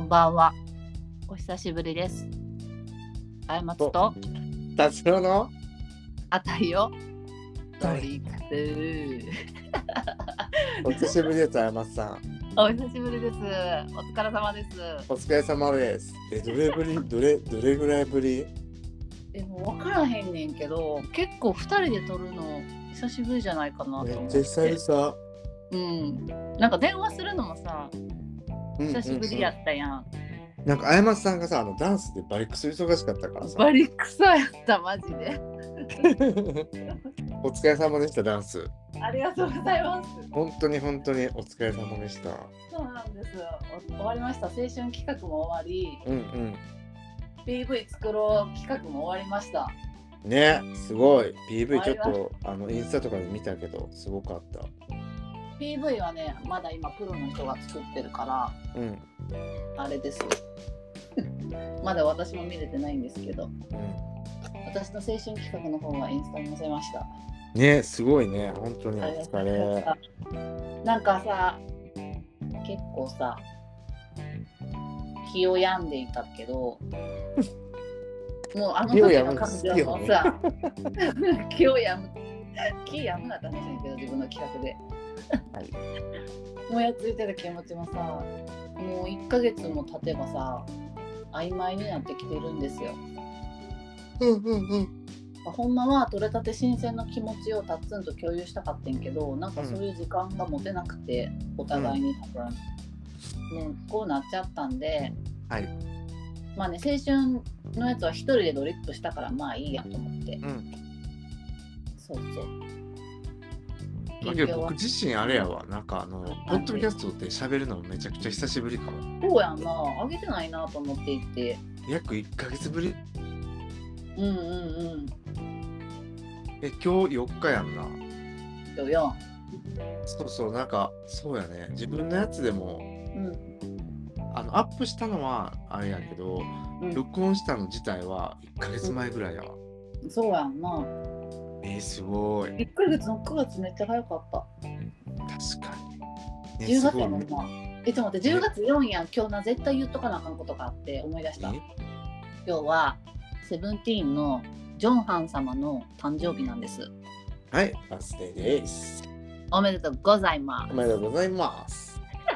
ばんは。お久しぶりです。あやまつと達郎のあたいをドリンク。 お久しぶりです、あやまつさん。 お久しぶりです。お疲れ様です。 お疲れ様です。どれぐらいぶり？ もう分からへんねんけど、結構2人で撮るの久しぶりじゃないかなと思って。 めっちゃ久々。 なんか電話するのもさ、久しぶりやったやん。 なんかあやまつさんがさ、ダンスでバリクソ忙しかったからさ。 バリクソやったマジで。 お疲れ様でした、ダンス。 ありがとうございます。 本当にお疲れ様でした。 そうなんです。終わりました。青春企画も終わり、PV 作ろう企画も終わりました。 ね、すごい。PV ちょっとインスタとかで見たけど、すごかった。 PV はね、まだ今プロの人が作ってるから、あれです。まだ私も見れてないんですけど、私の青春企画の方はインスタに載せました。 ね、すごいね、本当にお疲れ。 なんかさ、結構さ、気を病んでいたけど、もうあの時の感情もさ、気病むなって話だけど、自分の企画で。もやついてた気持ちもさ、もう1ヶ月も経てばさ、曖昧になってきてるんですよ。ほんまは取れたて新鮮の気持ちをタッツンと共有したかったんけど、なんかそういう時間が持てなくて、お互いに多分、こうなっちゃったんで、まあね、青春のやつは一人でドリップしたからまあいいやと思って、そう僕自身あれやわ、なんかポッドキャストで喋るのめちゃくちゃ久しぶりかも。 そうやんな、あげてないなと思っていて、 約1ヶ月ぶり。 今日 4日やんな。 今日4。 そう、なんかそうやね、自分のやつでも、アップしたのはあれやけど、録音したの自体は1ヶ月前ぐらいやわ。 そうやんな。 すごい。 1ヶ月の9月めっちゃ早かった。 確かに。 10月やもんな。ちょっと待って、10月4やん。今日な、絶対言っとかなあかんことがあって思い出した。今日はセブンティーンのジョンハン様の誕生日なんです。 はい、バースデーです。 おめでとうございます。 おめでとうございます。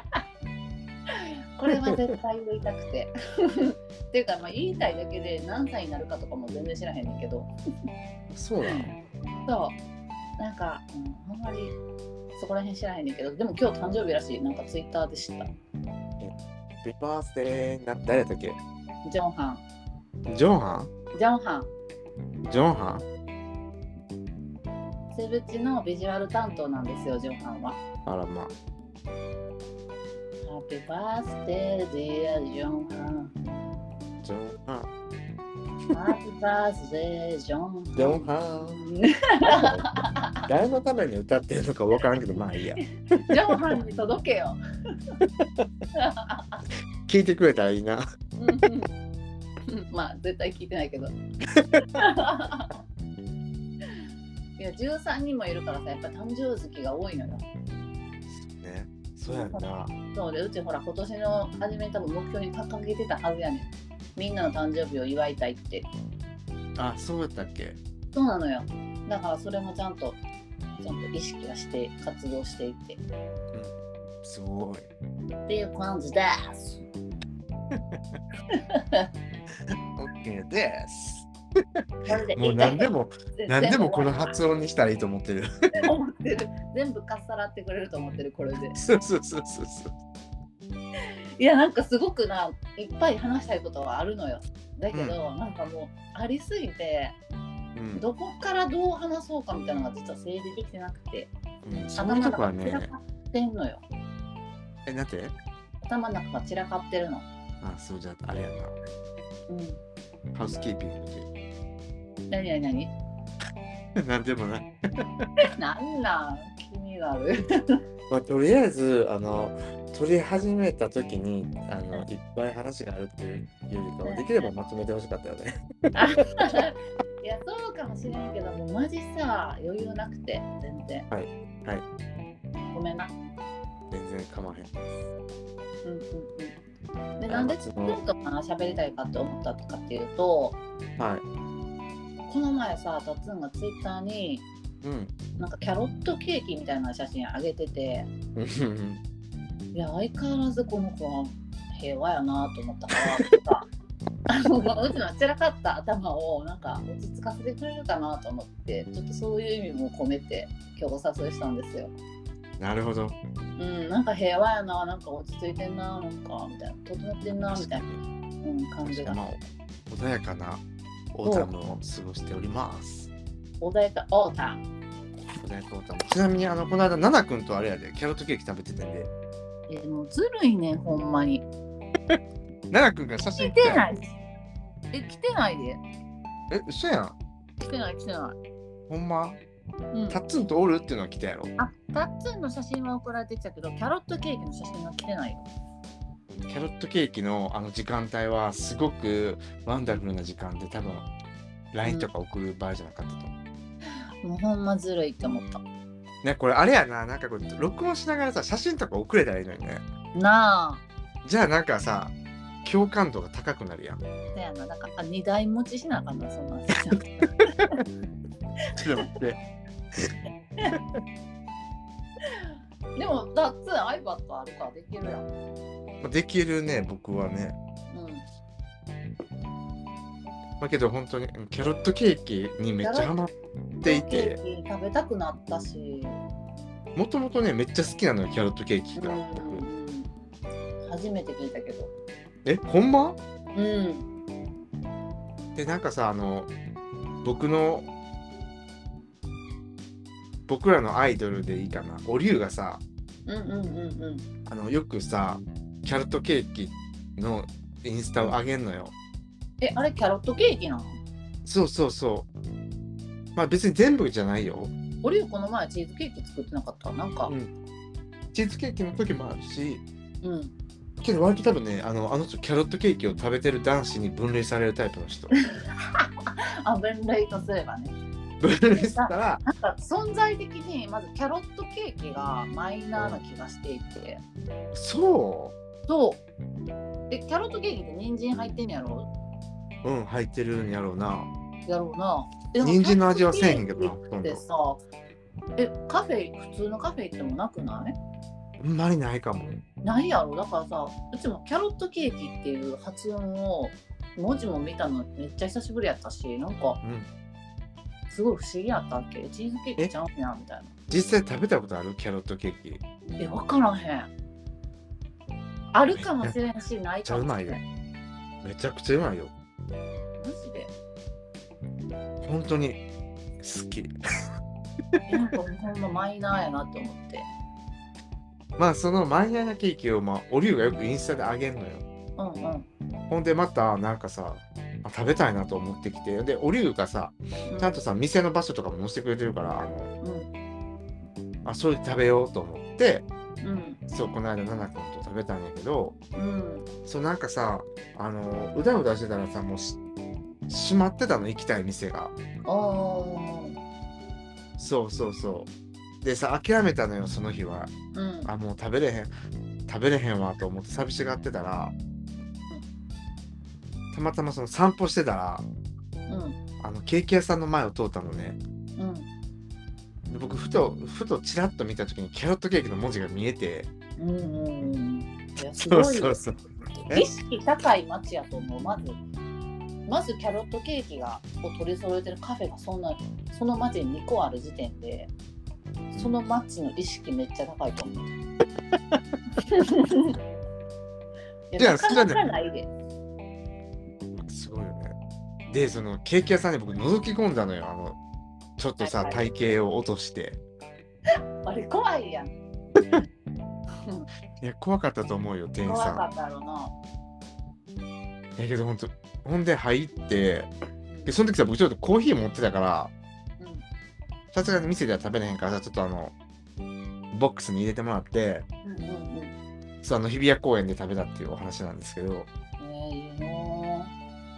これは絶対言いたくて。っていうか、まあ、言いたいだけで何歳になるかとかも全然知らへんねんけど。 そうなの？ そう。なんか、あんまりそこら辺知らへんねんけど、でも今日誕生日らしい。なんかツイッターで知った。 ハッピーバースデー。誰だっけ？ ジョンハン。セブチのビジュアル担当なんですよ、ジョンハンは。 あらまあ。 Happy birthday, dear ジョンハン。Happy birthday, ジョンハン。誰のために歌ってるのか分からんけど、まあいいや。 ジョンハンに届けよ。 聞いてくれたらいいな。 まあ絶対聞いてないけど。いや、13人もいるからさ、やっぱ誕生月が多いのよ。 ね、そうやんな。 そうで、うちほら今年の初めに多分目標に掲げてたはずやねん。みんなの誕生日を祝いたいって。 あ、そうやったっけ？ そうなのよ。だからそれもちゃんと意識はして活動していて。 すごい。 っていう感じです。 OK です。もう何でもこの発音にしたらいいと思ってる。 全部かっさらってくれると思ってる、これで。 そう。 いや、なんかすごくいっぱい話したいことはあるのよ。だけど、なんかもうありすぎて、どこからどう話そうかみたいなのが実は整理できてなくて、 頭の中が散らかってんのよ。 なんて？ 頭の中が散らかってるの。 あ、そうじゃあれやな。ハウスキーピングで。 何なんでもない。 なん気になる。 まあ、とりあえず撮り始めた時にいっぱい話があるっていうよりかはできればまとめてほしかったよね。 いや、そうかもしれんけども、マジさ余裕なくて全然。 はい。 ごめんな。 全然構わへん。 でなんでちょっと喋りたいかって思ったかっていうと、 はい、 この前さタッツンがツイッターに、なんかキャロットケーキみたいな写真上げてていや相変わらずこの子は平和やなと思ったからうちの散らかった頭をなんか落ち着かせてくれるかなと思ってちょっとそういう意味も込めて今日お誘いしたんですよ。 なるほど。 なんか平和やな、なんか落ち着いてんな、なんかみたいな、整ってんなみたいな、感じが。 穏やかなオータムを過ごしております。 穏やかオータム。 穏やかオータム。ちなみにこの間ナナ君とあれやでキャロットケーキ食べてたんで。 もうずるいねほんまに。 ナナ君が写真来てない。来てないで。 嘘やん。 来てない。 ほんま。タッツンとおるっていうのは来たやろ。 タッツンの写真は送られてきたけどキャロットケーキの写真は来てないよ。 キャロットケーキの時間帯はすごくワンダフルな時間で多分 LINE とか送る場合じゃなかったと思う。もうほんまずるいって思った。 ね、これあれやな、なんかこれ録音しながらさ写真とか送れたらいいのにね。 なあ。 じゃあなんかさ共感度が高くなるやん。 そうやな、だから2台持ちしなあかんなそんなん。 ちょっと待って。 でもタッツン iPad あるからできるやん。 できるね僕はね。だけど本当にキャロットケーキにめっちゃハマっていて、 食べたくなったし、 もともとねめっちゃ好きなのよキャロットケーキが。 初めて聞いたけど。 ほんま？でなんかさ僕らのアイドルでいいかな、おりゅうがさ、よくさキャロットケーキのインスタを上げんのよ。 あれキャロットケーキなの？ そう。まあ別に全部じゃないよ。 おりゅうこの前チーズケーキ作ってなかった？なんか、 チーズケーキの時もあるし、けど割と多分ね人キャロットケーキを食べてる男子に分類されるタイプの人。 分類とすればね。 分類したらなんか存在的にまずキャロットケーキがマイナーな気がしていて。 そう。 キャロットケーキって人参入ってんやろ？ 入ってるんやろうな。 人参の味はせえへんけどな。 でさ、カフェ普通のカフェ行ってもなくない？ あんまりないかも。 ないやろ。だからさ、うちもキャロットケーキっていう発音を文字も見たのめっちゃ久しぶりやったし、なんか、すごい不思議やったっけ？チーズケーキちゃうんやみたいな。 実際食べたことある？キャロットケーキ。 分からへん。あるかもしれんし、ないかもしれん。 めちゃくちゃうまいよ。 マジで？ 本当に好き。 なんかほんまマイナーやなって思って。 まあそのマイナーなケーキをおりゅうがよくインスタであげんのよ。ほんでまたなんかさ食べたいなと思ってきて、でおりゅうがさちゃんとさ店の場所とかも載せてくれてるからそれで食べようと思って、そうこの間ナナ君と食べたんやけど、そうなんかさうだうだしてたらさもう閉まってたの、行きたい店が。そうでさ諦めたのよその日は。もう食べれへんわと思って寂しがってたら、たまたまその散歩してたら、ケーキ屋さんの前を通ったのね。で僕ふとチラッと見た時にキャロットケーキの文字が見えて、 そう意識高い街やと思う。まずキャロットケーキを取り揃えてるカフェがその街に2個ある時点で、その街の意識めっちゃ高いと思う。 じゃあなかなかないで。 すごいよね。でそのケーキ屋さんに僕覗き込んだのよ。ちょっとさ、体型を落として。 あれ怖いやん。 いや怖かったと思うよ店員さん。 怖かったやろな。 やけどほんで入って、でその時さ僕ちょっとコーヒー持ってたから、さすがに店では食べれへんからさ、ちょっとボックスに入れてもらって、そう日比谷公園で食べたっていうお話なんですけど。 いいな。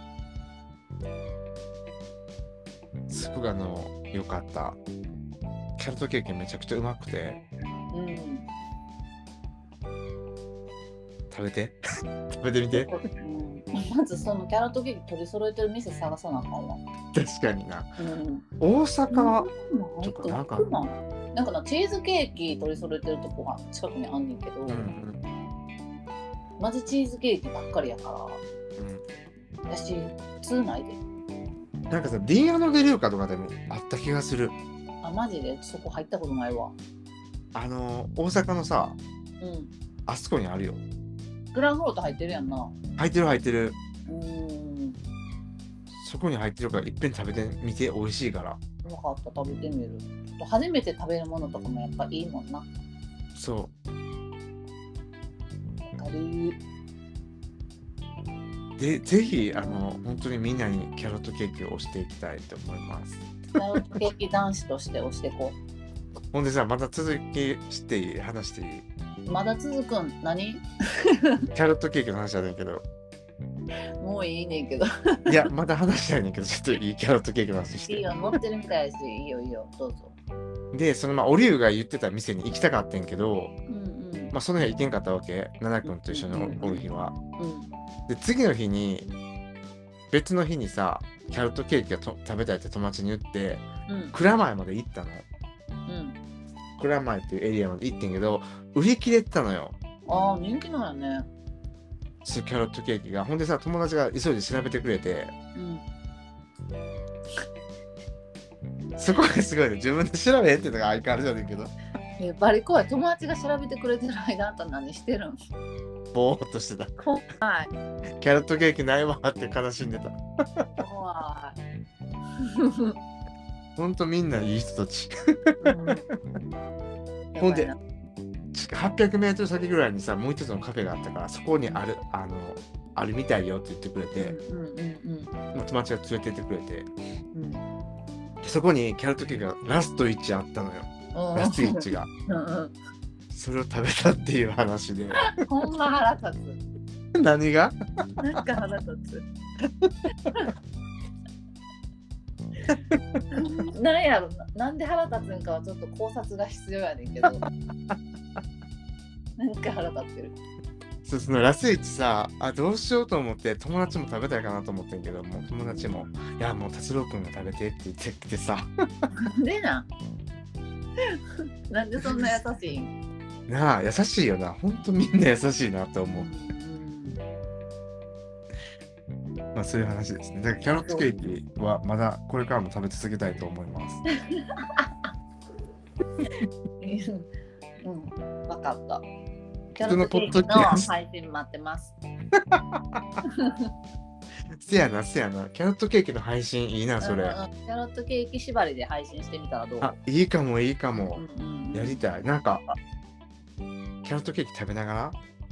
すごく良かった。キャロットケーキめちゃくちゃうまくて、 食べて食べてみて、 まずそのキャロットケーキ取り揃えてる店探さなあかんわ。 確かにな、大阪とかなんかなチーズケーキ取り揃えてるとこが近くにあんねんけど、マジチーズケーキばっかりやから、私通ないで。 なんかさ、ディーアノ・デ・ルーカとかでもあった気がする。 あ、マジでそこ入ったことないわ。 大阪のさ、あそこにあるよ。 グランフロート入ってるやんな。 入ってる。そこに入ってるからいっぺん食べてみて、美味しいから。 分かった、食べてみる。初めて食べるものとかもやっぱいいもんな。 そう。 わかる。 で、ぜひ本当にみんなにキャロットケーキを推していきたいと思います。 キャロットケーキ男子として推していこう。ほんでさ、また続きしていい？話していい？ まだ続くん？何？ キャロットケーキの話だねんけど。 もういいねんけど。 いや、まだ話したいねんけど、ちょっといいキャロットケーキの話して。 いいよ、持ってるみたいし、いいよいいよ、どうぞ。 で、オリュウが言ってた店に行きたかったんけど、その日は行けんかったわけ、ナナ君と一緒におる日は。で、次の日に、別の日にさ、キャロットケーキが食べたいって友達に言って、蔵前まで行ったの。蔵前っていうエリアまで行ってんけど、売り切れてたのよ。 ああ、人気なんやね。 キャロットケーキが。ほんでさ、友達が急いで調べてくれて、そこがすごいね。自分で調べってのが相変わらずやねんけど。 バリ怖い。友達が調べてくれてる間あんた何してるん？ ぼーっとしてた。 怖い。 キャロットケーキないわって悲しんでた。 怖い。 ほんとみんないい人たち。ほんで、800メートル先ぐらいにさ、もう一つのカフェがあったから、そこにあるみたいよって言ってくれて、友達が連れてってくれて、そこにキャロットケーキがラスト1あったのよ。ラスト1が。それを食べたっていう話で。 ほんま腹立つ。何が？ なんか腹立つ。なんやろ、なんで腹立つんかはちょっと考察が必要やねんけど。なんか腹立ってる。 そのラス1さ、どうしようと思って友達も食べたいかなと思ってんけど、もう友達もいやもう達郎くんが食べてって言ってきてさ。 なんでなんでそんな優しいん？ なあ、優しいよな。ほんとみんな優しいなと思う。まあそういう話ですね。だからキャロットケーキはまだこれからも食べ続けたいと思います。 分かった。キャロットケーキの配信待ってます。 せやな。キャロットケーキの配信いいな、それ。 キャロットケーキ縛りで配信してみたらどう？ いいかも。やりたい。なんか、キャロットケーキ食べながら？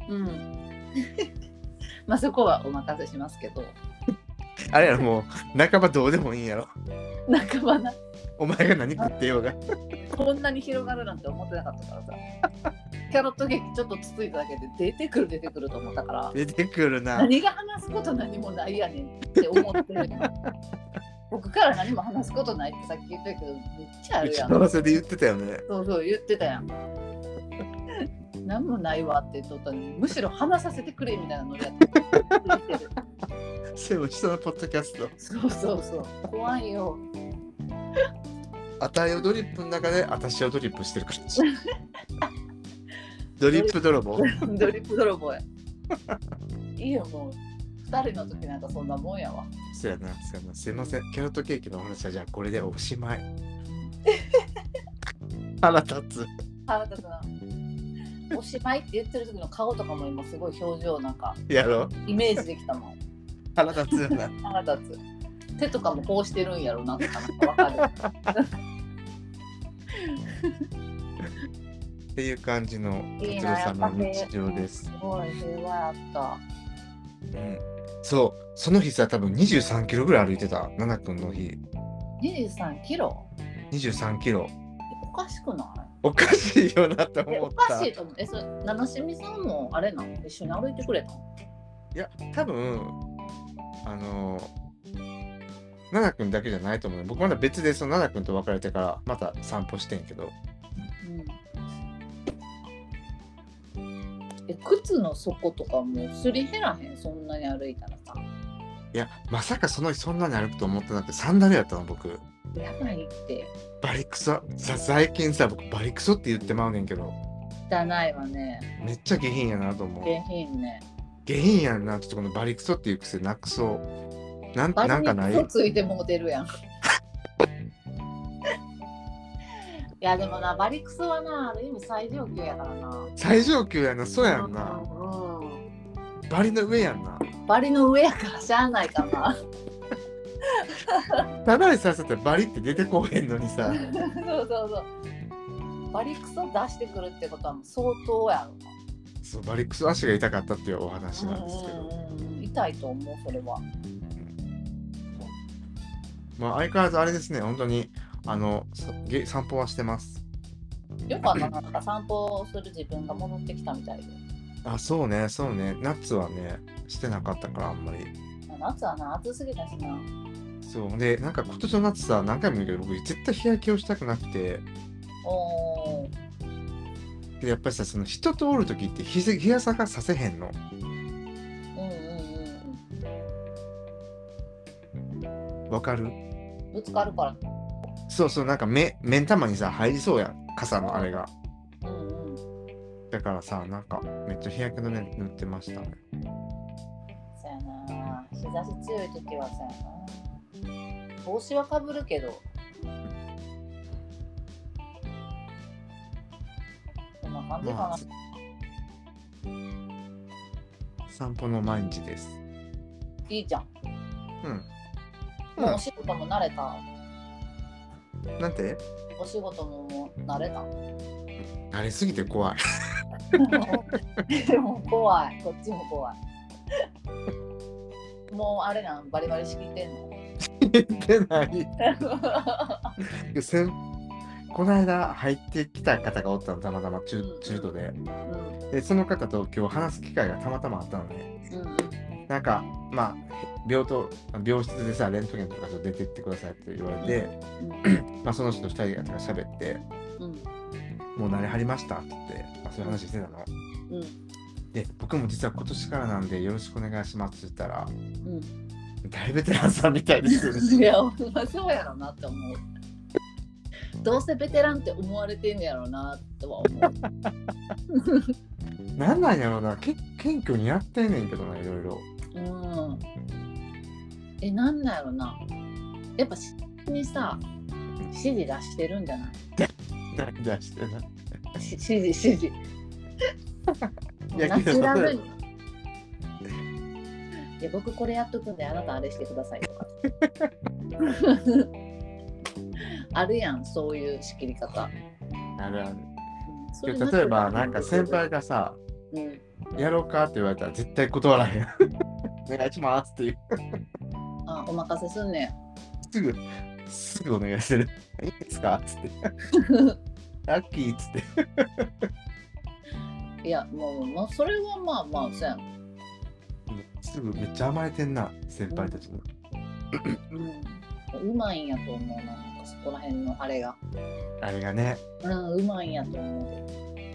まあそこはお任せしますけど。 あれやろ、もう半ばどうでもいいんやろ。 半ばな。 お前が何食ってようが。 こんなに広がるなんて思ってなかったからさ。キャロットケーキちょっとつついただけで出てくると思ったから。出てくるな。何が話すこと何もないやねんって思ってる。僕から何も話すことないってさっき言ったけど、めっちゃあるやん。打ち合わせで言ってたよね。そう言ってたやん。何もないわって言っとったのに、むしろ話させてくれみたいなのやってる。そう、人のポッドキャスト。そう怖いよ。あたいをドリップの中であたしをドリップしてるからドリップ泥棒。ドリップ泥棒や。いいよ、もう2人の時なんかそんなもんやわ。そうやな。すいません。キャロットケーキの話はじゃあこれでおしまい。腹立つな。おしまいって言ってる時の顔とかも今すごい表情なんかやろイメージできたもん。腹立つよな。腹立つ。手とかもこうしてるんやろなとかわかる。っていう感じの達郎さんの日常です。すごい平和やった。そう、その日さ、多分23キロぐらい歩いてた、ナナ君の日。23キロ ?23 キロ。おかしくない？おかしいよなと思った。おかしいと思う。それ、七しみさんもあれなの？一緒に歩いてくれたの？いや、多分、ナナ君だけじゃないと思う。僕まだ別でそのナナ君と別れてからまた散歩してんけど。 で靴の底とかもすり減らへん、そんなに歩いたらさ。 いや、まさかそんなに歩くと思ってなくて、サンダルやったの、僕。 やばいって。 バリクソ。最近さ、僕、バリクソって言ってまうねんけど。 汚いわね。 めっちゃ下品やなと思う。 下品ね。 下品やんな。ちょっとこのバリクソっていう癖なくそう。なんかない？ バリクソついてもうてるやん。いやでもな、バリクソはな、ある意味最上級やからな。 最上級やな、そうやんな。バリの上やんな。 バリの上やからしゃあないかな。 ただでさせてバリって出てこへんのにさ。 そうバリクソ出してくるってことはもう相当やろ。 そう、バリクソ足が痛かったっていうお話なんですけど。 痛いと思う、それは。 まあ相変わらずあれですね、本当に散歩はしてます。 よかった、なんか散歩する自分が戻ってきたみたいで。 あ、そうね。夏はね、してなかったからあんまり。 夏はな、暑すぎたしな。 そうで、なんか今年の夏さ、何回も言うけど、僕絶対日焼けをしたくなくて。でやっぱりさ、その人とおるときって日傘がさせへんの。わかる？ ぶつかるから。 そう、なんか目ん玉にさ入りそうやん、傘のあれが。だからさ、なんかめっちゃ日焼け止め塗ってましたね。 そうやな、日差し強い時はそうやな。帽子はかぶるけど、こんな感じかな。まあ、 散歩の毎日です。 いいじゃん。もうお仕事も慣れた？ なんて？ お仕事も慣れた？ 慣れすぎて怖い。 でも怖い、こっちも怖い。もうあれなん、バリバリ仕切ってんの？ 仕切ってない。この間入ってきた方がおったの、たまたま中途で。で、その方と今日話す機会がたまたまあったのね。なんか、まあ、病室でさ、レントゲンとか出てってくださいって言われて、まあその人と2人が喋って、もう慣れはりましたって言って、まあ、そういう話してたの。で、僕も実は今年からなんでよろしくお願いしますって言ったら、大ベテランさんみたいですよね。 いや、そうやろなって思う。どうせベテランって思われてんやろなとは思う。 なんなんやろな、謙虚にやってんねんけどな、いろいろ。 なんなんやろな。やっぱにさ、指示出してるんじゃない？ 出してない。 指示。ナチュラルに。で、僕これやっとくんであなたあれしてくださいとか。あるやん、そういう仕切り方。 ある。例えばなんか先輩がさ、やろうかって言われたら絶対断らへん。お願いしますっていう。 お任せすんね。 すぐお願いしてる。いいですかっつって。ラッキーっつって。 いや、もうそれはまあそうやん。 すぐめっちゃ甘えてんな、先輩たちに。 うまいんやと思うな、なんかそこら辺のあれがね。うまいんやと思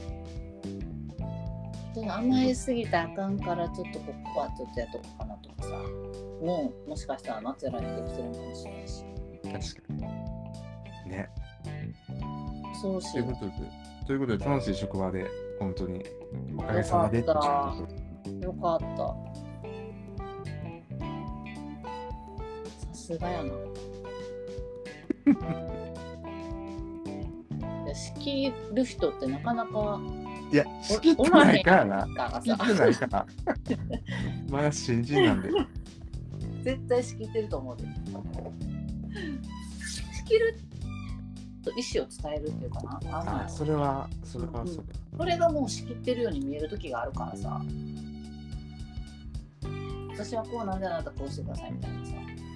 う。甘えすぎてあかんから、ちょっとここはちょっとやっとこうかなとかさ、もしかしたらナチュラルにできてるのかもしれないし。 確かにね。 そうしよう。 ということで楽しい職場で本当におかげさまで。よかった。さすがやな。仕切る人ってなかなか。 いや、仕切ってないからな。仕切ってないから。まだ新人なんで。 絶対仕切ってると思うで。仕切ると意思を伝えるっていうかな。 それはそう。 これがもう仕切ってるように見える時があるからさ。私はこうなんであなたこうしてくださいみたいなさ。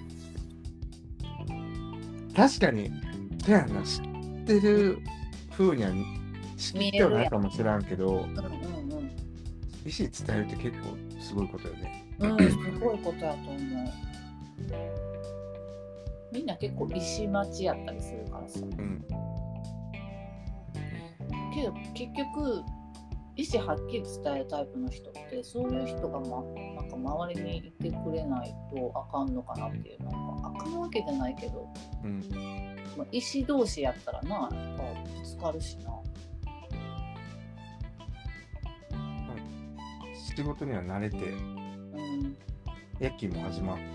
確かに、そうやな、知ってる風には知ってはないかもしれんけど、意思伝えるって結構すごいことよね。 すごいことやと思う。みんな結構意思待ちやったりするからさ。けど結局意思はっきり伝えるタイプの人ってそういう人が、なんか周りにいてくれないとあかんのかなっていう、なんかあかんわけじゃないけど、意思同士やったらな、やっぱぶつかるしな。 仕事には慣れて、夜勤も始まって、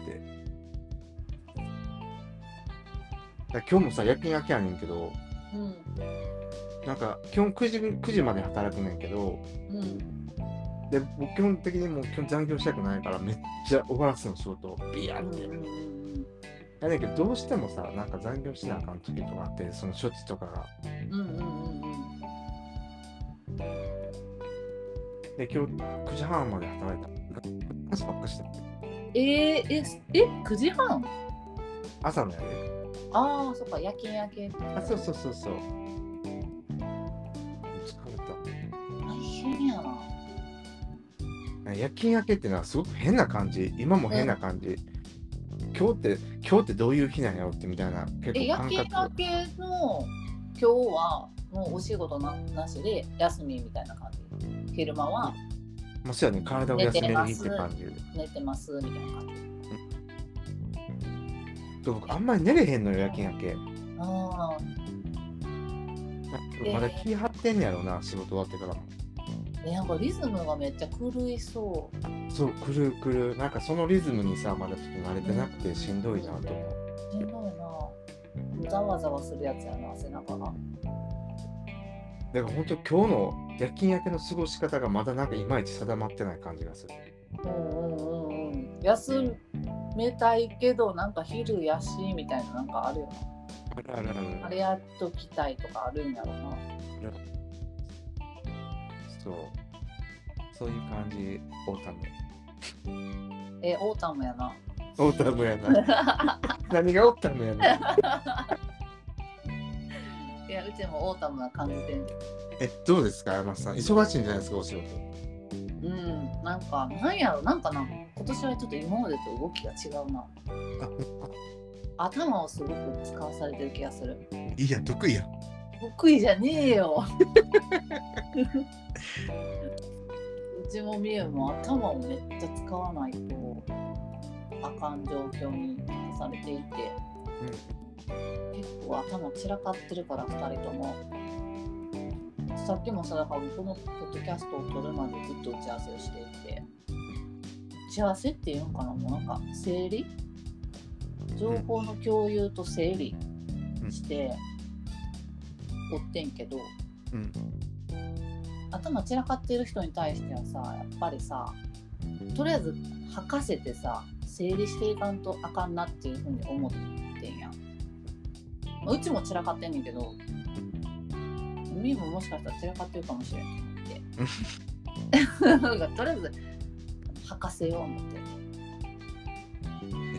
今日もさ夜勤明けやねんけど、なんか基本9時まで働くねんけど、で僕基本的にもう基本残業したくないからめっちゃ終わらすの仕事をビヤーって、やねんけどどうしてもさなんか残業しなあかん時とかあって、その処置とかが、で今日9時半まで働いた。話ばっかして 9時半朝のやで。 ああ、そっか、夜勤明け。 あ、そう。疲れた。 大変やな。 夜勤明けってのはすごく変な感じ。今も変な感じ。今日ってどういう日なんやろってみたいな結構感覚。 夜勤明けの今日はもうお仕事なしで休みみたいな感じ。昼間は。 もうそうやね、体を休める日って感じ。 寝てますみたいな感じ。 僕あんまり寝れへんのよ、夜勤明け。まだ気張ってんねやろな、仕事終わってからも。 なんかリズムがめっちゃ狂いそう。 そう、狂う。なんかそのリズムにさ、まだちょっと慣れてなくてしんどいなと思う。 しんどいな。ざわざわするやつやな、背中が。 だから本当今日の夜勤明けの過ごし方がまだなんかいまいち定まってない感じがする。 休めたいけどなんか昼やしみたいななんかあるよな。あれやっときたいとかあるんやろな。 そういう感じ。オータム。 オータムやな。 オータムやな。何がオータムやな。 いや、うちもオータムな感じで。 どうですか、山下さん。忙しいんじゃないですか、お仕事。 なんやろ、なんかな、今年はちょっと今までと動きが違うな。頭をすごく使わされてる気がする。 いや、得意や。 得意じゃねえよ。うちもみゆも頭をめっちゃ使わないとあかん状況にされていて、結構頭散らかってるから2人とも。さっきもさ、だからこのポッドキャストを撮るまでずっと打ち合わせをしていて、打ち合わせっていうのかな、もうなんか整理、情報の共有と整理しておってんけど、頭散らかってる人に対してはさ、やっぱりさ、とりあえず吐かせてさ、整理していかんとあかんなっていうふうに思ってんやん。うちも散らかってんねんけど、みーももしかしたら散らかってるかもしれんと思ってとりあえず吐かせよう思って。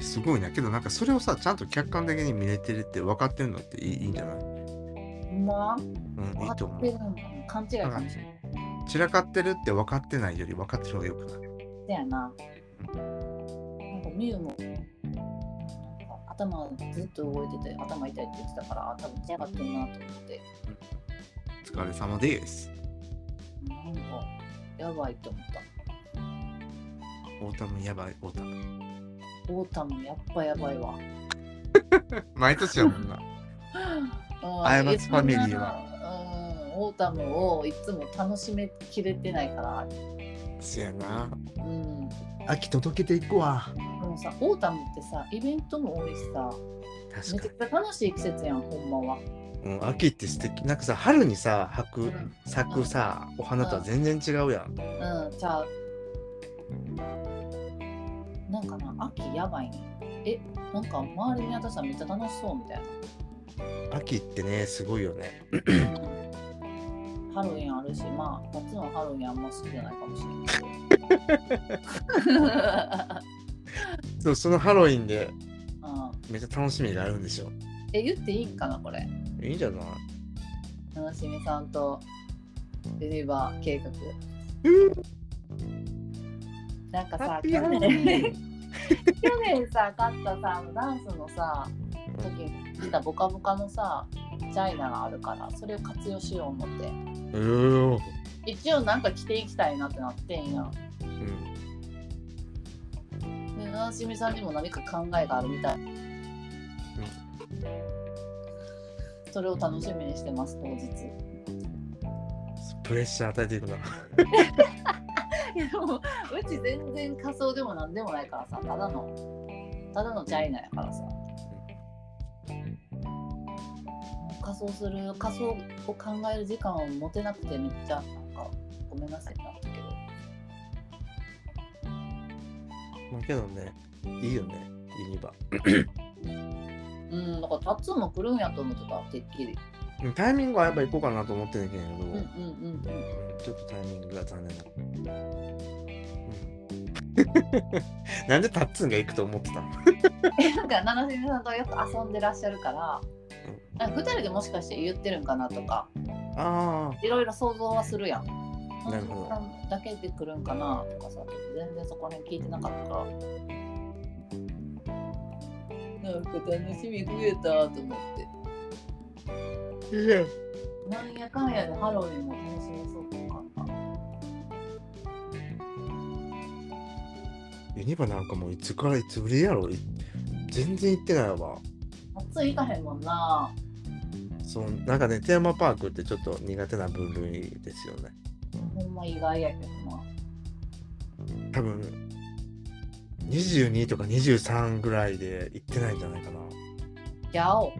すごいな。けどなんかそれをさ、ちゃんと客観的に見れてるって分かってるのっていいんじゃない？ いいと思う。勘違いかもしれない。 散らかってるって分かってないより分かってる方がよくない？ そうやな。なんかみゆも頭ずっと動いてて頭痛いって言ってたから、多分散らかってるなと思って。 お疲れ様です。 なんかやばいと思った。 オータムやばい。オータムやっぱやばいわ。 毎年やもんな。あやまつファミリーは。 オータムをいつも楽しめきれてないから。 そやな。秋届けていくわ。 でもさ、オータムってさ、イベントも多いしさ、めちゃくちゃ楽しい季節やん、ほんまは。 秋って素敵。なんかさ、春にさ、咲くさ、お花とは全然違うやん。 じゃあ、なんかな、秋やばいね。なんか周りに私はめっちゃ楽しそうみたいな。秋ってね、すごいよね。 ハロウィンあるし、まあ、夏のハロウィンあんま好きじゃないかもしれないけど。そのハロウィンで、めっちゃ楽しみがあるんでしょ。 言っていいんかな、これ。 いいんじゃない？ 楽しみさんとユニバー計画。なんかさ、去年さ、買ったさ、ダンスのさ、時に出たボカボカのさ、チャイナがあるから、それを活用しよう思って。 一応なんか着ていきたいなってなってんや。で、なしみさんにも何か考えがあるみたい。それを楽しみにしてます、当日。 プレッシャー与えていくな。 いやでもうち全然仮装でもなんでもないからさ、ただのチャイナやからさ。仮装を考える時間を持てなくてめっちゃなんかごめんなさいなったけど。 まあけどね、いいよね、ユニバ。 だからタッツーも来るんやと思ってた、てっきり。 タイミングはやっぱ行こうかなと思ってんだけど、ちょっとタイミングが残念だ。なんでタッツンが行くと思ってたの？ なんか七瀬さんとよく遊んでらっしゃるから、2人でもしかして言ってるんかなとか、いろいろ想像はするやん。 なるほど。 だけで来るんかなとかさ、全然そこら辺聞いてなかったから。なんか楽しみ増えたと思って。なんやかんやでハロウィンも楽しみそうかな。 ユニバなんかもういつからいつぶりやろ。全然行ってないわ。 夏行かへんもんな。 そう、なんかね、テーマパークってちょっと苦手な分類ですよね。 ほんま意外やけどな。 多分22とか23ぐらいで行ってないんじゃないかな。 やお。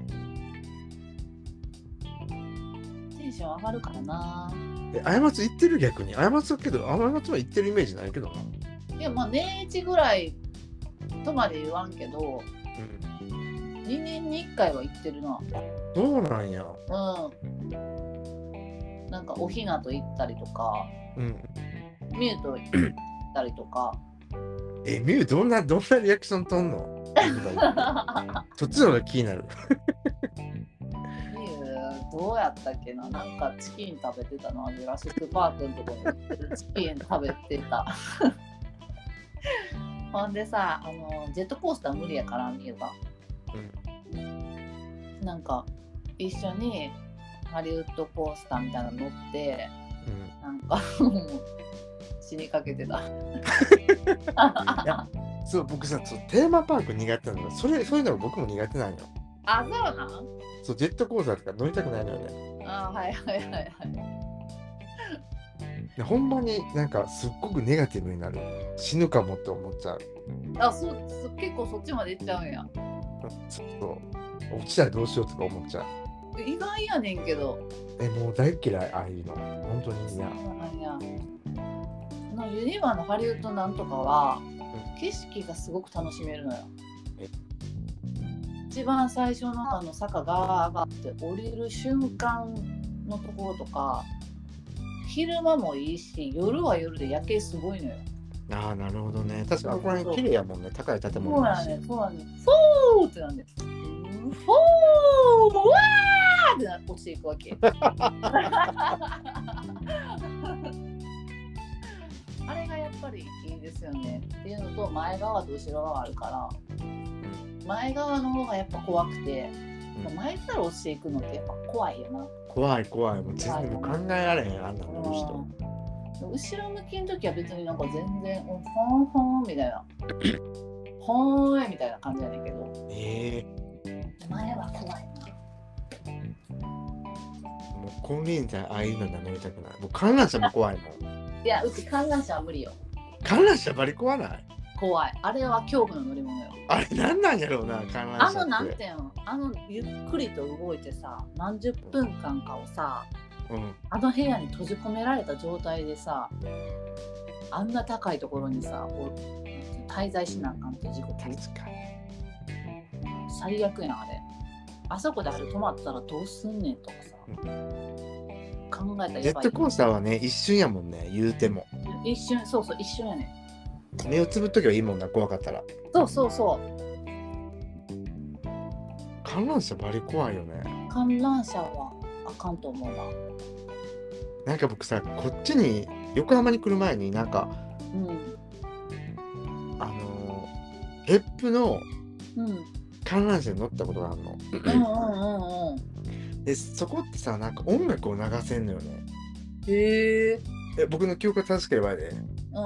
テンション上がるからな。 あやまつ行ってる？逆にあやまつは行ってるイメージないけどな。 いや、まあ年一ぐらいとまで言わんけど、2年に1回は行ってるな。 そうなんや。 なんかおひなと行ったりとか、ミュウと行ったりとか。 ミュウどんなリアクションとんの？そっちの方が気になる。 ミュウどうやったっけな。なんかチキン食べてたの。ジュラシックパークのところにチキン食べてた。ほんでさ、ジェットコースター無理やから、ミュウが。なんか一緒にハリウッドコースターみたいなの乗って、なんか死にかけてた。 そう、僕さ、テーマパーク苦手なの。そういうのが僕も苦手なんよ。 あ、そうなん？ そう、ジェットコースターとか乗りたくないのよね。 はいはいはいはい。 ほんまになんかすっごくネガティブになる。死ぬかもって思っちゃう。 結構そっちまで行っちゃうんや。 そう。落ちたらどうしようとか思っちゃう。 意外やねんけど。 もう大嫌い、ああいうの。本当に嫌。 ユニバのハリウッドなんとかは、景色がすごく楽しめるのよ。一番最初の坂が上がって降りる瞬間のところとか、昼間もいいし、夜は夜で夜景すごいのよ。 ああ、なるほどね。確かにこれ綺麗やもんね。高い建物だし。 そうやね。フォーってなんです。フォーわーって落ちていくわけ。あれがやっぱりいいですよね。っていうのと、前側と後ろ側あるから、前側の方がやっぱ怖くて、前から落ちていくのってやっぱ怖いよな。怖い。もう全然考えられへん、あんなの人。後ろ向きの時は別になんか全然ほんほんみたいなほーいみたいな感じやねんけど、前は怖いな。 もう金輪際ああいうのには乗りたくない。もう観覧車も怖いもん。 いや、うち観覧車は無理よ。 観覧車バリ怖ない？ 怖い。あれは恐怖の乗り物よ。あれなんなんやろうな、観覧車って。 なんていうの、ゆっくりと動いてさ、何十分間かをさ、あの部屋に閉じ込められた状態でさ、あんな高いところにさ、滞在しなあかんって事故。最悪やん、あれ。あそこで止まったらどうすんねんとかさ、考えたらやばい。ジェットコースターはね、一瞬やもんね、言うても。一瞬やね。 目をつぶっときはいいもんな、怖かったら。 そう。 観覧車バリ怖いよね。 観覧車はあかんと思うわ。 なんか僕さ、こっちに横浜に来る前になんか、別府の観覧車に乗ったことがあるの。でそこってさ、なんか音楽を流せんのよね。 へえ。 僕の記憶が正しければやで。 うん。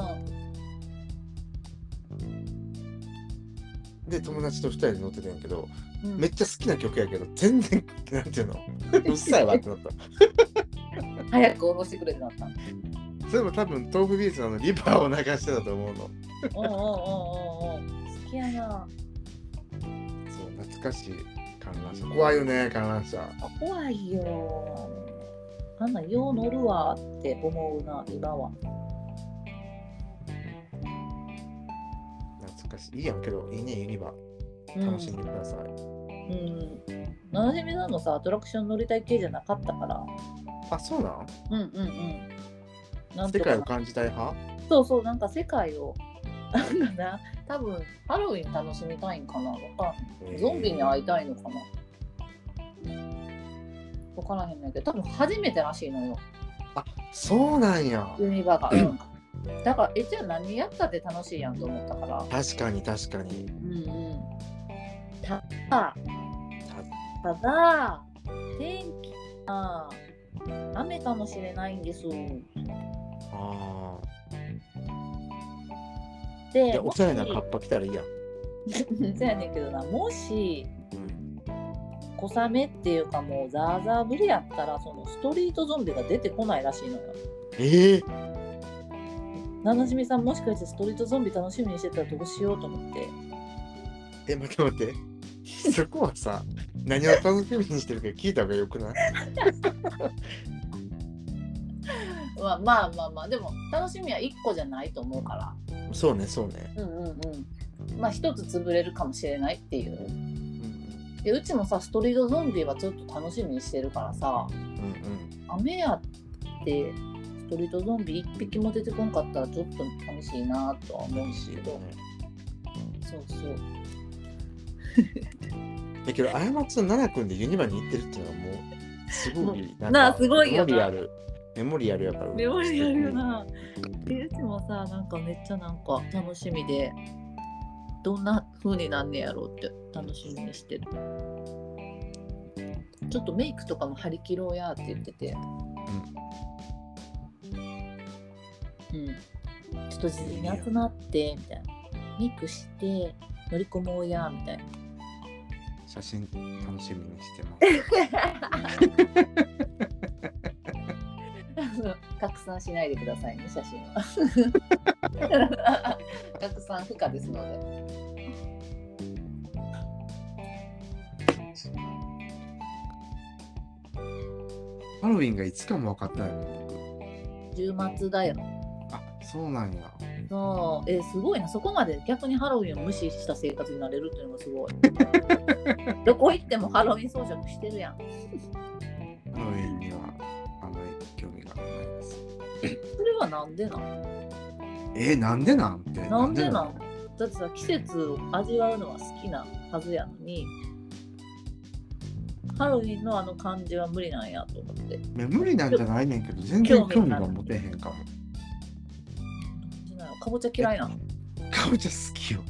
で、友達と2人で乗ってたんやけど、 うん、 めっちゃ好きな曲やけど、全然、なんていうの、うっさいわってなった。 早く下ろしてくれってなった。 それも多分、東武ビーツのリバーを流してたと思うの。 好きやな。 そう、懐かしい観覧車。怖いよね、観覧車。 怖いよ。あんなよう乗るわって思うな、今は。 懐かしい。いいやんけど、いいね、ユニバ。楽しんでください。 ななじみさんもさ、アトラクション乗りたい系じゃなかったから。 あ、そうなん？ なん世界を感じたい派？ そうそう、なんか世界をなんかな、多分ハロウィン楽しみたいんかな、ゾンビに会いたいのかな、分からへんねんけど、多分初めてらしいのよ。 あ、そうなんや。 ユニバが、だからじゃあ何やったって楽しいやんと思ったから。 確かに確かに。 ただ天気が雨かもしれないんです。 ああ。 で、 おしゃれなカッパ着たらいいやん。 そうやねんけどな、もし、小雨っていうかもうザーザー降りやったら、そのストリートゾンビが出てこないらしいのよ。ななじみさん、もしかしてストリートゾンビ楽しみにしてたらどうしようと思って。 待って。そこはさ、何を楽しみにしてるか聞いた方がよくない？ まあ、でも楽しみは1個じゃないと思うから。 そうね。 まあ1つ潰れるかもしれないっていう。でうちもさ、ストリートゾンビはちょっと楽しみにしてるからさ、雨やってストリートゾンビ1匹も出てこんかったらちょっと寂しいなとは思うんですけど、そうだけど過ちの奈々くんでユニバに行ってるっていうのはもうすごいすごいよな。 メモリアルやから。 メモリアルよな。うちもさ、なんかめっちゃなんか楽しみで、どんな風になんねやろうって楽しみにしてる。ちょっとメイクとかも張り切ろうやって言ってて、ちょっと事前に集まってみたいな、メイクして乗り込もうやみたいな。 写真楽しみにしてます。 拡散しないでくださいね、写真は。拡散不可ですので。 ハロウィンがいつかも分かったよね、 僕。10月だよ。 あ、そうなんや。 そう、すごいな。そこまで逆にハロウィンを無視した生活になれるっていうのがすごい。どこ行ってもハロウィン装飾してるやん。ハロウィンにはあまり興味がないです。 それはなんでなん？ なんでなんて。 なんでなん？だってさ、季節を味わうのは好きなはずやのに、ハロウィンのあの感じは無理なんやと思って。 無理なんじゃないねんけど、全然興味が持てへんかも。 かぼちゃ嫌いなの？ かぼちゃ好きよ。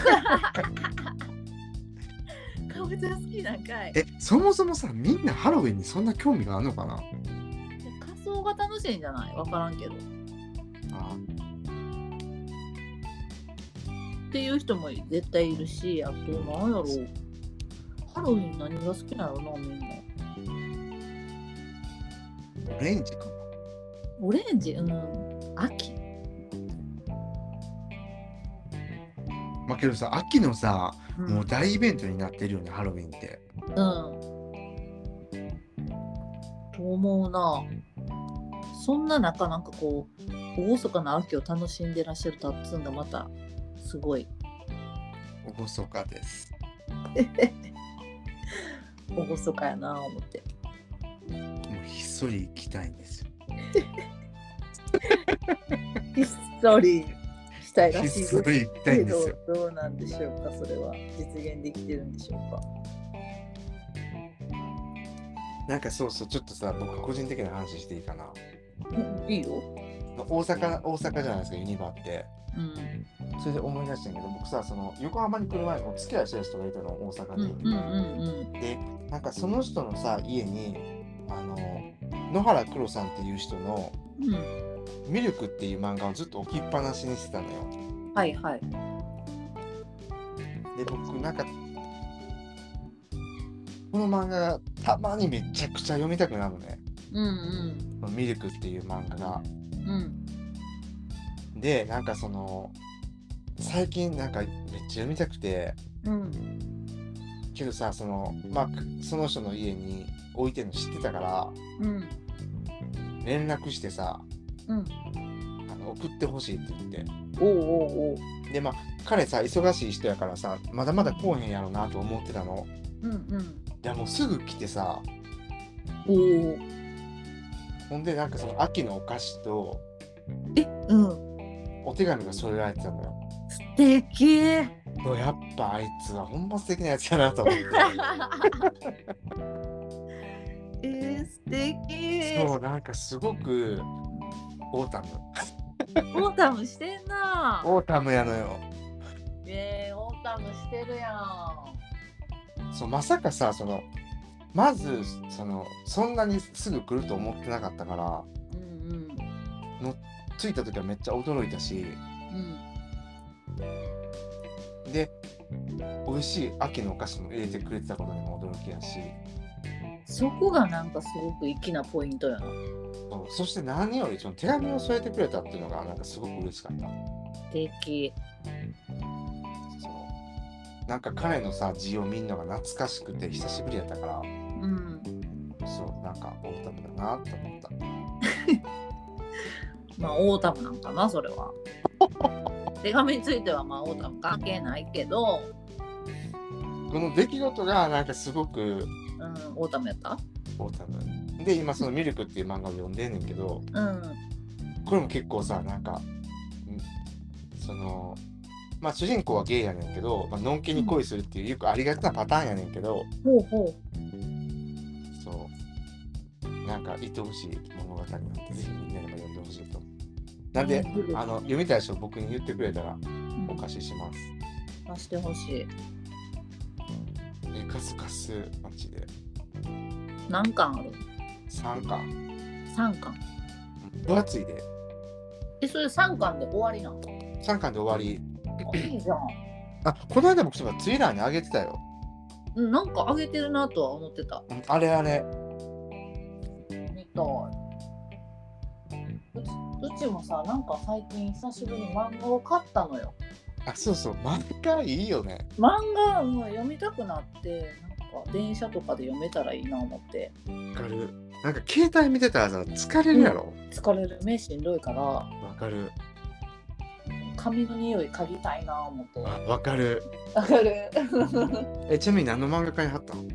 かぼちゃ好きなんかい。 そもそもさ、みんなハロウィンにそんな興味があるのかな？ 仮装が楽しいんじゃない？わからんけど。っていう人も絶対いるし、あとなんやろう。ハロウィン何が好きなのな、みんな。 オレンジかな。 オレンジ？秋。 まあけどさ、秋のさ、もう大イベントになってるよね、ハロウィンって。 と思うな。そんな中、なんかこう厳かな秋を楽しんでらっしゃるタッツンがまたすごい。 厳かです。 厳かやな思って。 もうひっそり行きたいんですよ。 ひっそりしたいらしいです。 ひっそり行きたいんですよ。 どうなんでしょうか、それは実現できてるんでしょうか。 なんかそう、ちょっとさ、僕個人的な話していいかな。 いいよ。 大阪じゃないですか、ユニバって。それで思い出したんやけど、僕さ、その横浜に来る前にお付き合いしてる人がいたの、大阪に。で、なんかその人のさ、家に野原黒さんっていう人のミルクっていう漫画をずっと置きっぱなしにしてたのよ。 はいはい。 で僕なんかこの漫画がたまにめちゃくちゃ読みたくなるのね。ミルクっていう漫画が。でなんかその最近なんかめっちゃ読みたくて、けどさその人の家に置いてるの知ってたから、連絡してさ、送ってほしいって言って。で彼さ忙しい人やからさまだまだ来へんやろなと思ってたの。いやもうすぐ来てさ。ほんでなんかその秋のお菓子とお手紙が添えられてたのよ。 素敵。 やっぱあいつはほんま素敵なやつやなと思って。 素敵。 そうなんかすごくオータム。 オータムしてんな。 オータムやのよ。 オータムしてるやん。 そうまさかさまずそんなにすぐ来ると思ってなかったから、着いた時はめっちゃ驚いたし、で美味しい秋のお菓子も入れてくれてたことにも驚きやし、 そこがなんかすごく粋なポイントやな。 そして何よりその手紙を添えてくれたっていうのがなんかすごく嬉しかった。 素敵。 なんか彼のさ字を見るのが懐かしくて久しぶりやったから、そうなんかオータムだなって思った。 オータムなんかなそれは。手紙についてはオータム関係ないけど、 この出来事がなんかすごく、 オータムやった。 オータムで今そのミルクっていう漫画を読んでんねんけど、これも結構さなんか主人公はゲイやねんけど、のんけに恋するっていうよくありがちなパターンやねんけど、そうなんか愛おしい物語になってぜひみんなにも読んでほしいと思う。なんで読みたい人僕に言ってくれたらお貸しします。 貸してほしい。 カスカスマジで。 何巻ある ？3巻。 3巻。 分厚いで。 それ3巻で終わりなの ？3巻で終わり。 いいじゃん。 この間僕ツイッターに上げてたよ。 なんか上げてるなとは思ってた。 あれ見たい。うちもさなんか最近久しぶりに漫画を買ったのよ。 そう漫画いいよね。 漫画も読みたくなってなんか電車とかで読めたらいいな思って。 わかる。なんか携帯見てたらさ疲れるやろ。 疲れる。目しんどいから。わかる。 髪の匂い嗅ぎたいな思って。 わかる。ちなみに何の漫画家に貼ったの？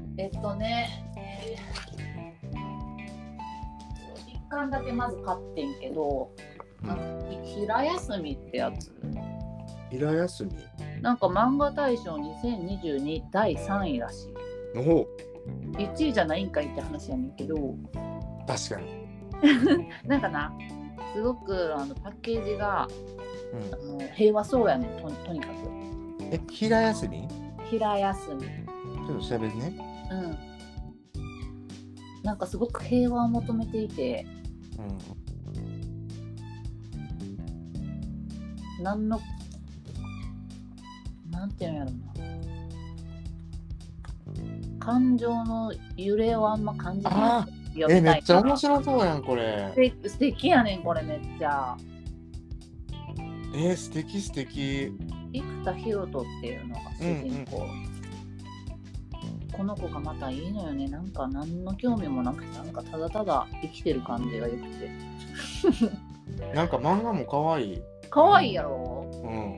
一巻だけまず買ってんけど、平休みってやつ。 平休み？ なんか漫画大賞2022第3位らしい。1位じゃないんかいって話やねんけど。 確かに。 なんかな、すごくパッケージが、平和そうやねん とにかく。 平休み？ 平休み。 ちょっと調べるね。 なんかすごく平和を求めていて、なんていうんやろな、感情の揺れをあんま感じない。 めっちゃ面白そうやんこれ。 素敵やねんこれめっちゃ。 素敵。生田博人っていうのが主人公。この子がまたいいのよね。なんか何の興味もなくて、なんかただただ生きてる感じがよくて。 なんか漫画も可愛い。 可愛いやろ。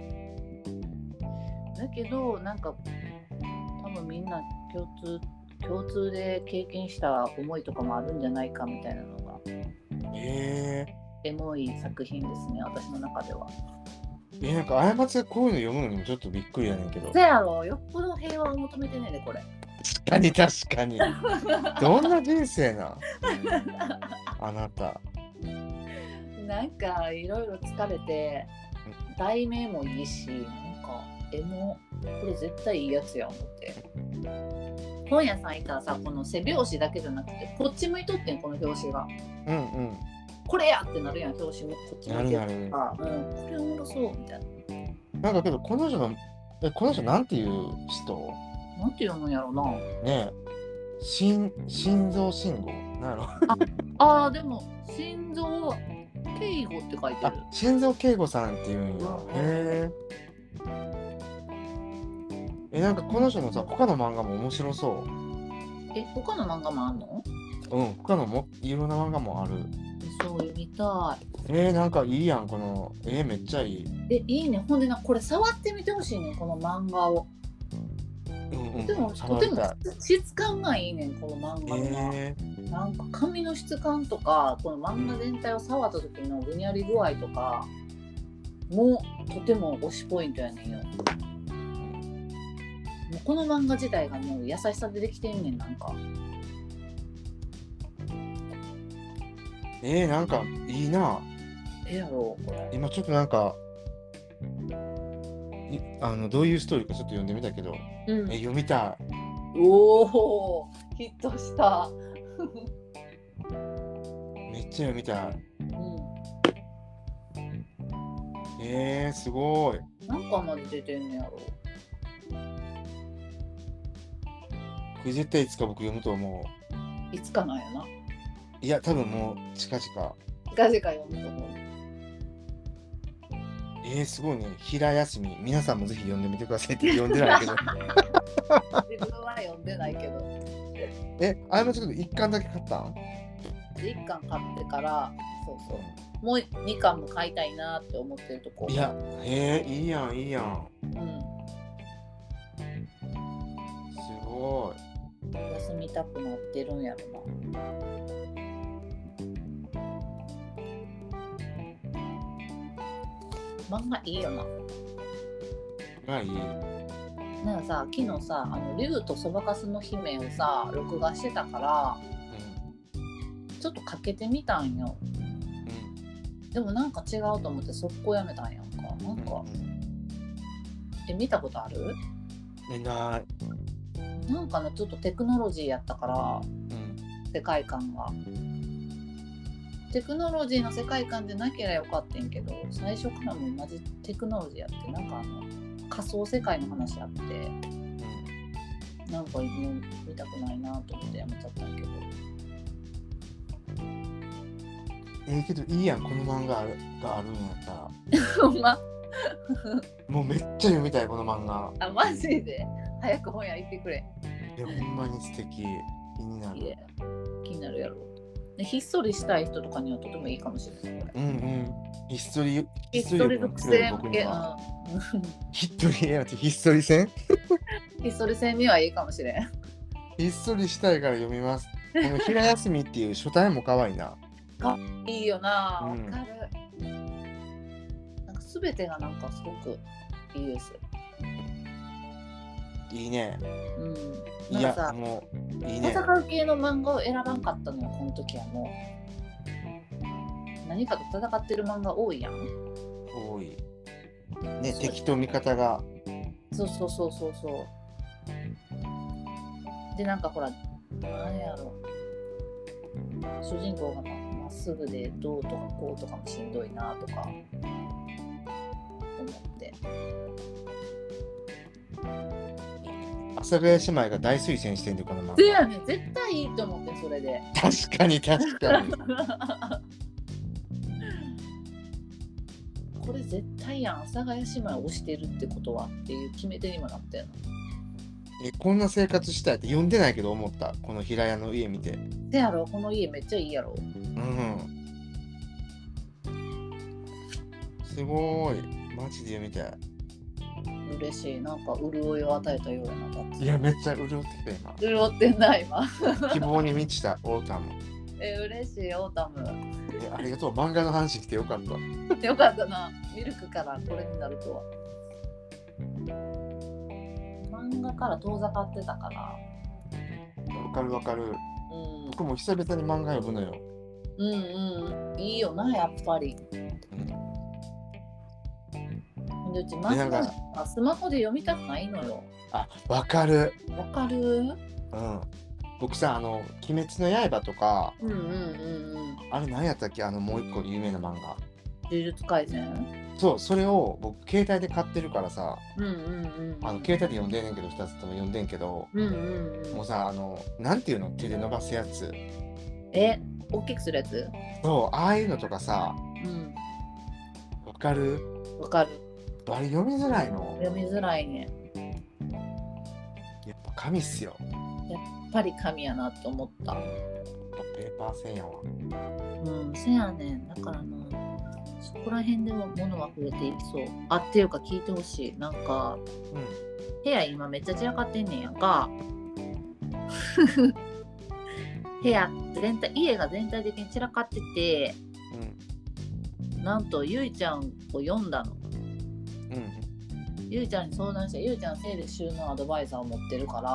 だけどなんか多分みんな共通で経験した思いとかもあるんじゃないかみたいなのが。エモい作品ですね私の中では。 なんか過ちがこういうの読むのにもちょっとびっくりやねんけど。 そうやろ。よっぽど平和を求めてねえでこれ。 確かにどんな人生なあなた。 なんかいろいろ疲れて題名もいいし、なんかこれ絶対いいやつや思って。本屋さん行ったらさ、この背表紙だけじゃなくてこっち向いとってんこの表紙が。 これやってなるやん、表紙もこっち見てなるなる。 これおもろそうみたいな。 なんかけどこの人なんていう人？ なんて読むんやろな。 ねえ、心臓信号なんやろ。 あでも心臓敬吾って書いてる。 心臓敬吾さんっていうんや。へえ。なんかこの人のさ、他の漫画も面白そう。 他の漫画もあんの？ 他のいろんな漫画もある。 そう読みたい。なんかいいやん、このめっちゃいい。 いいね。ほんでな、これ触ってみてほしいねん、この漫画を。でもとても質感がいいねん、この漫画のなんか紙の質感とか、この漫画全体を触った時のぐにゃり具合とかもとても推しポイントやねんよ。もうこの漫画自体がもう優しさでできてんねん、なんか。 なんかいいな。 やろうこれ。 今ちょっとなんかどういうストーリーかちょっと読んでみたけど、読みたい。 おお、ヒットした。 めっちゃ読みたい。すごい。 何巻まで出てんのやろ。これ絶対いつか僕読むと思う。いつかなんやな。 いや、多分もう近々 読むと思う。 すごいね。平休み。皆さんもぜひ読んでみてくださいって読んでないけど。 自分は読んでないけど。 あれもちょっと1巻だけ買ったん ？1巻買ってから、そうもう2巻も買いたいなって思ってるとこ。 いや、いいやん、いいやん。すごい。休みたくなってるんやろな。漫画いいよな。 いい。 なんかさ、昨日さ、竜とそばかすの姫をさ、録画してたから、ちょっとかけてみたんよ。でもなんか違うと思って速攻やめたんやんか。なんか、見たことある？ ない。 なんかちょっとテクノロジーやったから、世界観が。テクノロジーの世界観でなければよかったんけど、最初からもうマジテクノロジーやって、なんか仮想世界の話あって、なんかもう見たくないなと思ってやめちゃったんやけど。 けどいいやん、この漫画があるんやったら。 ほんまもうめっちゃ読みたい、この漫画。 マジで早く本屋行ってくれ。 ほんまに素敵。気になる。 気になるやろ。ひっそりしたい人とかにはとてもいいかもしれない。 ひっそり属性向け。 ひっそり線ひっそり線にはいいかもしれん。 ひっそりしたいから読みます。この平休みっていう書体も可愛いな。 いいよな。わかる。なんか全てがなんかすごくいいです。 いいね。 なんかさ、 もういいね。 戦う系の漫画を選ばんかったのよ、この時はもう。何かと戦ってる漫画多いやん。 多い。ね、敵と味方が。 そう。で、なんかほら、何やろ。主人公がまっすぐでどうとかこうとかもしんどいなとか思って。 阿佐ヶ谷姉妹が大推薦してんで、この漫画。 そうやね、絶対いいと思って、それで。 確かに。 これ絶対やん、阿佐ヶ谷姉妹を推してるってことはっていう決め手にもなったよな。 こんな生活したいって読んでないけど思った、この平屋の家見て。 でやろ、この家めっちゃいいやろ。 すごい、マジで読みたい。 嬉しい、なんか潤いを与えたようやな。 いや、めっちゃ潤ってた今。 潤ってんな今。 希望に満ちたオータム。 嬉しい、オータム。 ありがとう、漫画の話来てよかった。 よかったな、ミルクからこれになるとは。漫画から遠ざかってたから。 わかる。僕も久々に漫画読むのよ。 いいよな、やっぱり。うち漫画スマホで読みたくないのよ。 わかる。 僕さ、鬼滅の刃とか、 うんうんうんうん。 あれ何やったっけ、もう一個有名な漫画。 呪術廻戦。 そう、それを僕、携帯で買ってるからさ、 うんうんうん。 携帯で読んでんねんけど、2つとも読んでんけど、 うんうんうん。 もうさ、なんていうの、手で伸ばすやつ。 大きくするやつ？ そう、ああいうのとかさ、 うん。 わかる？ わかる。 あれ読みづらいの？ 読みづらいね。 やっぱ紙っすよ。 やっぱり紙やなと思った。 ペーパー線やわ。 うん、せやねん。だからそこら辺でも物は増えていきそう。っていうか聞いてほしい。なんか、部屋今めっちゃ散らかってんねんやんか。部屋家が全体的に散らかってて、なんとゆいちゃんを読んだの。ゆいちゃんに相談して、ゆいちゃん整理収納アドバイザーを持ってるから。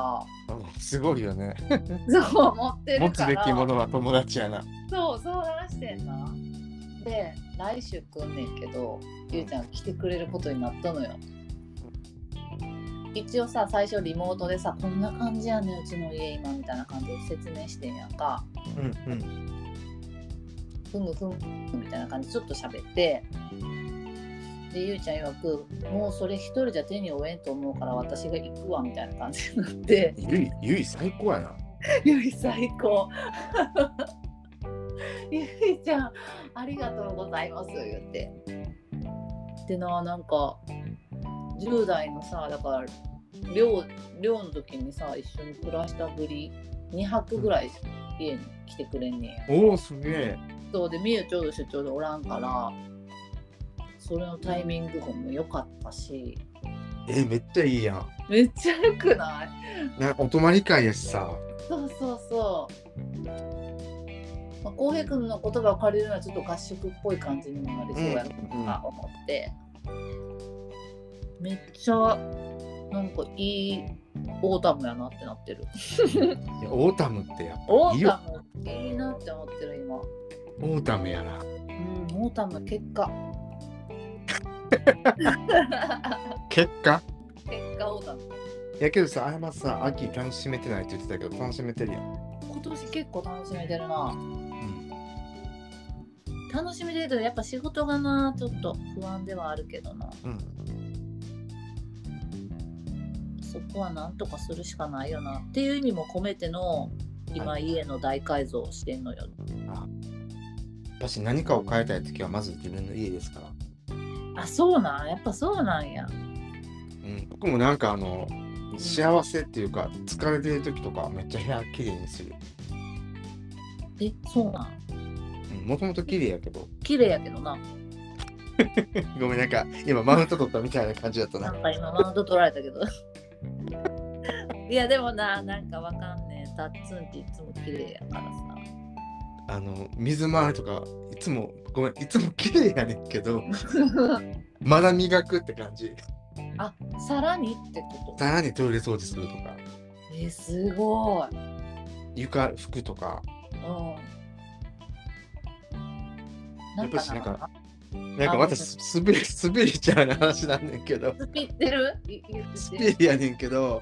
すごいよね。 そう持ってるから。持つべきものは友達やな。 そう相談してんな。で来週来んねんけど、ゆいちゃん来てくれることになったのよ。一応さ、最初リモートでさ、こんな感じやねんうちの家今みたいな感じで説明してんやんか。ふむふむみたいな感じでちょっと喋って、でゆいちゃん曰く、もうそれ一人じゃ手に負えんと思うから私が行くわみたいな感じになって。 ゆい最高やな。 ゆい最高。ゆいちゃんありがとうございます言って。でなんか10代のさ、だから寮の時にさ一緒に暮らしたぶり2泊ぐらい家に来てくれんねん。 おおすげえ。 そうでみゆちょうど出張でおらんから、それのタイミングも良かったし。 めっちゃいいやん。 めっちゃ良くない？ お泊まり会やしさ。 そうそうそう。浩平君の言葉を借りるのはちょっと合宿っぽい感じにもなりそうやなと思って、めっちゃなんかいいオータムやなってなってる。 オータムってやっぱいいよ。 オータムいいなって思ってる今。 オータムやな。 オータム結果。 結果オータム。 やけどさ、あやまさ、秋楽しめてないって言ってたけど楽しめてるやん。 今年結構楽しめてるな。楽しめてるけどやっぱ仕事がなちょっと不安ではあるけどな。そこはなんとかするしかないよなっていう意味も込めての今家の大改造をしてんのよ。 私何かを変えたいときはまず自分の家ですから。 そうなんやっぱそうなんや。 僕もなんか幸せっていうか疲れてる時とかめっちゃ部屋きれいにする。 そうなん？ もともと綺麗やけど。 綺麗やけどな。 ごめん、なんか今マウント取ったみたいな感じだったな。 なんか今マウント取られたけど。いやでもなんかわかんねえ。タッツンっていつも綺麗やからさ。 水回りとかいつも綺麗やねんけどまだ磨くって感じ。 さらにってこと？ さらにトイレ掃除するとか。 すごい。 床拭くとか。やっぱしなんか私スピリチュアルな話なんねんけど。 スピってる？ スピリやねんけど。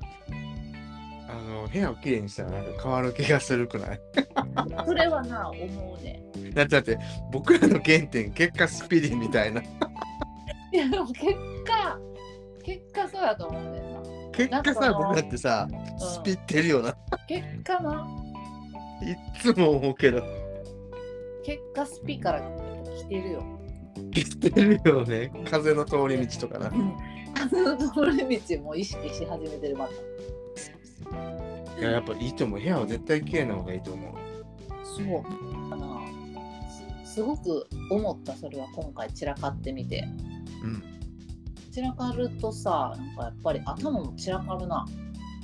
部屋をきれいにしたらなんか変わる気がするくない？ それはな思うね。 だって僕らの原点結果スピリみたいな。 いやでも結果そうやと思うんだよな。 結果さ僕だってさ、スピってるよな。 結果な。 いつも思うけど。 結果スピから来てるよ。 来てるよね。風の通り道とかな。 風の通り道も意識し始めてるまた。 やっぱいいと思う。部屋は絶対綺麗な方がいいと思う。 そうかな。すごく思った。それは今回散らかってみて。散らかるとさ、なんかやっぱり頭も散らかるな。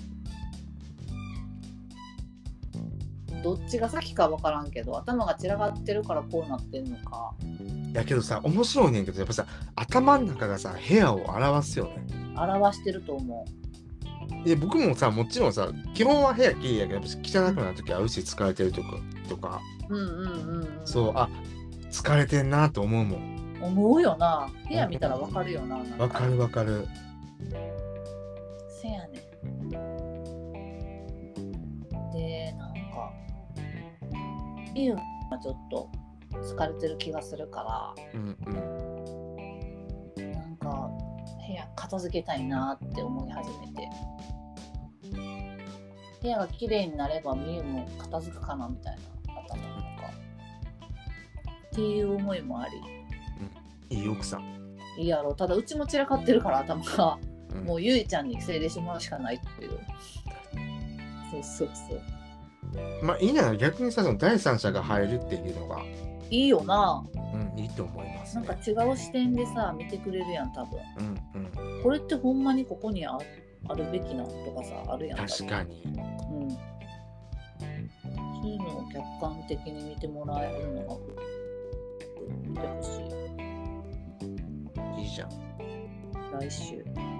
どっちが先か分からんけど、頭が散らかってるからこうなってんのか。 やけどさ、面白いねんけど、やっぱさ、頭の中がさ、部屋を表すよね。 表してると思う。 で僕もさ、もちろんさ、基本は部屋綺麗やけど、汚くなるときあるし、疲れてるとか。そう、疲れてんなと思うもん。 思うよな。部屋見たらわかるよな。 わかるわかる。 せやね。で、 かみゆがちょっと疲れてる気がするから、なんか部屋片付けたいなって思い始めて、部屋が綺麗になればみゆも片付くかなみたいな頭の中っていう思いもあり、 いい奥さんいいやろ。ただうちも散らかってるから頭が、もうゆいちゃんに整理してもらうしかないっていう。そうまあいいなら逆にさ、その第三者が入るっていうのがいいよな。 いいと思いますね。 なんか違う視点でさ見てくれるやん多分。これってほんまにここにあるべきなとかさあるやん。 確かに。 そういうのを客観的に見てもらえるのが見てほしい。いいじゃん。 来週。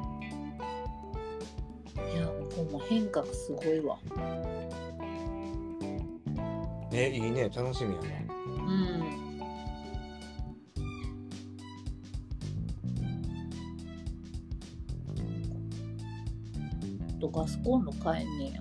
いやほんま変革すごいわ。 いいね、楽しみやな。 ガスコンロ買えんねや。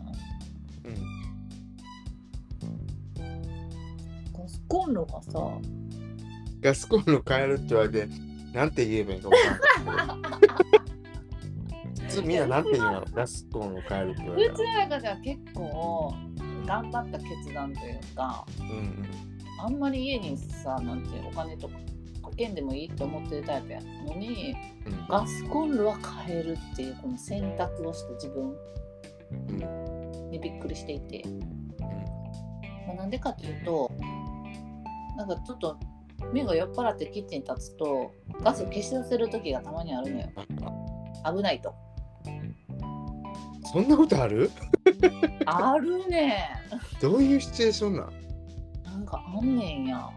ガスコンロがさ、 ガスコンロ買えるって言われてなんて言えばいいか分からんかった普通みんななんて言うの？ガスコンロ買えるって言われたら。 うちの中では結構頑張った決断というか、あんまり家にさ、なんていうお金とかかけんでもいいと思ってるタイプやのに、ガスコンロは買えるっていうこの選択をした自分にびっくりしていて、なんでかというと、なんかちょっと目が酔っ払ってキッチンに立つとガスを消し出せる時がたまにあるのよ。危ないと。 そんなことある？ あるね。 どういうシチュエーションなんかあんねんや。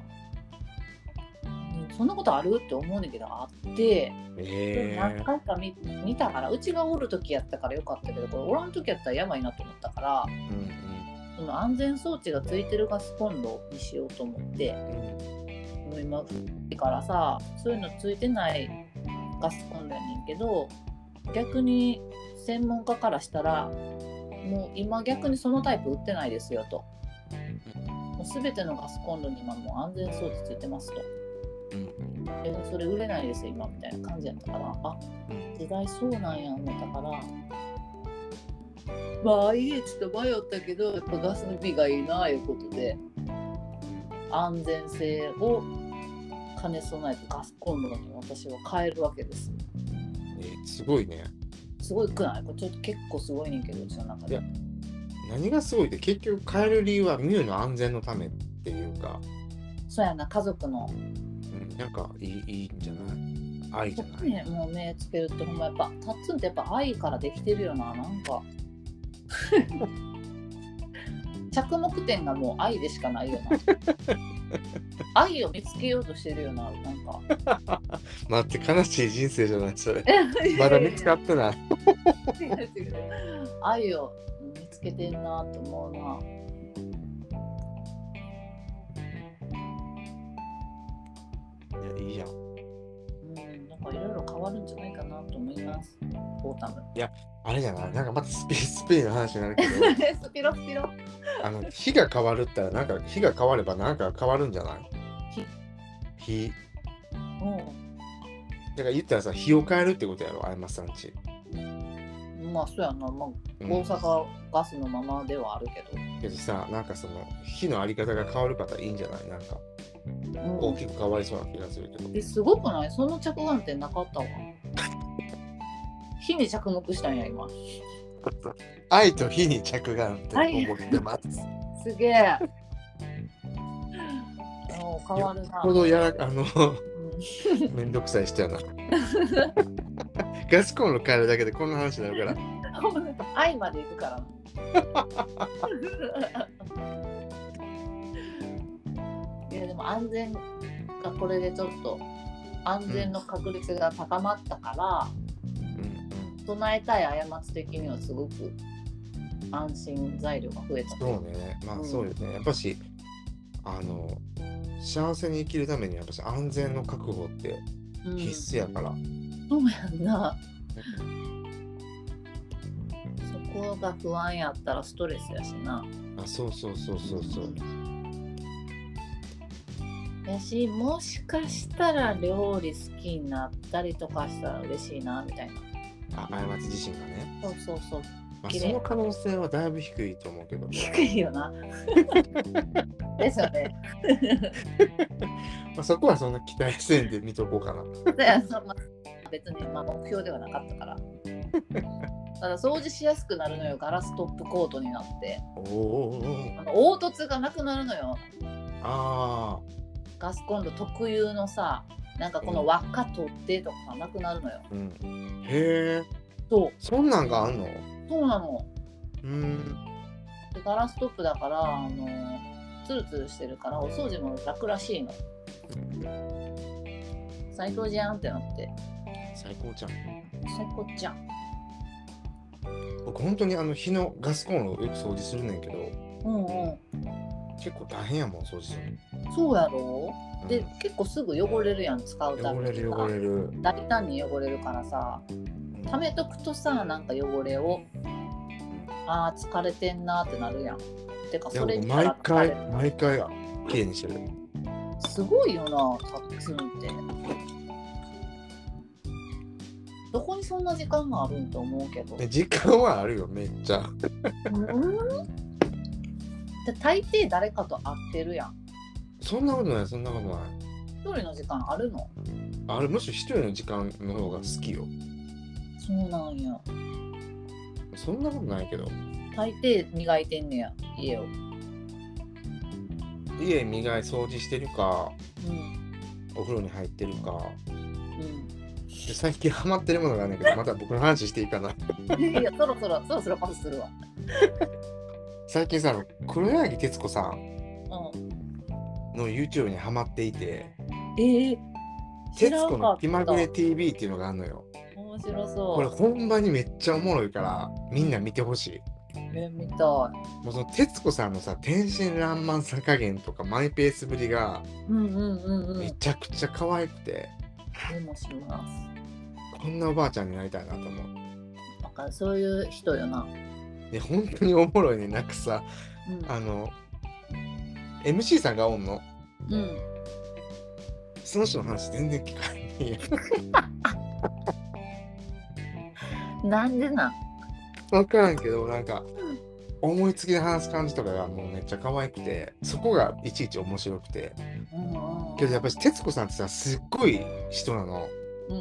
そんなことあるって思うねんけどあって、何回か見たから、うちがおる時やったからよかったけど、これおらん時やったらやばいなと思ったから、その安全装置がついてるガスコンロにしようと思って、もう今からさ、そういうのついてないガスコンロやねんけど、逆に専門家からしたらもう今逆にそのタイプ売ってないですよと、もう全てのガスコンロに今もう安全装置ついてますと、それ売れないですよ今みたいな感じやったから、時代そうなんや思ったから、まあ家ちょっと迷ったけどやっぱガスの火がいいないうことで、安全性を兼ね備えてガスコンロに私は変えるわけです。 すごいね。 すごいくない？これちょっと結構すごいねんけど、うちの中で。 いや、何がすごいって結局変える理由はミュウの安全のためっていうか。 そうやな、家族の。 なんかいいんじゃない？愛じゃない？ ね、もう目つけるってほんまやっぱタッツンってやっぱ愛からできてるよな、なんか。着目点がもう愛でしかないよな。愛を見つけようとしてるよな、なんか。 待って、悲しい人生じゃないそれ。まだ見つかってない。 愛を見つけてんなと思うな。 いや、いいじゃん。 なんかいろいろ変わるんじゃないかなと思います。オータム。 いや、あれじゃない、なんかまたスペインの話になるけど。 スピロ。 日が変わるったら、なんか日が変わればなんか変わるんじゃない？日。だから言ったらさ、日を変えるってことやろ、あやまさんち。 まあそうやな、まあ、大阪ガスのままではあるけど。 けどさ、なんかその火のあり方が変わる方いいんじゃない？なんか、大きく変わりそうな気がするけど。 すごくない？その着眼点なかったわ。火に着目したんや今。 愛と火に着眼点思ってます。 すげえ。変わるな。 ほどめんどくさい人やな。ガスコンロ変えるだけでこんな話になるから。 愛までいくから。いやでも安全がこれでちょっと安全の確率が高まったから、備えたい過ち的にはすごく安心材料が増えた。 そうね、まあそうよね。やっぱし幸せに生きるためにやっぱし安全の確保って必須やから。 そうやんな。そこが不安やったらストレスやしな。 あ、そうそうそうそうそう。 やし、もしかしたら料理好きになったりとかしたら嬉しいなみたいな。 あ、過ち自身がね。 そうそうそう。 まあ、その可能性はだいぶ低いと思うけど、ね、 低いよな。ですよね。 まあそこはそんな期待せんで見とこうかな。 別に目標ではなかったから。ただ掃除しやすくなるのよ。ガラストップコートになって。凹凸がなくなるのよ。 ああ。 ガスコンロ特有のさ、なんかこの輪っか取ってとかなくなるのよ。 うん、へえ。 そう。 そんなんがあんの？ そうなの。でガラストップだからツルツルしてるからお掃除も楽らしいの。最高じゃんってなって。 最高じゃん。 最高じゃん。 僕本当に火のガスコンロをよく掃除するねんけど、結構大変やもん掃除するの。そうやろ、で結構すぐ汚れるやん、使うたびに。 汚れる。 大胆に汚れるからさ、溜めとくとさ、なんか汚れを、あー疲れてんなってなるやん。てかそれ毎回きれいにしてる。 すごいよな、タッツンって。どこにそんな時間があるんと思うけど。 時間はあるよ、めっちゃ。 で大抵誰かと会ってるやん。 そんなことない、そんなことない。 一人の時間あるの？ あれ、むしろ一人の時間の方が好きよ。 そうなんや。 そんなことないけど。 大抵磨いてんねや、家を。 家掃除してるか、お風呂に入ってるか。で最近ハマってるものがあるんだけど、また僕の話していいかな。 いや、そろそろパスするわ。 最近さ、黒柳徹子さんの YouTube にハマっていて、徹子の気まぐれ TV っていうのがあるのよ。 面白そう。 これほんまにめっちゃおもろいからみんな見てほしい。 見たい。 もうその徹子さんのさ、天真爛漫さ加減とかマイペースぶりがめちゃくちゃ可愛くて、 メモします。 こんなおばあちゃんになりたいなと思う。 だからそういう人よな。 で本当におもろいね。なんかさ、MC さんがおんの。その人の話全然聞かない。 なんでなん？ 分からんけど、なんか思いつきで話す感じとかがもうめっちゃ可愛くて、そこがいちいち面白くて。けどやっぱり徹子さんってさ、すっごい人なの。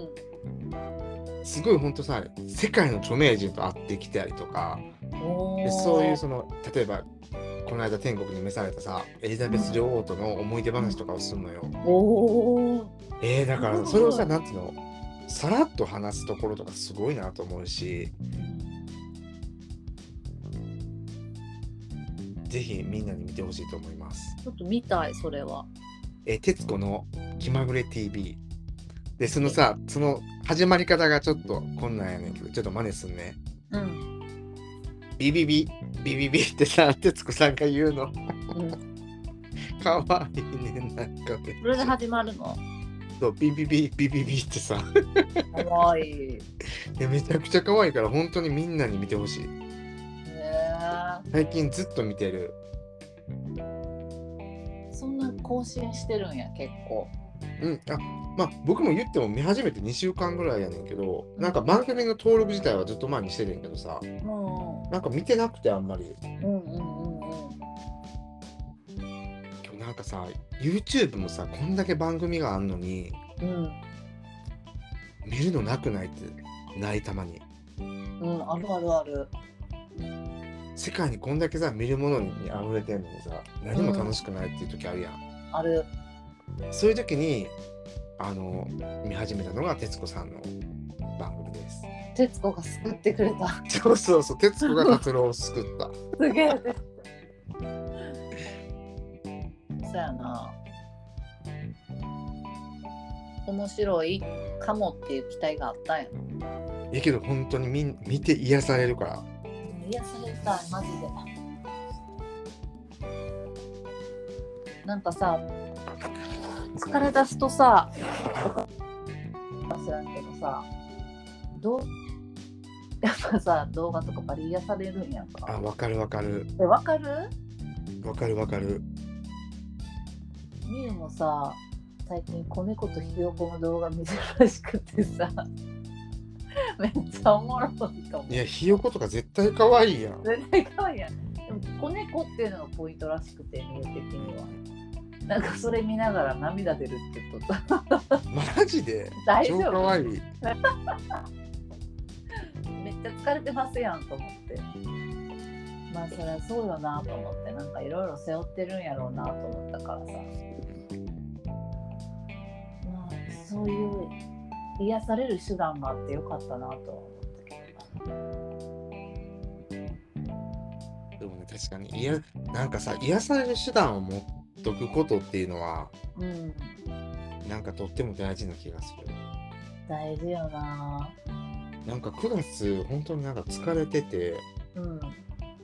すごいほんとさ、世界の著名人と会ってきたりとか、でそういうその例えばこの間天国に召されたさ、エリザベス女王との思い出話とかをするのよ。だからそれをさ、なんていうの、さらっと話すところとかすごいなと思うし、ぜひみんなに見てほしいと思います。 ちょっと見たい、それは。 徹子の気まぐれ TV で、そのさ、その始まり方がちょっとこんなんやねんけど、ちょっと真似すんね。ビビビビビビってさ、徹子さんが言うの。かわいいね、なんかね。 それで始まるの？ そう、ビビビビビビってさ。 かわいい。 めちゃくちゃ可愛いから本当にみんなに見てほしい。最近ずっと見てる。 そんな更新してるんや、結構。 まあ僕も言っても見始めて2週間ぐらいやねんけど、なんか番組の登録自体はずっと前にしてるんやけどさ、なんか見てなくてあんまり。なんかさ、YouTube もさ、こんだけ番組があんのに、見るのなくないってない？たまに。 あるあるある。 世界にこんだけさ、見るものに溢れてんのにさ、何も楽しくないっていう時あるやん。 ある。 そういう時に見始めたのが徹子さんの番組です。 徹子が救ってくれた。 そうそうそう、徹子が達郎を救った。 すげえ。そうやな。面白いかもっていう期待があったんやな。 いやけど本当に見て癒されるから。 癒されたい、マジで。なんかさ、疲れ出すとさ、知らんけどさ、 やっぱさ動画とかバリ癒されるんやんか。 あ、わかるわかる。 わかる？ わかるわかる。 みゆもさ最近子猫とひよこの動画見てるらしくてさめっちゃおもろいと思う。 いや、ひよことか絶対可愛いやん。 絶対可愛いやん。でも子猫っていうのがポイントらしくて、みゆ的には。なんかそれ見ながら涙出るって言っとった。 マジで大丈夫？ 超可愛い。 めっちゃ疲れてますやんと思って。まあそりゃそうよなと思って、なんかいろいろ背負ってるんやろうなと思ったからさ。まあそういう癒される手段があってよかったなと思ったけでもね、確かになんかさ、癒される手段を持っとくことっていうのは、 うん、 なんかとっても大事な気がする。 大事よな。 なんか9月本当になんか疲れてて、 うん、 なんか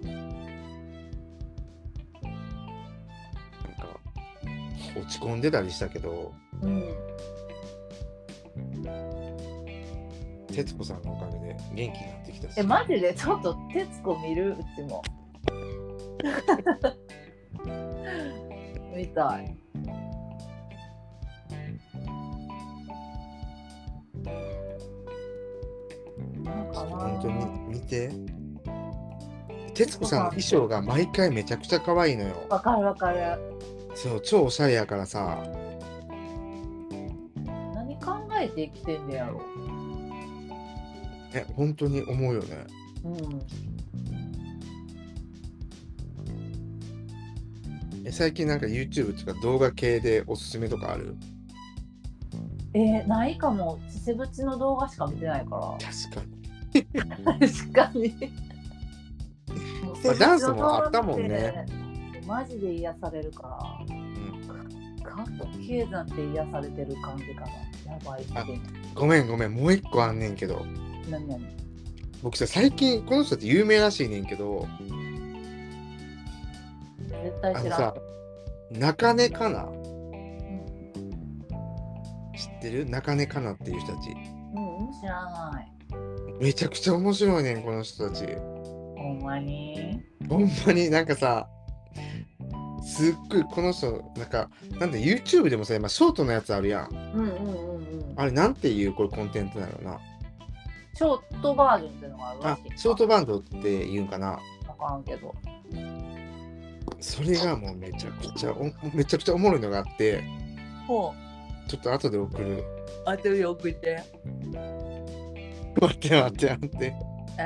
落ち込んでたりしたけど、 うん、 徹子さんのおかげで元気になってきたし。 マジでちょっと徹子見る？うちも見たい。 本当に見て。徹子さんの衣装が毎回めちゃくちゃ可愛いのよ。 わかるわかる。 そう、超おしゃれやからさ。 何考えて生きてんねやろ。 本当に思うよね。 うん。 最近なんか YouTube とか動画系でおすすめとかある？ ないかも。千世淵の動画しか見てないから。 確かに。 確かに。 まあ、ダンスもあったもんね。 マジで癒されるから。かっこ経済って癒されてる感じかな。やばいって。 ごめん、もう一個あんねんけど。 何？ 僕さ、最近この人って有名らしいねんけど、 絶対知らん。 さ、中根かな、知ってる？中根かなっていう人たち。 知らない。 めちゃくちゃ面白いねん、この人たち。 ほんまになんかさ、すっごいこの人、なんで YouTube でもさ、今ショートのやつあるやん。あれなんていうこれコンテンツなのな。 ショートバージョンっていうのがあるらしい。 ショートバンドっていうんかな。 わからんけど。 それがもうめちゃくちゃおもろいのがあって、ちょっと後で送る。 後で送って。 待って。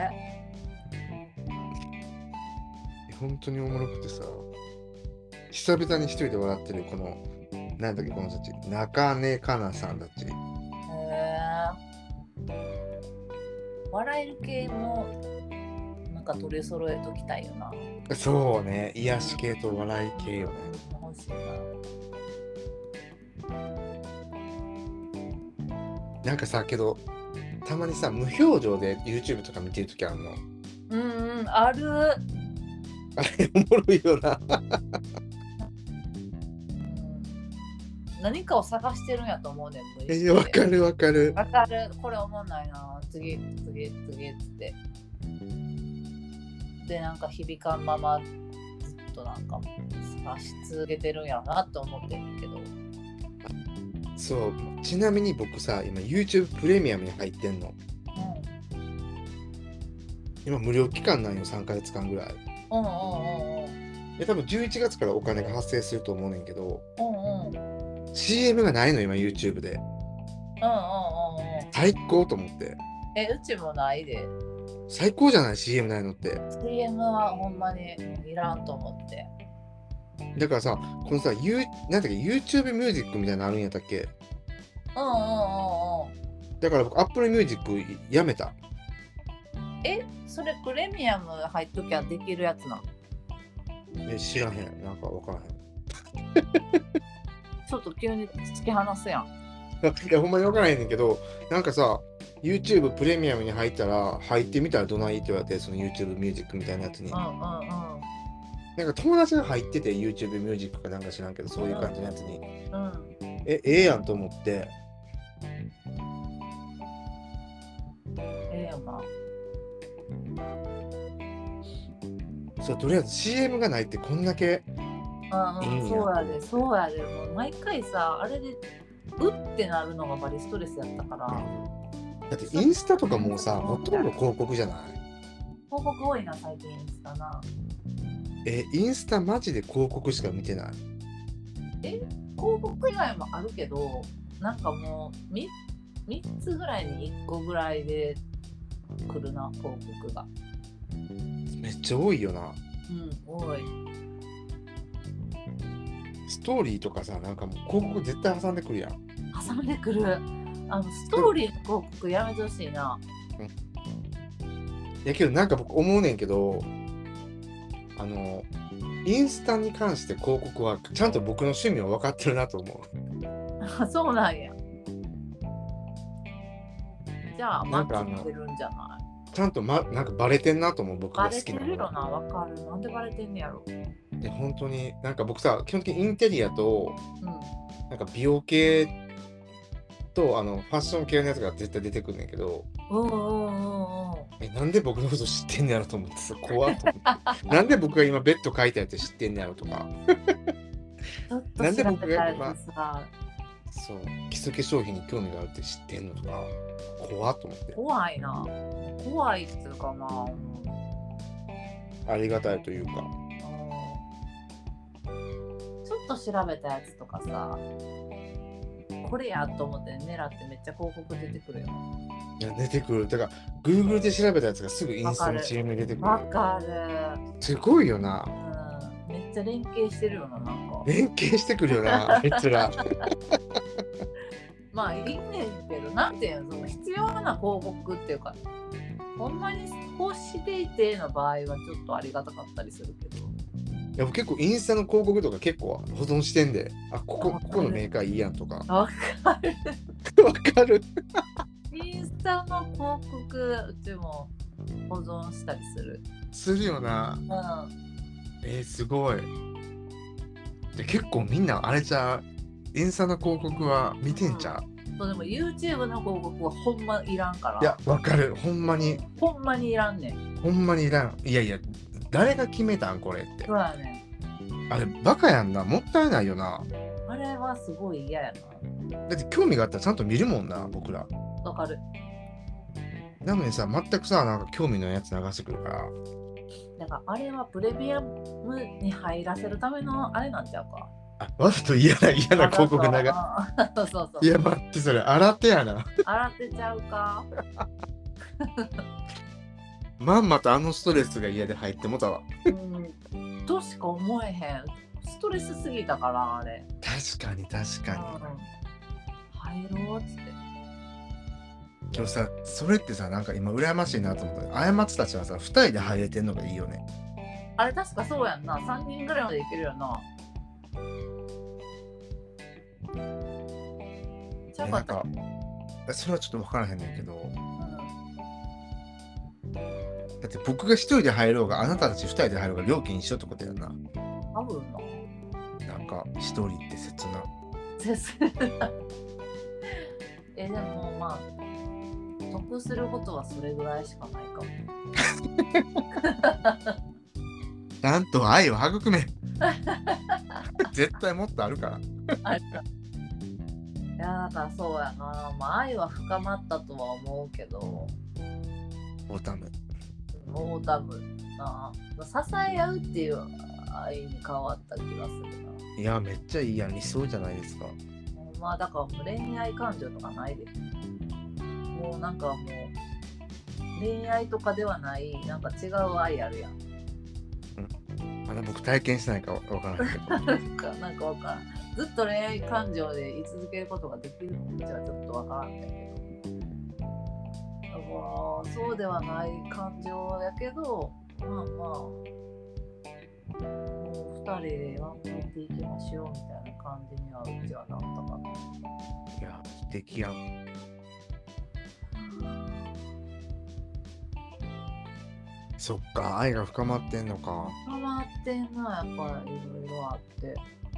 本当におもろくてさ、久々に一人で笑ってるこの、なんだっけこの人たち、中根かなさんたち。 笑える系もなんか取り揃えときたいよな。 そうね、癒し系と笑い系よね。 欲しいな。なんかさ、けどたまにさ、無表情で YouTube とか見てるときあるの。 ある。 あれおもろいよな。 何かを探してるんやと思うねん。 わかる。 これおもんないな。次っつって。で、なんか響かんままずっとなんか探し続けてるんやろなと思ってるけど。 そう、ちなみに僕さ、今 YouTube プレミアムに入ってんの。今無料期間なんよ、3ヶ月間ぐらい。多分11月からお金が発生すると思うねんけど、CM がないの今 YouTube で。最高と思って。 うちもないで。 最高じゃない CM ないのって。 CM はほんまにいらんと思って。 だからさ、このさ、なんだっけ YouTube ミュージックみたいなのあるんやったっけ。だから僕 Apple Music やめた。 それプレミアム入っときゃできるやつなの？ 知らへん。なんか分からへん。 ちょっと急に突き放すやん。 いや、ほんまに分からへんねんけど、なんかさ、YouTube プレミアムに入ってみたらどないって言われて、その YouTube ミュージックみたいなやつに。なんか友達が入ってて YouTube ミュージックかなんか知らんけど、そういう感じのやつに。ええやんと思って。 ええよな。 そう、とりあえず CM がないってこんだけいいんや。 そうやで、そうやで。もう毎回さ、あれでうってなるのがバリストレスやったから。 だってインスタとかもうさ、ほとんど広告じゃない？ 広告多いな、最近インスタな。 インスタマジで広告しか見てない。 広告以外もあるけど、なんかもう3つぐらいに1個ぐらいで来るな、広告が。 めっちゃ多いよな。 多い。 ストーリーとかさ、なんかもう広告絶対挟んでくるやん。 挟んでくる。ストーリーの広告やめてほしいな。 やけどなんか僕思うねんけど、インスタに関して広告はちゃんと僕の趣味を分かってるなと思う。そうなんや。じゃあなんかマッチしてるんじゃない？ ちゃんと、なんかバレてんなと思う、僕が好きなの。 バレてるよな、わかる。なんでバレてんねやろ。 で、本当になんか僕さ、基本的にインテリアと、なんか美容系とファッション系のやつが絶対出てくるんだけど、なんで僕のこと知ってんねやろと思ってさ、怖っと思って。なんで僕が今ベッド書いたやつ知ってんねやろとか。なんで僕が今、そう、基礎化粧品に興味があるって知ってんのとか、怖っと思って。 怖いな。怖いっていうかな。 ありがたいというか。 ちょっと調べたやつとかさ、これやと思って狙ってめっちゃ広告出てくるよ。 いや、出てくる。だから Google で調べたやつがすぐインスタの CM に出てくる。 わかる。 すごいよな。 めっちゃ連携してるよな、なんか。 連携してくるよな、あいつら。 まあいいねんけど、なんていうの、その必要な広告っていうか、ほんまに欲していての場合はちょっとありがたかったりするけど。 いや結構インスタの広告とか結構保存してんで、ここのメーカーいいやんとか。 わかる。 わかる。 インスタの広告うちも保存したりする。 するよな。すごい。で結構みんなあれじゃインスタの広告は見てんちゃう？ そうでも YouTube の広告はほんまいらんから。 いやわかる。ほんまにいらんねん。 ほんまにいらん。いやいや誰が決めたんこれって。 そうやねん。 あれバカやんな。もったいないよな。 あれはすごい嫌やな。だって興味があったらちゃんと見るもんな、僕ら。 わかる。 なのにさ、全くさ、なんか興味のやつ流してくるから。 だからあれはプレミアムに入らせるためのあれなんちゃうか。 わざと嫌な広告流そう。 いや待って、それ洗手やな。 洗ってちゃうか。 まんまとストレスが嫌で入ってもたわ。 としか思えへん。ストレスすぎたからあれ。 確かに。 入ろうっつって。 今日さ、それってさ、なんか今羨ましいなと思った。過ちたちはさ、2人で入れてんのがいいよね。 あれ確かそうやんな。3人ぐらいまでいけるよな。 なんかそれはちょっと分からへんねんけど、だって僕が1人で入ろうがあなたたち2人で入ろうが料金一緒ってことやんな。 多分なんか1人って切な。 でもまあ得することはそれぐらいしかないかも。 ちゃんと愛を育め。絶対もっとあるから。 いやだからそうやな、まあ、愛は深まったとは思うけど、 オータムな、支え合うっていう愛に変わった気がするな。 いやめっちゃいいやん、理想じゃないですか。 まあだからもう恋愛感情とかないで、もうなんかもう恋愛とかではないなんか違う愛あるやん。 まだ僕体験してないか分からないけど。 なんか分からん。ずっと恋愛感情で居続けることができるのかはちょっと分からんだけど。だからそうではない感情やけど、まあもう2人で頑張っていきましょうみたいな感じにはうちはなったかな。 いや素敵やん。そっか、愛が深まってんのか。 深まってんな、やっぱりいろいろあって。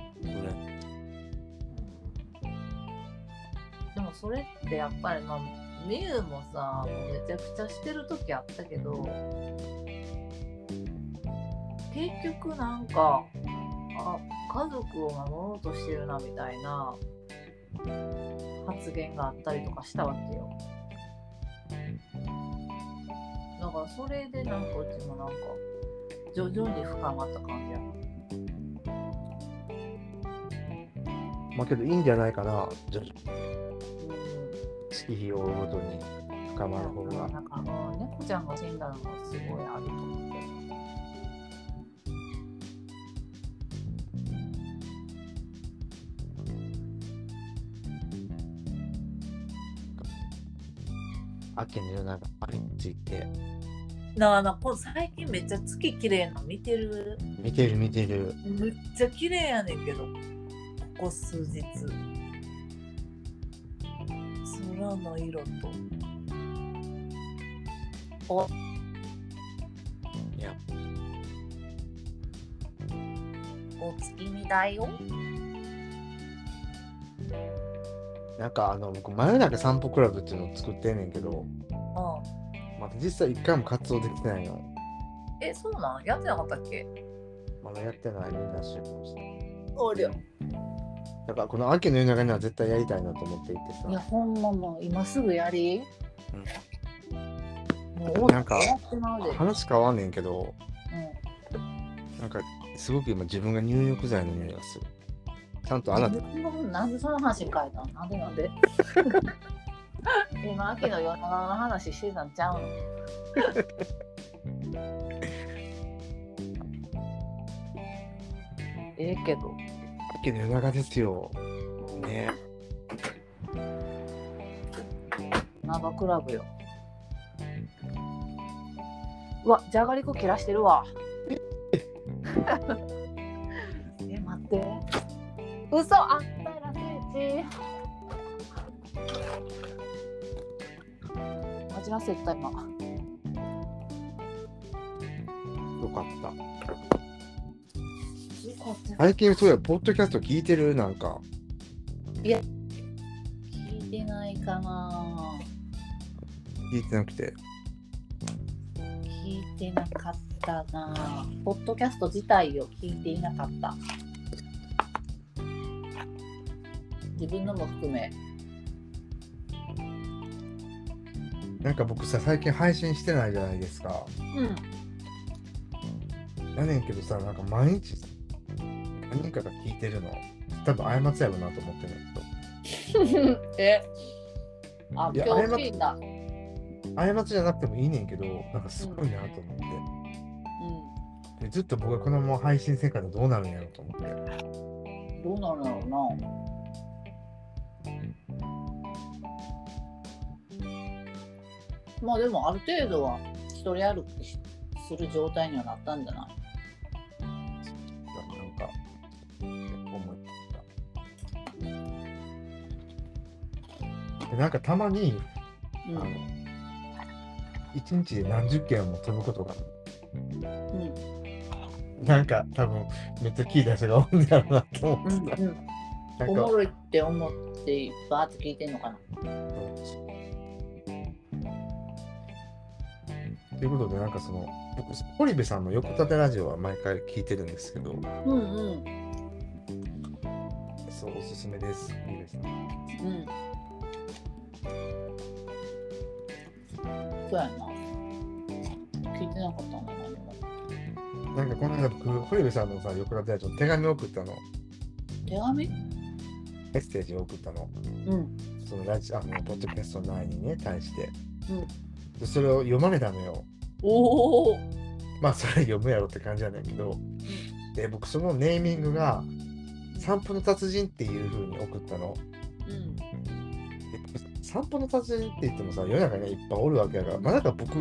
でもそれってやっぱりみゆもさ、もうめちゃくちゃしてる時あったけど、 結局なんか家族を守ろうとしてるなみたいな発言があったりとかしたわけよ。だからそれでなんかうちもなんか徐々に深まった感じやな。 まあけどいいんじゃないかな、徐々に。月日を追うごとに深まる方が。 なんか猫ちゃんが死んだのがすごいあると思って。 秋の夜長について。 だから最近めっちゃ月綺麗なの見てる。 見てる。めっちゃ綺麗やねんけど、ここ数日。空の色と。 いや。 お月見だよ。 なんか僕真夜中散歩クラブっていうのを作ってんねんけど、まだ実際一回も活動できてないの。 そうなん？やってなかったっけ？ まだやってない。みんなしてました。 おりゃ。 だからこの秋の夜長には絶対やりたいなと思っていてさ。 いやほんまもう今すぐやり。 もうなんか話変わんねんけど、なんかすごく今自分が入浴剤の匂いがする。ちゃんとあなた。 なんでその話変えたの？なんで今秋の夜長の話してたんちゃうの？けど秋の夜長ですよね。 長クラブよ。うわ、じゃがりこ切らしてるわ。待って。嘘あったら聖地。間違ってた今。 よかった。最近そうやポッドキャスト聞いてる？なんか。 いや聞いてないかな。 聞いてなくて。 聞いてなかったな。ポッドキャスト自体を聞いていなかった。自分のも含め。 なんか僕さ、最近配信してないじゃないですか。やねんけどさ、なんか毎日何人かが聞いてるの。多分過ちやろなと思ってんだけど。 今日欲しいんだ。 過ちじゃなくてもいいねんけど、なんかすごいなと思って。でずっと僕がこのまま配信せんからどうなるんやろと思って。 どうなるんやろうな。まあでもある程度は一人歩きする状態にはなったんじゃない？ なんか思った。なんかたまに、一日で何十件も飛ぶことがある。なんか多分めっちゃ聞いた人が多いんだろうなと思ってた。 おもろいって思ってバーって聞いてんのかな。 ということでなんか僕堀部さんの横立てラジオは毎回聞いてるんですけど、そうおすすめです。いいですね。 そうやな。聞いてなかったんだな。 なんかこの間僕堀部さんのさ横立てラジオ手紙を送ったの。 手紙？ メッセージを送ったの。そのポッドキャスト内にね対して。でそれを読まれたのよ。まあそれ読むやろって感じなんだけど、で僕そのネーミングが散歩の達人っていう風に送ったの。散歩の達人って言ってもさ世の中にいっぱいおるわけやから、まあなんか僕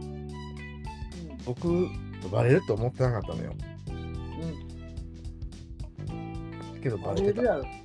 とバレると思ってなかったのよ。けどバレてた。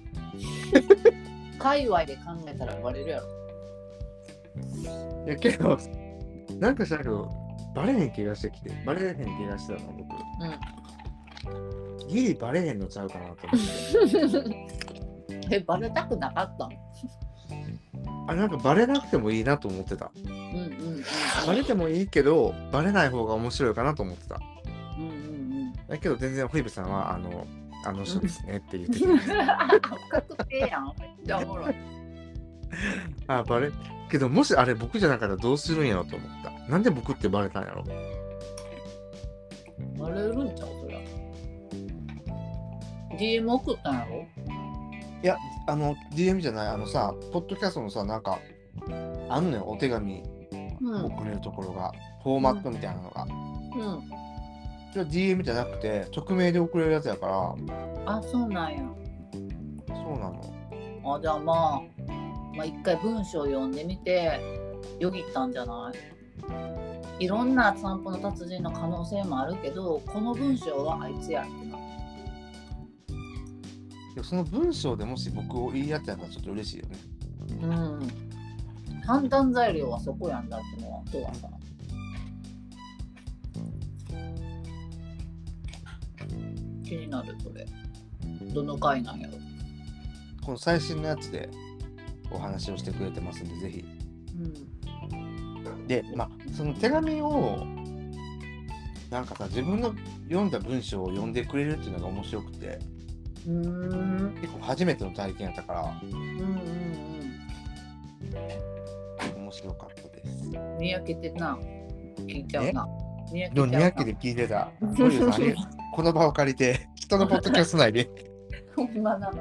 界隈で考えたらバレるやろ。 いやけどなんかしたけどバレへん気がしてきて、バレへん気がしてたの僕。ギリバレへんのちゃうかなと思って。 バレたくなかったの？ なんかバレなくてもいいなと思ってた。バレてもいいけどバレない方が面白いかなと思ってた。 だけど全然ホイブさんはあの人ですねって言ってくれ確定やん。めっちゃおもろい。 あ、バレけどもしあれ僕じゃなかったらどうするんやろと思った。なんで僕ってバレたんやろ。 バレるんちゃうそりゃ。DM 送ったんやろ。 いやDM じゃないさポッドキャストのさなんかあんのよお手紙送れるところが、フォーマットみたいなのが。それは DM じゃなくて匿名で送れるやつやから。 あ、そうなんや。 そうなの。 あ、じゃあまあ一回文章読んでみてよぎったんじゃない。いろんな散歩の達人の可能性もあるけど、この文章はあいつやってな。 その文章でもし僕をいいやつやったらちょっと嬉しいよね。 判断材料はそこやんだってのはとはさ。気になるそれ。どの回なんやろ。 この最新のやつでお話をしてくれてますんでぜひ。で、その手紙をなんかさ自分の読んだ文章を読んでくれるっていうのが面白くて、結構初めての体験やったから、面白かったです。 にやけてな、聞いちゃうな。 にやけで聞いてた。この場を借りて人のポッドキャスト内で。 ほんまな。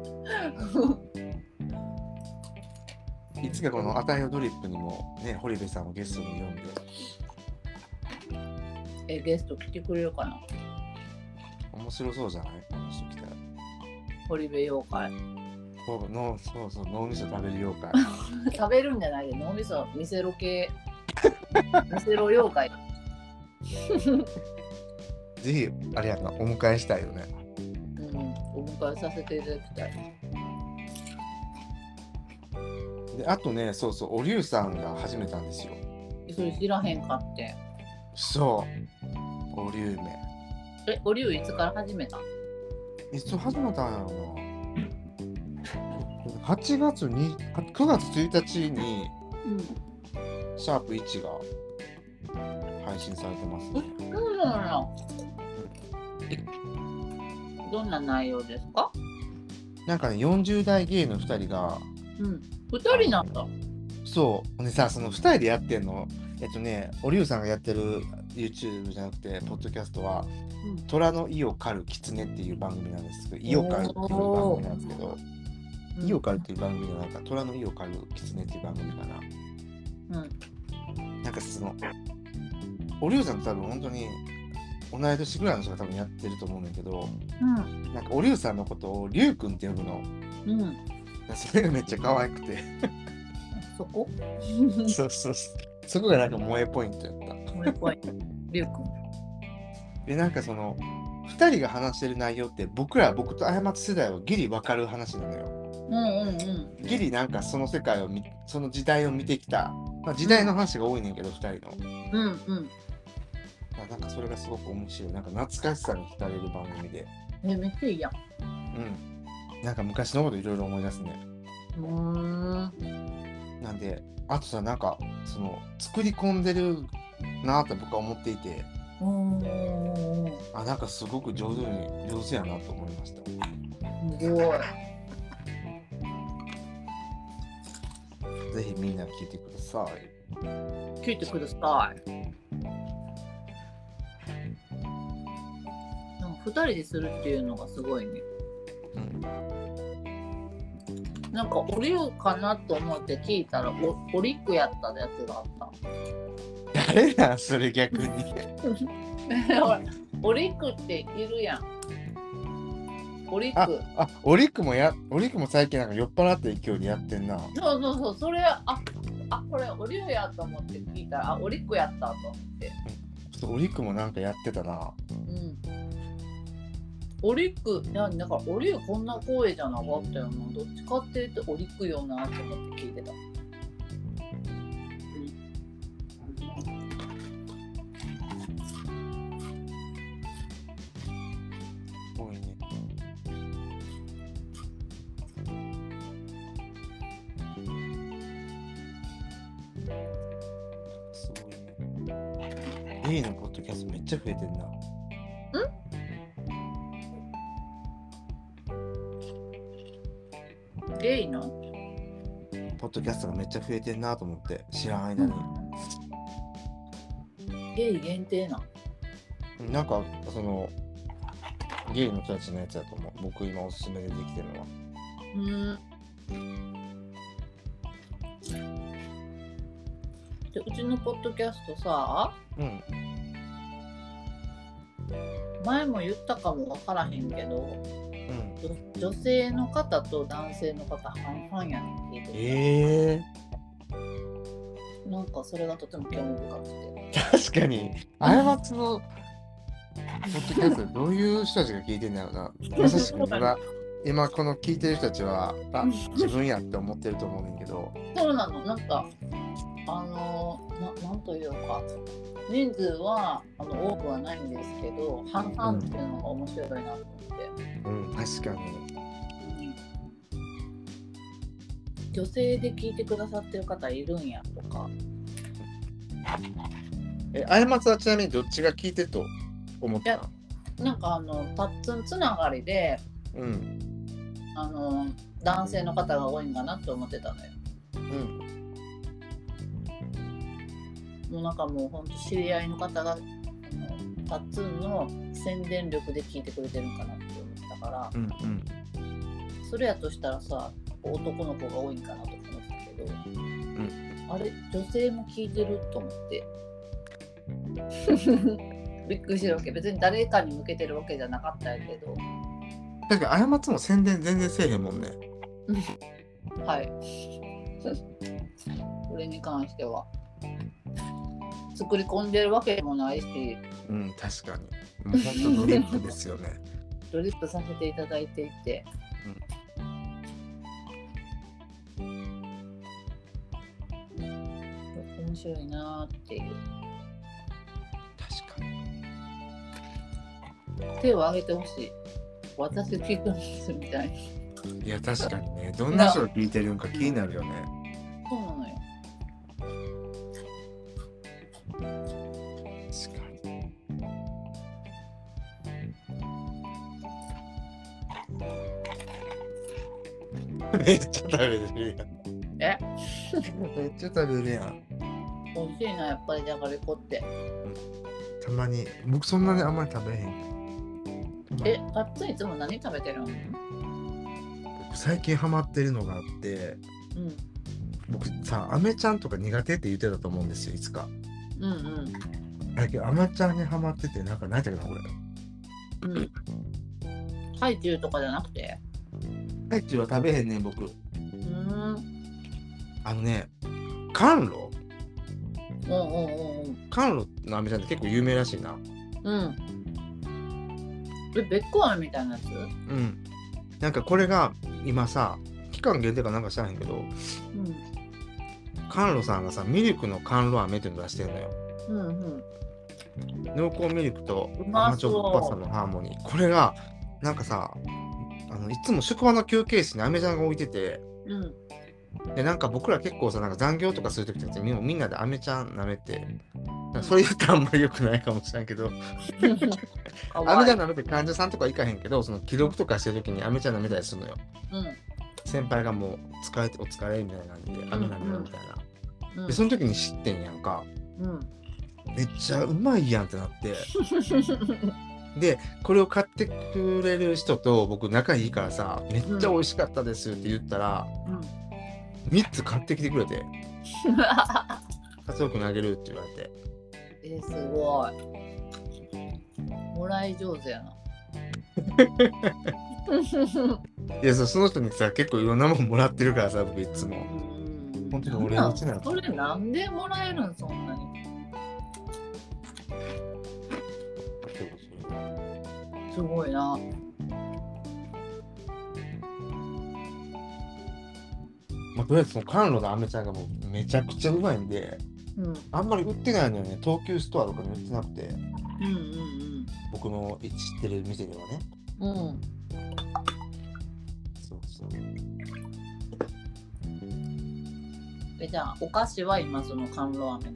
いつかこのアタイのドリップにもね、堀部さんをゲストに呼んで。 ゲスト来てくれるかな。 面白そうじゃない？この人来たら。 堀部妖怪。 そう脳みそ食べる妖怪。 食べるんじゃないで脳みそ見せろ系。見せろ妖怪。 ぜひあれやな、お迎えしたいよね。 お迎えさせていただきたい。 であとね、おりゅうさんが始めたんですよ。 それ知らへんかって。 そう、おりゅうめ。 おりゅういつから始めた？ いつ始めたんやろな。9月1日に、シャープ1が配信されてますね。 どんな内容ですか？ なんかね、40代芸の2人が、 2人なんだ。 そうでさ、その2人でやってんの。おりゅうさんがやってる YouTube じゃなくてポッドキャストは、虎の意を狩る狐っていう番組なんですけど、意を狩るっていう番組なんですけど、意を狩るっていう番組がなんか虎の意を狩る狐っていう番組かな。なんかそのおりゅうさんと多分本当に同い年ぐらいの人が多分やってると思うんだけど、なんかおりゅうさんのことをりゅうくんって呼ぶの。それがめっちゃ可愛くて。 そこ？ そこがなんか萌えポイントやった。 萌えポイント。りゅうくん。 でなんかその2人が話してる内容って僕と過ち世代はギリ分かる話なのよ。ギリなんかその世界をその時代を見てきた、時代の話が多いねんけど、2人の。なんかそれがすごく面白い。なんか懐かしさに浸れる番組で。 めっちゃいいやん。 なんか昔のこといろいろ思い出すね。なんであとさ、なんかその作り込んでるなって僕は思っていて、なんかすごく上手やなと思いました。 すごい。 ぜひみんな聞いてください。 聞いてください。2人でするっていうのがすごいね。なんかおりゅうかなと思って聞いたらおりくやったやつがあった。 誰なんそれ逆に。 おりくっているやん。おりく。 おりくも最近なんか酔っ払った勢いでやってんな。 そうそれこれおりゅうやと思って聞いたらおりくやったと思って。 おりくもなんかやってたな。 おりくなんかおりゅうこんな声じゃなかったよな。どっちかっていうとおりくよなと思って聞いてた。 多いね。すごいね。A のポッドキャストめっちゃ増えてんな。 ゲイのポッドキャストがめっちゃ増えてんなと思って、知らん間に。 ゲイ限定な。 なんかそのゲイの人たちのやつだと思う。僕今おすすめでできてるのは。 でうちのポッドキャストさ、前も言ったかもわからへんけど、女性の方と男性の方半々やねん聞いてる。なんかそれがとても興味深くて。 確かにあやまつのポッドキャストどういう人たちが聞いてんだろうな。まさしく今この聞いてる人たちは自分やって思ってると思うんだけど。 そうなの。なんかなんというか人数は多くはないんですけど半々っていうのが面白いなと思って。 確かに。 女性で聞いてくださってる方いるんやとか。 あやまつはちなみにどっちが聞いてると思ったの？ なんかタッツンつながりで、男性の方が多いんかなって思ってたのよ。もうなんかもうほんと知り合いの方がタッツンの宣伝力で聞いてくれてるんかなって思ってたから、それやとしたらさ男の子が多いんかなと思ってたけど、あれ女性も聞いてると思ってびっくりしてるわけ。別に誰かに向けてるわけじゃなかったんやけど。 確かにあやまつも宣伝全然せえへんもんね。 はいこれに関しては作り込んでるわけでもないし、 確かにもう本当ドリップですよねドリップさせていただいていて、面白いなっていう。 確かに手を挙げてほしい。私聞いてますみたいに。 いや確かにね、どんな人が聞いてるんか気になるよね。 そうなのよ。 確かに。めっちゃ食べてるやん。めっちゃ食べるやん。 美味しいなやっぱりじゃがりこって。 たまに僕そんなにあんまり食べへん。 たっつんいつも何食べてるの？ 僕最近ハマってるのがあって、僕さアメちゃんとか苦手って言ってたと思うんですよいつか。だけどアメちゃんにハマっててなんか何だっけなこれ。 ハイチュウとかじゃなくて？ ハイチュウは食べへんねん僕。甘露？甘露のアメちゃんって結構有名らしいな。 べっこ飴みたいなやつ？ なんかこれが今さ期間限定かなんか知らへんけど、甘露さんがさミルクの甘露飴っていうの出してるのよ。濃厚ミルクと甘じょっぱさのハーモニー。これがなんかさいつも職場の休憩室にアメちゃんが置いてて、でなんか僕ら結構さなんか残業とかするときってみんなでアメちゃん舐めて、それ言ったらあんまり良くないかもしれんけどアメちゃん舐めて患者さんとか行かへんけどその記録とかしてるときにアメちゃん舐めたりするのよ。先輩がもう疲れてお疲れみたいな感じでアメ舐めろみたいな。でその時に知ってんやんか。めっちゃうまいやんってなってでこれを買ってくれる人と僕仲いいからさめっちゃ美味しかったですって言ったら、3つ買ってきてくれて家族にあげるって言われて。 すごいもらい上手やな。 いやその人にさ結構いろんなもんもらってるからさ僕いつも本当に俺のうちなの。 それなんでもらえるんそんなに。すごいな。 とりあえずその甘露のアメちゃんがもうめちゃくちゃうまいんで、あんまり売ってないのよね。東急ストアとかに売ってなくて、僕の知ってる店ではね。そうそう。 じゃあお菓子は今その甘露飴に。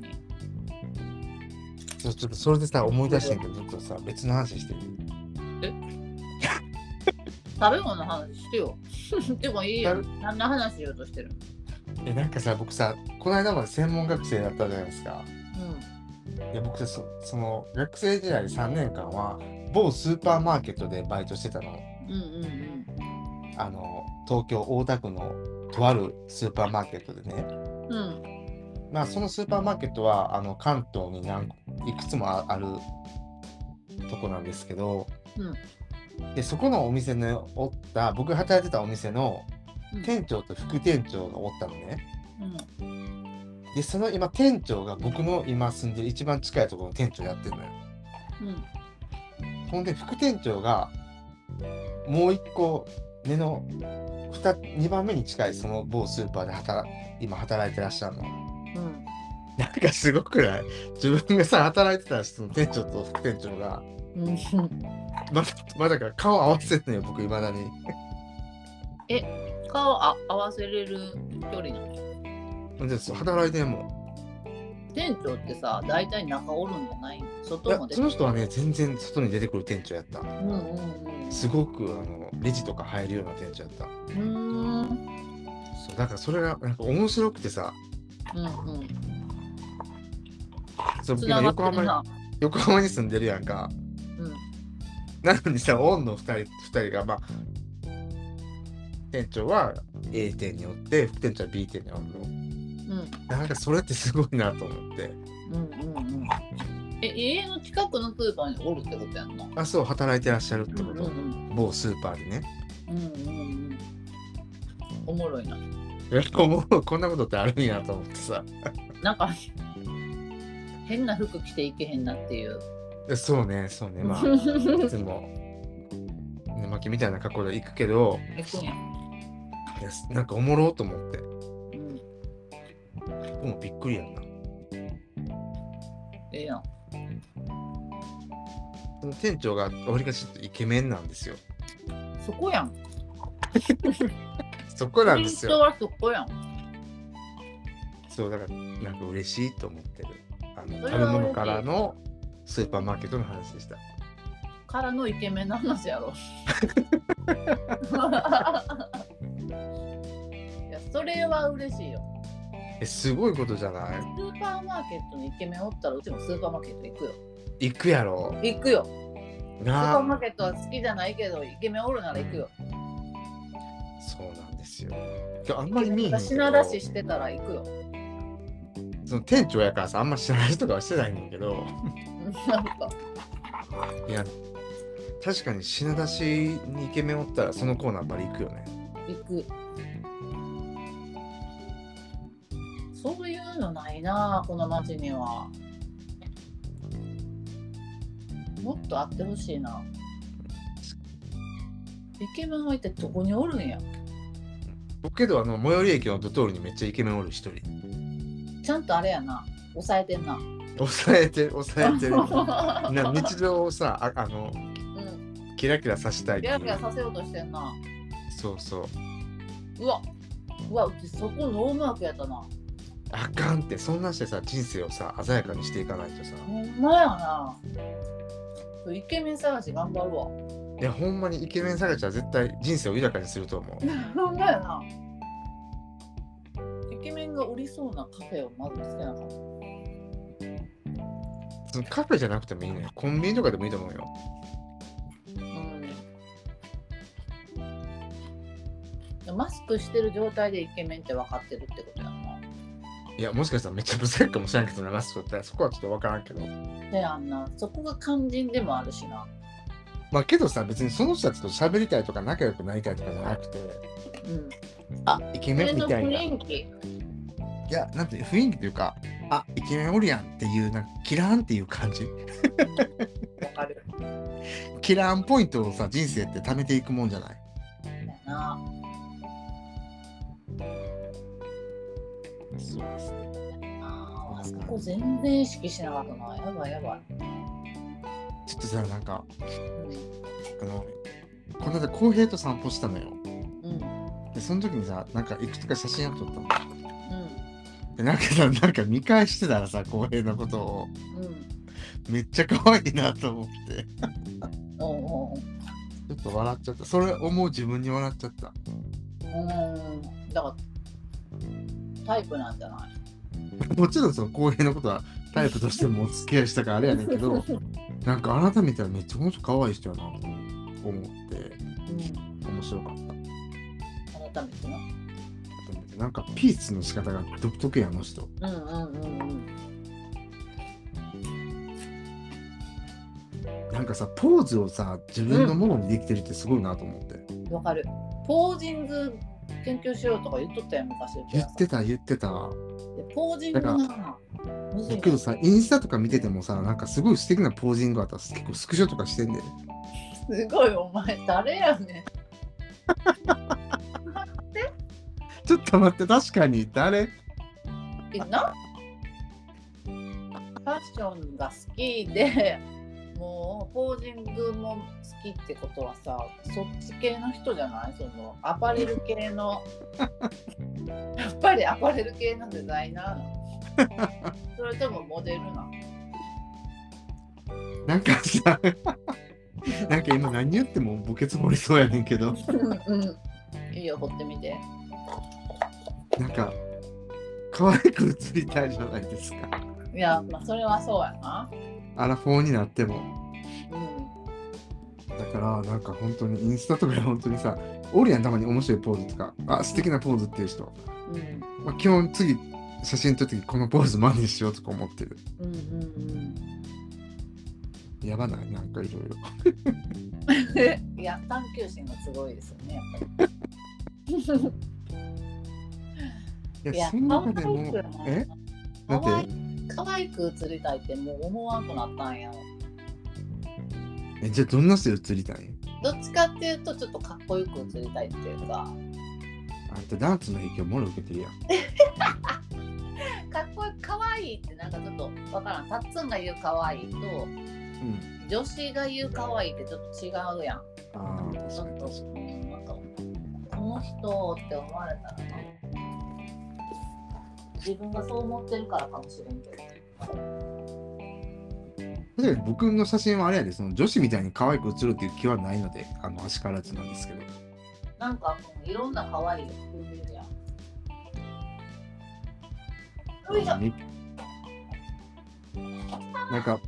ちょっとそれでさ思い出してんけどずっとさ別の話してる。 食べ物の話してよ。でもいいよ。何の話しようとしてる？ なんかさ、僕さ、この間まで専門学生だったじゃないですか。 うん。 いや、僕さ、その学生時代3年間は某スーパーマーケットでバイトしてたの。 うんうんうん。 東京大田区のとあるスーパーマーケットでね。 うん。 まあそのスーパーマーケットは関東にいくつもあるとこなんですけど、でそこのお店におった僕が働いてたお店の店長と副店長がおったのね。でその今店長が僕の今住んでる一番近いところの店長やってるのよ。ほんで副店長がもう一個目の2番目に近いその某スーパーで今働いてらっしゃるの。なんかすごくない？自分がさ働いてた人の店長と副店長がまだから顔合わせるのよ、僕いまだに。 顔合わせれる距離なの？ で働いてんもん。 店長ってさ、大体中おるんじゃないの？外も出てくる。 その人はね、全然外に出てくる店長やった。すごくレジとか入るような店長やった。そうだからそれがなんか面白くてさ。そう今横浜に住んでるやんか。なのにさ、オンの2人が、まあ、店長は A 店におって、副店長は B 店におるの。なんかそれってすごいなと思って。 家の近くのスーパーにおるってことやんな。 そう、働いてらっしゃるってこと。某スーパーでね。 おもろいな。 こんなことってあるんやと思ってさ。 なんか変な服着ていけへんなっていう。 そうね。まあ、いつも寝巻きみたいな格好で行くけど、なんかおもろうと思って。僕もびっくりやんな。 やん。 その店長が俺がちょっとイケメンなんですよ。 そこやん。 そこなんですよ。 人はそこやん。 そうだからなんか嬉しいと思ってる。食べ物からのスーパーマーケットの話でした。 からのイケメンの話やろ。いやそれは嬉しいよ。 すごいことじゃない？ スーパーマーケットにイケメンおったらうちもスーパーマーケット行くよ。 行くやろ。 行くよ。スーパーマーケットは好きじゃないけどイケメンおるなら行くよ。 そうなんですよ。あんまり見えへんけど。 品出ししてたら行くよ。 その店長やからさ、あんま品出しとかはしてないねんけど。 なんか。 いや、確かに品出しにイケメンおったらそのコーナーまで行くよね。 行く。そういうのないなこの街には。もっとあってほしいな。イケメンは一体どこにおるんや。 僕けど最寄り駅のドトールにめっちゃイケメンおる一人。 ちゃんとあれやな、抑えてんな。 抑えてる。日常をさ、キラキラさせたい。 キラキラさせようとしてんな。 そう。 うわ、うちそこノーマークやったな。 あかんって、そんなしてさ、人生をさ、鮮やかにしていかないとさ。 ほんまやな。イケメン探し頑張るわ。 いや、ほんまにイケメン探しは絶対人生を豊かにすると思う。 ほんまやな。イケメンがおりそうなカフェをまず見つけなかった。 そのカフェじゃなくてもいいね。コンビニとかでもいいと思うよ。 マスクしてる状態でイケメンって分かってるってことやな。 いや、もしかしたらめっちゃブサイクかもしれんけどな、マスクってそこはちょっと分からんけど。 でそこが肝心でもあるしな。 まあけどさ、別にその人たちと喋りたいとか仲良くなりたいとかじゃなくて、イケメンみたいな。 雰囲気。 いや、なんて雰囲気というか、イケメンおるやんっていう、なんかキラーンっていう感じ。 わかる。 キラーンポイントをさ、人生って貯めていくもんじゃない？ だな。 そうですね。 あそこ全然意識しなかったな。やばい。 ちょっとさ、なんか、この間浩平と散歩したのよ。で、その時にさ、なんかいくつか写真を撮ったの。で、なんか見返してたらさ、浩平のことを、めっちゃ可愛いなと思って。ちょっっと笑っちゃった。それ思う自分に笑っちゃった。 だからタイプなんじゃない？ もちろんその公平のことはタイプとしてもお付き合いしたからあれやねんけどなんか改めてめっちゃこの人可愛い人やなと思って、面白かった。 改めてな。 なんかピースの仕方が独特や、あの人。なんかさ、ポーズをさ、自分のものにできてるってすごいなと思って。 わかる。ポージング研究しようとか言っとったやん、昔。 言ってた。 ポージングな。 だけどさ、インスタとか見ててもさ、なんかすごい素敵なポージングあったら結構スクショとかしてんねん。 すごい、お前誰やねん。 ちょっと待って、確かに誰？ファッションが好きで、もうポージングも好きってことはさ、そっち系の人じゃない？そのアパレル系のやっぱりアパレル系のデザイナーなの？それともモデルなの？ なんかさなんか今何言っても墓穴掘りそうやねんけどいいよ、掘ってみて。 なんか可愛く映りたいじゃないですか。 いや、まあそれはそうやな。 アラフォーになっても、だからなんか本当にインスタとかで本当にさ、おるやん、たまに面白いポーズとか、素敵なポーズっていう人、まあ、基本次写真撮るときこのポーズ真似しようとか思ってる。やばない？なんかいろいろいや、探求心がすごいですよね、やっぱり。 いや、その中でもなんて可愛く写りたいってもう思わんくなったんや。 じゃあどんな人写りたい？ どっちかっていうとちょっとかっこよく写りたいっていうか。 あんたダンスの影響もろ受けてるやん。 かっこよく可愛いってなんかちょっとわからん。タッツンが言う可愛いと、女子が言う可愛いってちょっと違うやん。 確かに確かに。 なんかこの人って思われたらな。自分がそう思ってるからかもしれんけど。 確かに僕の写真はあれやで、その女子みたいに可愛く写るっていう気はないので、あしからずなんですけど。 なんかいろんな可愛いの含んでるやん。よいしょ。 なんか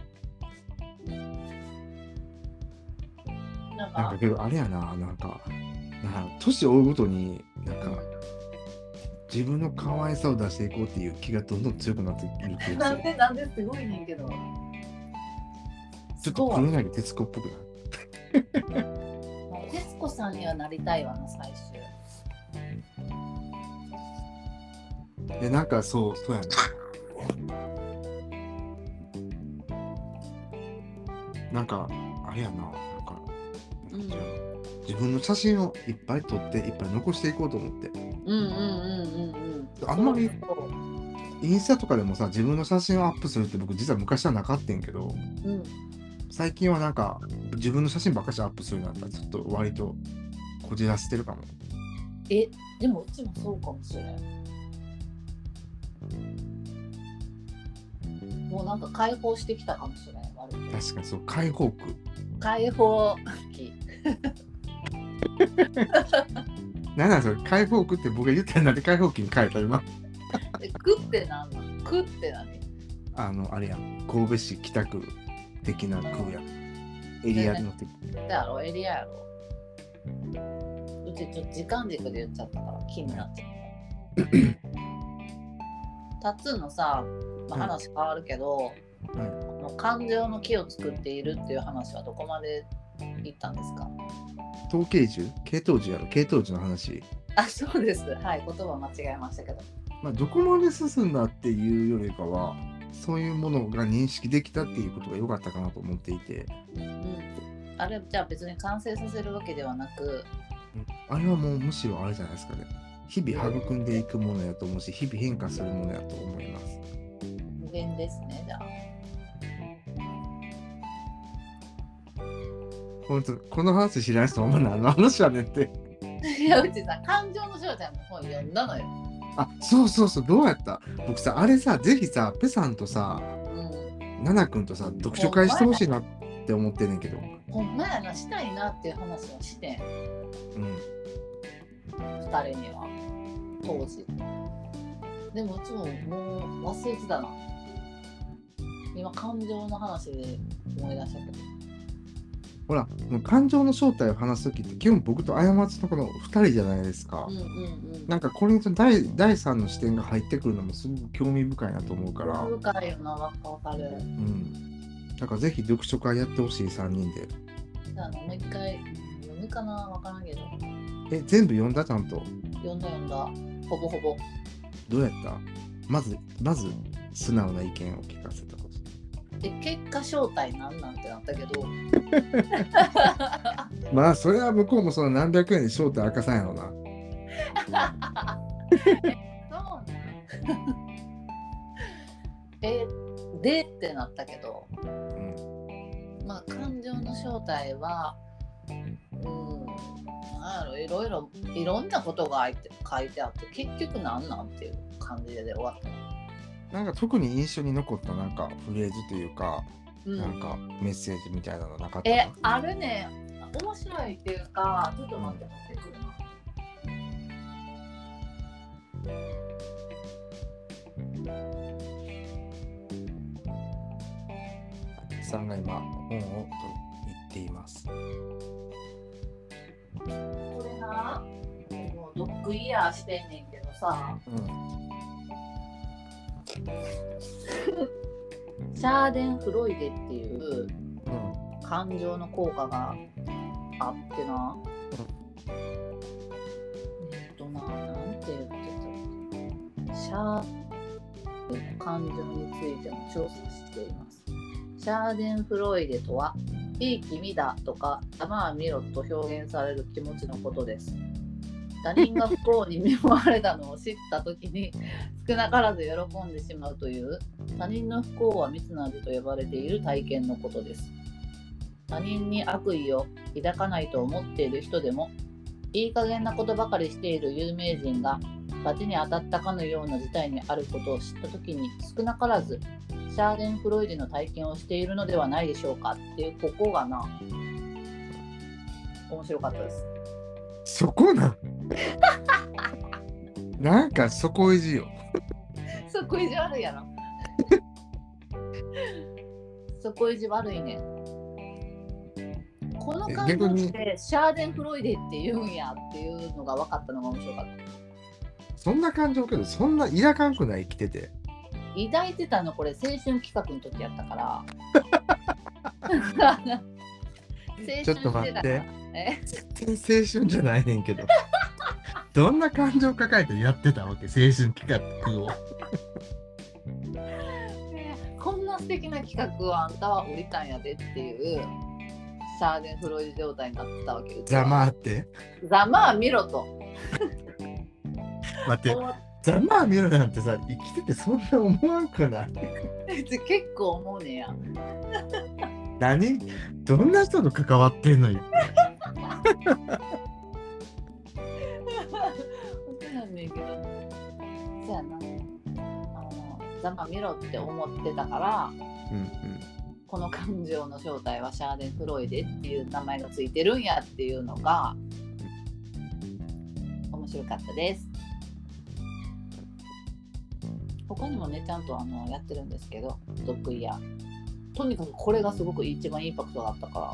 けどあれやな、なんか年を追うごとになんか自分の可愛さを出していこうっていう気がどんどん強くなっている気がする。 なんですごいねんけど。 ちょっと黒柳徹子っぽくない？ 徹子さんにはなりたいわな、最終。なんかそうやね。なんかあれやな、なんか、自分の写真をいっぱい撮っていっぱい残していこうと思って。あんまりインスタとかでもさ、自分の写真をアップするって僕実は昔はなかったんけど、最近はなんか自分の写真ばっかしアップするようになったらちょっと割とこじらせてるかも。 でもうちもそうかもしれん。もうなんか解放してきたかもしれん。 確かにそう、解放区。 解放期。 なんなんそれ、解放区って僕が言ったらなんで解放期に変えた今。 区って何なの？区って何？ あれやん、神戸市北区的な区や。エリアの的。 だろ、エリアやろ。うちちょっと時間軸で言っちゃったから気になっちゃった。タッツンのさ、話変わるけど、感情の木を作っているっていう話はどこまで行ったんですか？ 統計樹？系統樹やろ、系統樹の話。 そうです。はい、言葉間違えましたけど。 どこまで進んだっていうよりかは、そういうものが認識できたっていうことが良かったかなと思っていて。 あれじゃあ別に完成させるわけではなく、 あれはもうむしろあれじゃないですかね。日々育んでいくものやと思うし、日々変化するものやと思います。 無限ですね、じゃあ。 本当この話知らない人も何の話やねんって。 いや、うちさ、感情の少女の本読んだのよ。 そう、どうやった？僕さ、あれさ、ぜひさ、ペさんとさ、ナナ君とさ、読書会してほしいなって思ってんねんけど。 ほんまやな、したいなっていう話はしてん、2人には当時。でもうちももう忘れてたな。今感情の話で思い出したけど、 ほら、もう感情の正体を話すときって基本僕と過ちのこの2人じゃないですか。なんかこれに第3の視点が入ってくるのもすごく興味深いなと思うから。 深いよな、わかる。 だからぜひ読書会やってほしい、3人で。 じゃあもう一回読むかな、わからんけど。 全部読んだ？ちゃんと読んだほぼほぼ。 どうやった？まず素直な意見を聞かせたこと。 結果正体なんなんてなったけどまあそれは向こうもその何百円で正体明かさんやろなそうなんでってなったけど、まあ感情の正体はいろんなことが書いてあって、結局なんなんっていう感じで終わった。 なんか特に印象に残ったなんかフレーズというか、なんかメッセージみたいなのなかった？ あるね。面白いっていうか、ちょっと待ってくるな。さんが今本をと言っています。 これな、もうドッグイヤーしてんねんけどさ、シャーデンフロイデっていう感情の効果があってな、なんて言ってた、シャーデン感情についても調査しています。シャーデンフロイデとは、いい君だとか、まあ見ろと表現される気持ちのことです。他人が不幸に見舞われたのを知ったときに少なからず喜んでしまうという、他人の不幸は蜜の味と呼ばれている体験のことです。他人に悪意を抱かないと思っている人でも、いい加減なことばかりしている有名人が罰に当たったかのような事態にあることを知ったときに、少なからずシャーデンフロイデの体験をしているのではないでしょうかっていう、ここがな、面白かったです。 そこなんか底意地よ。 底意地悪いやろ。底意地悪いね。この感情ってシャーデンフロイデって言うんやっていうのが分かったのが面白かった。 そんな感情けど、そんな抱かんくない？生きてて抱いてたの、これ青春企画の時やったからちょっと待って、全然青春じゃないねんけどどんな感情抱えてやってたわけ、青春企画をこんな素敵な企画をあんたは降りたんやでっていうシャーデンフロイデ状態になってたわけです。 ざまあってざまあ見ろと待って、ざまあ見ろなんてさ、生きててそんな思わんくない？ 結構思うねやどんな人と関わってんのよそうなんねんけど、そうやな、ざまあ見ろって思ってたから、この感情の正体はシャーデンフロイデっていう名前がついてるんやっていうのが面白かったです。他にもね、ちゃんとやってるんですけど、ドッグイヤー。とにかくこれがすごく一番インパクトがあったから。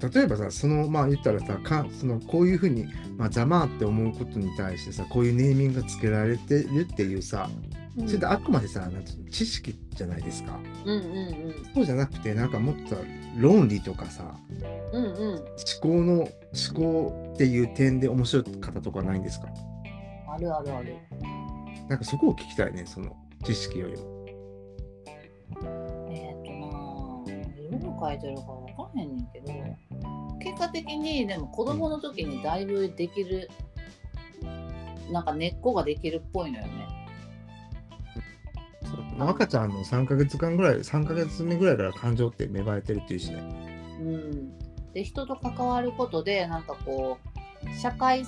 例えばさ、まあ言ったらさ、こういうふうに、ざまあって思うことに対してさ、こういうネーミングがつけられてるっていうさ、それであくまでさ、なんていうの、知識じゃないですか。そうじゃなくて、なんかもっと論理とかさ、思考っていう点で面白かったとかないんですか？ ある。 なんかそこを聞きたいね、その知識よりも。 いろいろ書いてるから分からへんねんけど、結果的にでも子供の時にだいぶできる、なんか根っこができるっぽいのよね。 赤ちゃんの3ヶ月目ぐらいから感情って芽生えてるっていうしね。 で、人と関わることでなんかこう社会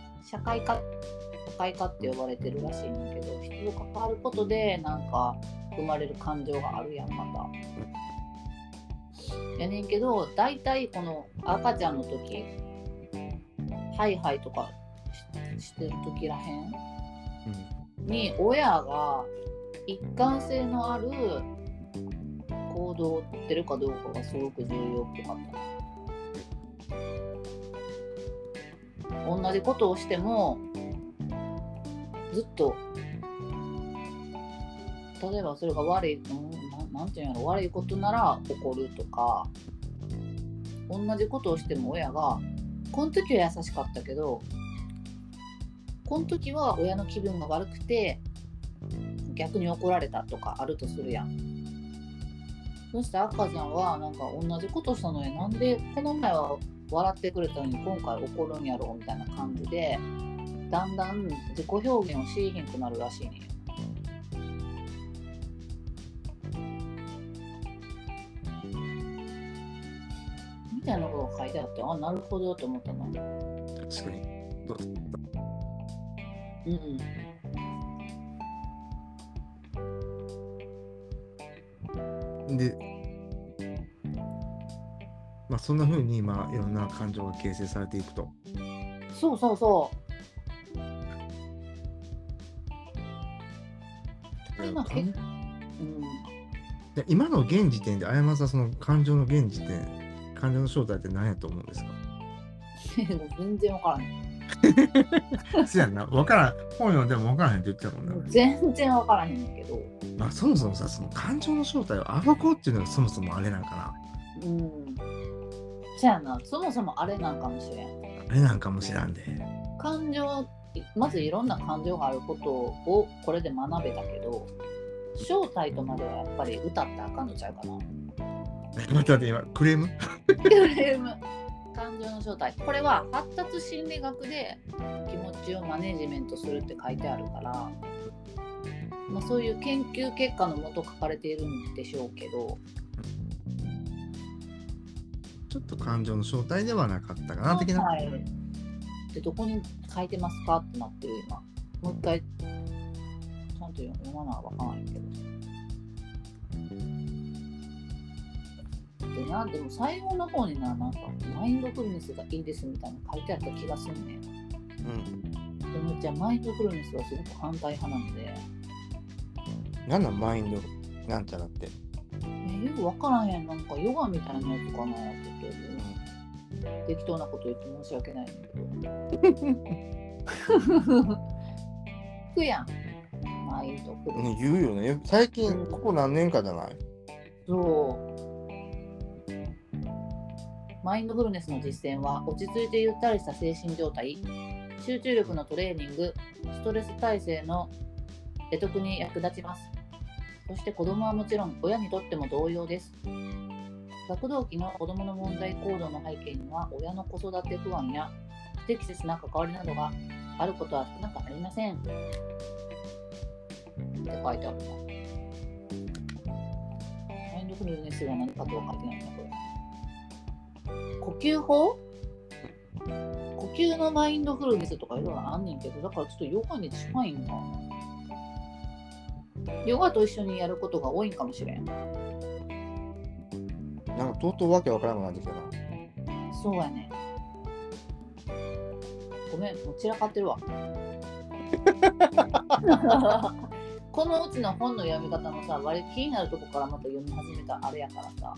化って呼ばれてるらしいんだけど、人と関わることでなんか生まれる感情があるやんまた。やねんけど大体この赤ちゃんの時ハイハイとかしてる時らへんに親が一貫性のある行動をとってるかどうかがすごく重要っぽかった。同じことをしてもずっと例えばそれが悪い、なんていうんやろ、悪いことなら怒るとか、同じことをしても親がこの時は優しかったけどこの時は親の気分が悪くて逆に怒られたとかあるとするやん。そして赤ちゃんはなんか同じことしたのになんでこの前は笑ってくれたのに今回怒るんやろみたいな感じでだんだん自己表現をしいひんくなるらしいね。みたいなことが書いてあって、あ、なるほどと思ったな。 確かに。どうだった？で、まあそんな風にまあいろんな感情が形成されていくと。 そうそうそう。 今の現時点であやまさんその感情の現時点、感情の正体って何やと思うんですか？ 全然わからへん。そうやんな、わからん。本読んでもわからへんって言ってたもんな。 全然わからへんけど。 まあそもそもさ、その感情の正体を暴こうっていうのがそもそもあれなんかな。 そうやな、そもそもあれなんかもしれん。 あれなんかもしらんで。 感情、まずいろんな感情があることをこれで学べたけど、正体とまではやっぱり歌ってあかんのちゃうかな。 待って今クレームクレーム。感情の正体、これは発達心理学で気持ちをマネジメントするって書いてあるから、まあ、そういう研究結果のもと書かれているんでしょうけど、 ちょっと感情の正体ではなかったかな的な。 はい。でどこに書いてますかってなってる今。もう一回ちゃんと読まなわからないけど。でも最後の方になんかマインドフルネスがいいですみたいなの書いてあった気がするね。でもじゃあマインドフルネスはすごく反対派なので。 なんなんマインドなんちゃらって。 よく分からへん、なんかヨガみたいなやつかなって、適当なこと言って申し訳ないんだけど。ふやん。マインドフルネス。 言うよね。最近ここ何年かじゃない？ そう。マインドフルネスの実践は落ち着いてゆったりした精神状態、集中力のトレーニング、ストレス耐性の得得に役立ちます。そして子どもはもちろん親にとっても同様です。学童期の子どもの問題行動の背景には親の子育て不安や不適切な関わりなどがあることは少なくありません。って書いてあるな。マインドフルネスが何かとは書いてないな、これ。呼吸法？呼吸のマインドフルネスとかいろいろあんねんけど、だからちょっとヨガに近いんかな。ヨガと一緒にやることが多いんかもしれん。 なんかとうとうわけわからなくなってきたな。 そうやね。ごめん、もう散らかってるわ。このうちの本の読み方もさ、割り気になるとこからまた読み始めたあれやからさ。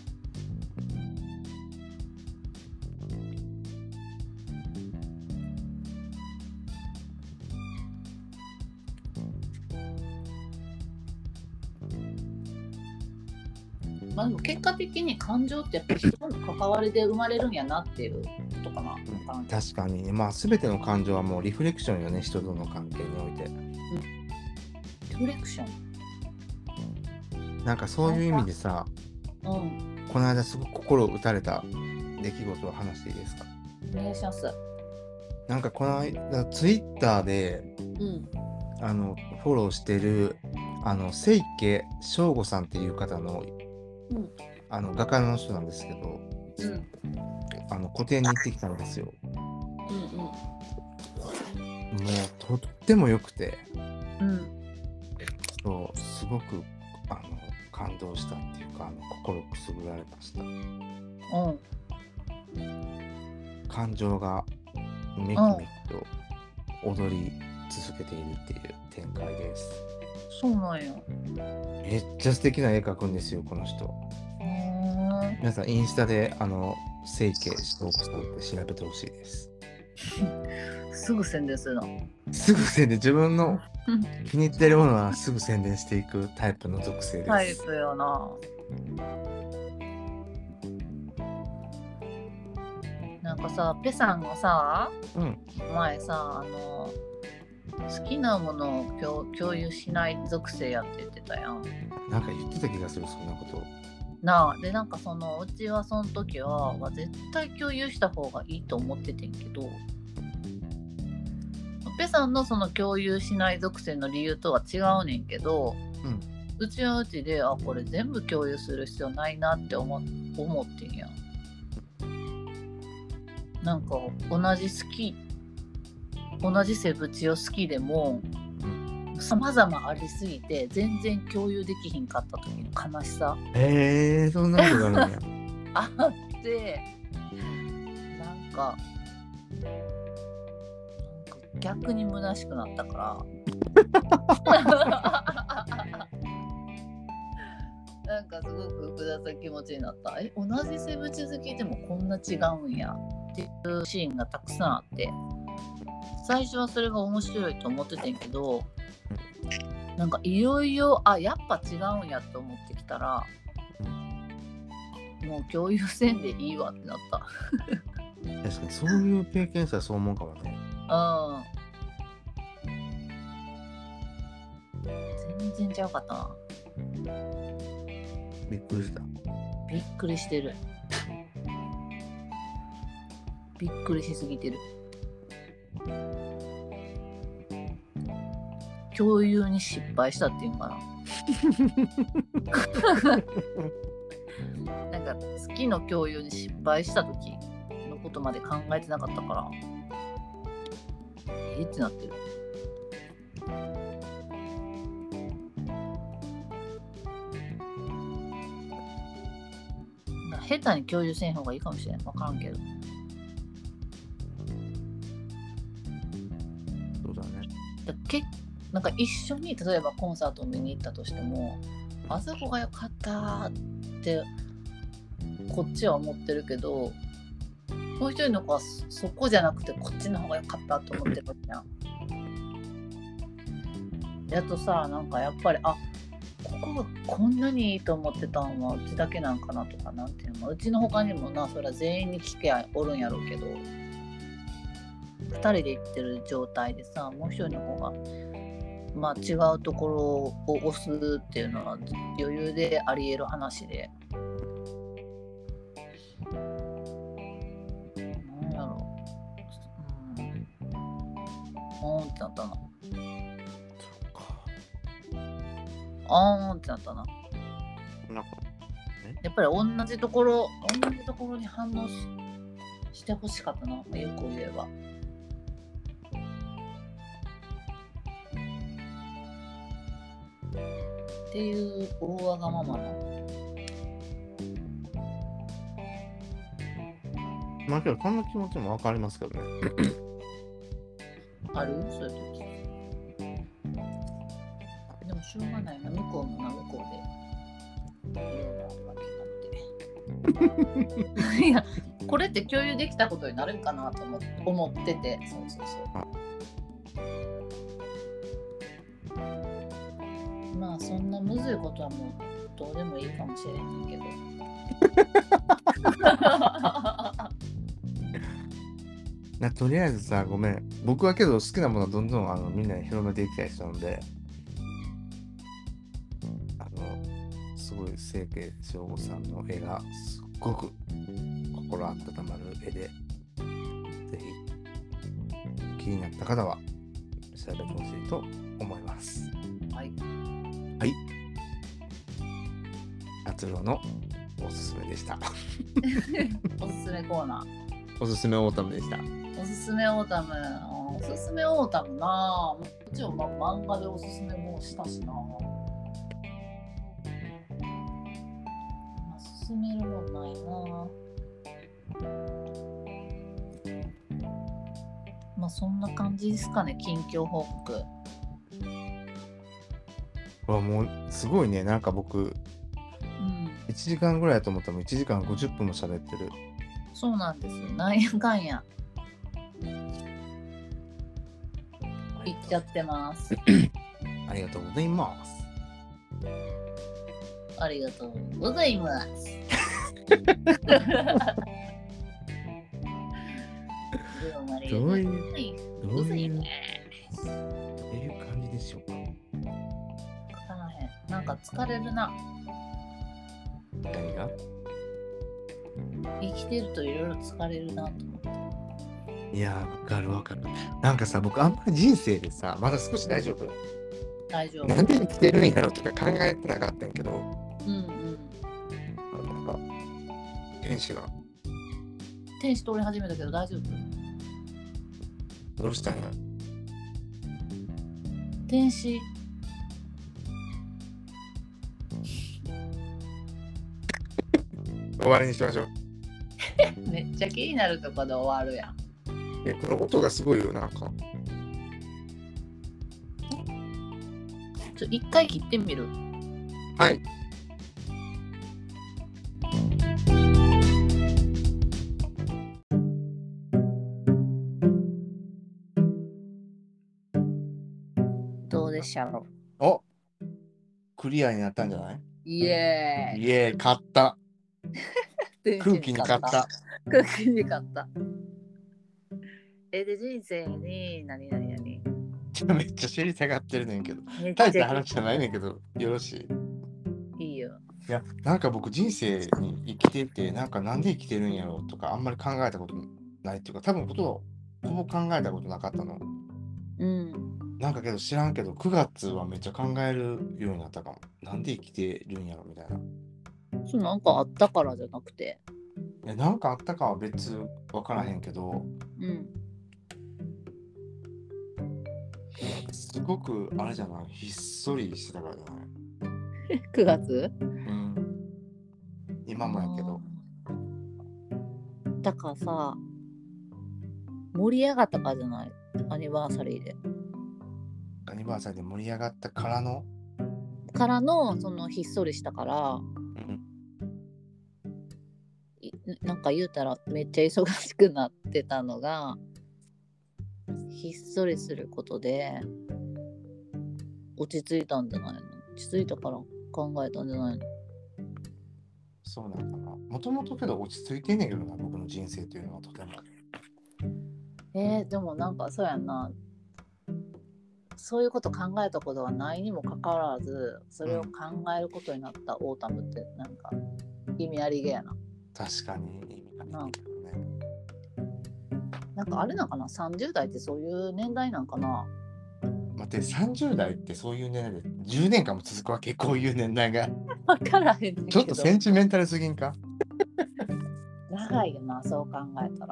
まあでも結果的に感情ってやっぱり人との関わりで生まれるんやなっていうことかな。 確かに、まあ全ての感情はもうリフレクションよね、人との関係において。 リフレクション。なんかそういう意味でさ、この間すごく心を打たれた出来事を話していいですか？ お願いします。 なんかこの間ツイッターで、フォローしてる清家翔吾さんっていう方の、画家の人なんですけど、個展に行ってきたんですよ。もうとっても良くて、そうすごく感動したっていうか心くすぐられました。感情がめきめきと踊り続けているっていう展開です。 そうなんや。 めっちゃ素敵な絵描くんですよこの人。皆さんインスタで清家翔子さんって調べてほしいです。 すぐ宣伝するの。 すぐ宣伝、自分の気に入ってるものはすぐ宣伝していくタイプの属性です。 タイプよな。なんかさ、ペさんがさ、前さ好きなものを共有しない属性やって言ってたやん。 なんか言ってた気がする、そんなこと。 なあ、でなんかうちはその時は絶対共有した方がいいと思っててんけど、ペさんのその共有しない属性の理由とは違うねんけど、うちはうちでこれ全部共有する必要ないなって思ってんや。なんか同じ生物を好きでも様々ありすぎて全然共有できひんかった時の悲しさそんなことがあるんやあってなんか逆に虚しくなったからなんかすごく複雑な気持ちになった。同じ生物好きでもこんな違うんやっていうシーンがたくさんあって、最初はそれが面白いと思っててんけど、なんかいよいよやっぱ違うんやと思ってきたらもう共有せんでいいわってなった確かにそういう経験者はそう思うかもね。 全然ちゃうかったな。 びっくりした。 びっくりしてる。びっくりしすぎてる。共有に失敗したっていうのかななんか好きの共有に失敗した時のことまで考えてなかったからってなってる。下手に共有せん方がいいかもしれん。分からんけど。 そうだね。 なんか一緒に例えばコンサートを見に行ったとしても、あそこが良かったってこっちは思ってるけど、もう一人の子はそこじゃなくてこっちの方が良かったと思ってるわけじゃん。やっとさ、なんかやっぱりここがこんなにいいと思ってたんはうちだけなんかなとか、なんていうの、うちの他にもな、それは全員に聞けおるんやろうけど、2人で行ってる状態でさ、もう一人の子が違うところを押すっていうのは余裕であり得る話で、なんやろってなったな。ってなったな。やっぱり同じところに反応してほしかったな、よく言えば。っていう大わがままな。 けどこんな気持ちもわかりますけどね。 ある？そういう時。でもしょうがないな、向こうもな、向こうでいろいろあるわけだって。いや、これって共有できたことになるかなと思ってて、そう。そんなむずいことはもうどうでもいいかもしれないけど。 とりあえずさ、ごめん。僕はけど好きなものはどんどんみんなに広めていきたい人なので、すごい清家翔吾さんの絵がすっごく心温まる絵で、ぜひ気になった方は調べてほしいと思います。はい。達郎のおすすめでした。 おすすめコーナー。 おすすめオータムでした。 おすすめオータムな。もちろん漫画でおすすめもしたしな。 進めるもんないな。まあそんな感じですかね、近況報告。 もうすごいね、なんか僕、1時間ぐらいだと思ったらもう1時間50分も喋ってる。 そうなんです。なんやかんや。いっちゃってます。 ありがとうございます。 ありがとうございます。どういう感じでしょうか。 なんか疲れるな。 何が？ 生きてるといろいろ疲れるなと思って。 いやー、わかる。なんかさ、僕あんまり人生でさ、まだ少し大丈夫。なんで生きてるんやろとか考えてなかったんやけど。なんか天使通り始めたけど大丈夫？ どうしたんや？ 天使終わりにしましょう。 めっちゃ気になるとこで終わるやん。 この音がすごいよ、なんか。 一回切ってみる。 はい。 どうでしょう？お、クリアになったんじゃない？ イエーイ。 イエーイ、勝った。空気に勝った。 空気に勝った。で、人生に何めっちゃ知りたがってるねんけど。大した話じゃないねんけど、よろしい？いいよ。 いや、なんか僕人生に生きてて、なんで生きてるんやろうとかあんまり考えたことないっていうか、多分ことをほぼ考えたことなかったの。なんかけど知らんけど、9月はめっちゃ考えるようになったかも。なんで生きてるんやろみたいな。 そう、なんかあったからじゃなくて。 なんかあったかは別分からへんけど、すごくあれじゃない、ひっそりしてたからじゃない。 9月？ 今もやけど。 だからさ、盛り上がったからじゃない？アニバーサリーで。 アニバーサリーで盛り上がったからのそのひっそりしたから、なんか言うたらめっちゃ忙しくなってたのがひっそりすることで落ち着いたんじゃないの？落ち着いたから考えたんじゃないの？ そうなんかな。もともとけど落ち着いてんねんけどな、僕の人生というのはとても。 でもなんかそうやんな。そういうこと考えたことはないにもかかわらず、それを考えることになったオータムってなんか意味ありげやな。 確かに意味ありげだけどね。 なんかあれなんかな、30代ってそういう年代なんかな。 待って、30代ってそういう年代で10年間も続くわけ、こういう年代が。 分からへんねんけど。 ちょっとセンチメンタルすぎんか？ 長いよな、そう考えたら。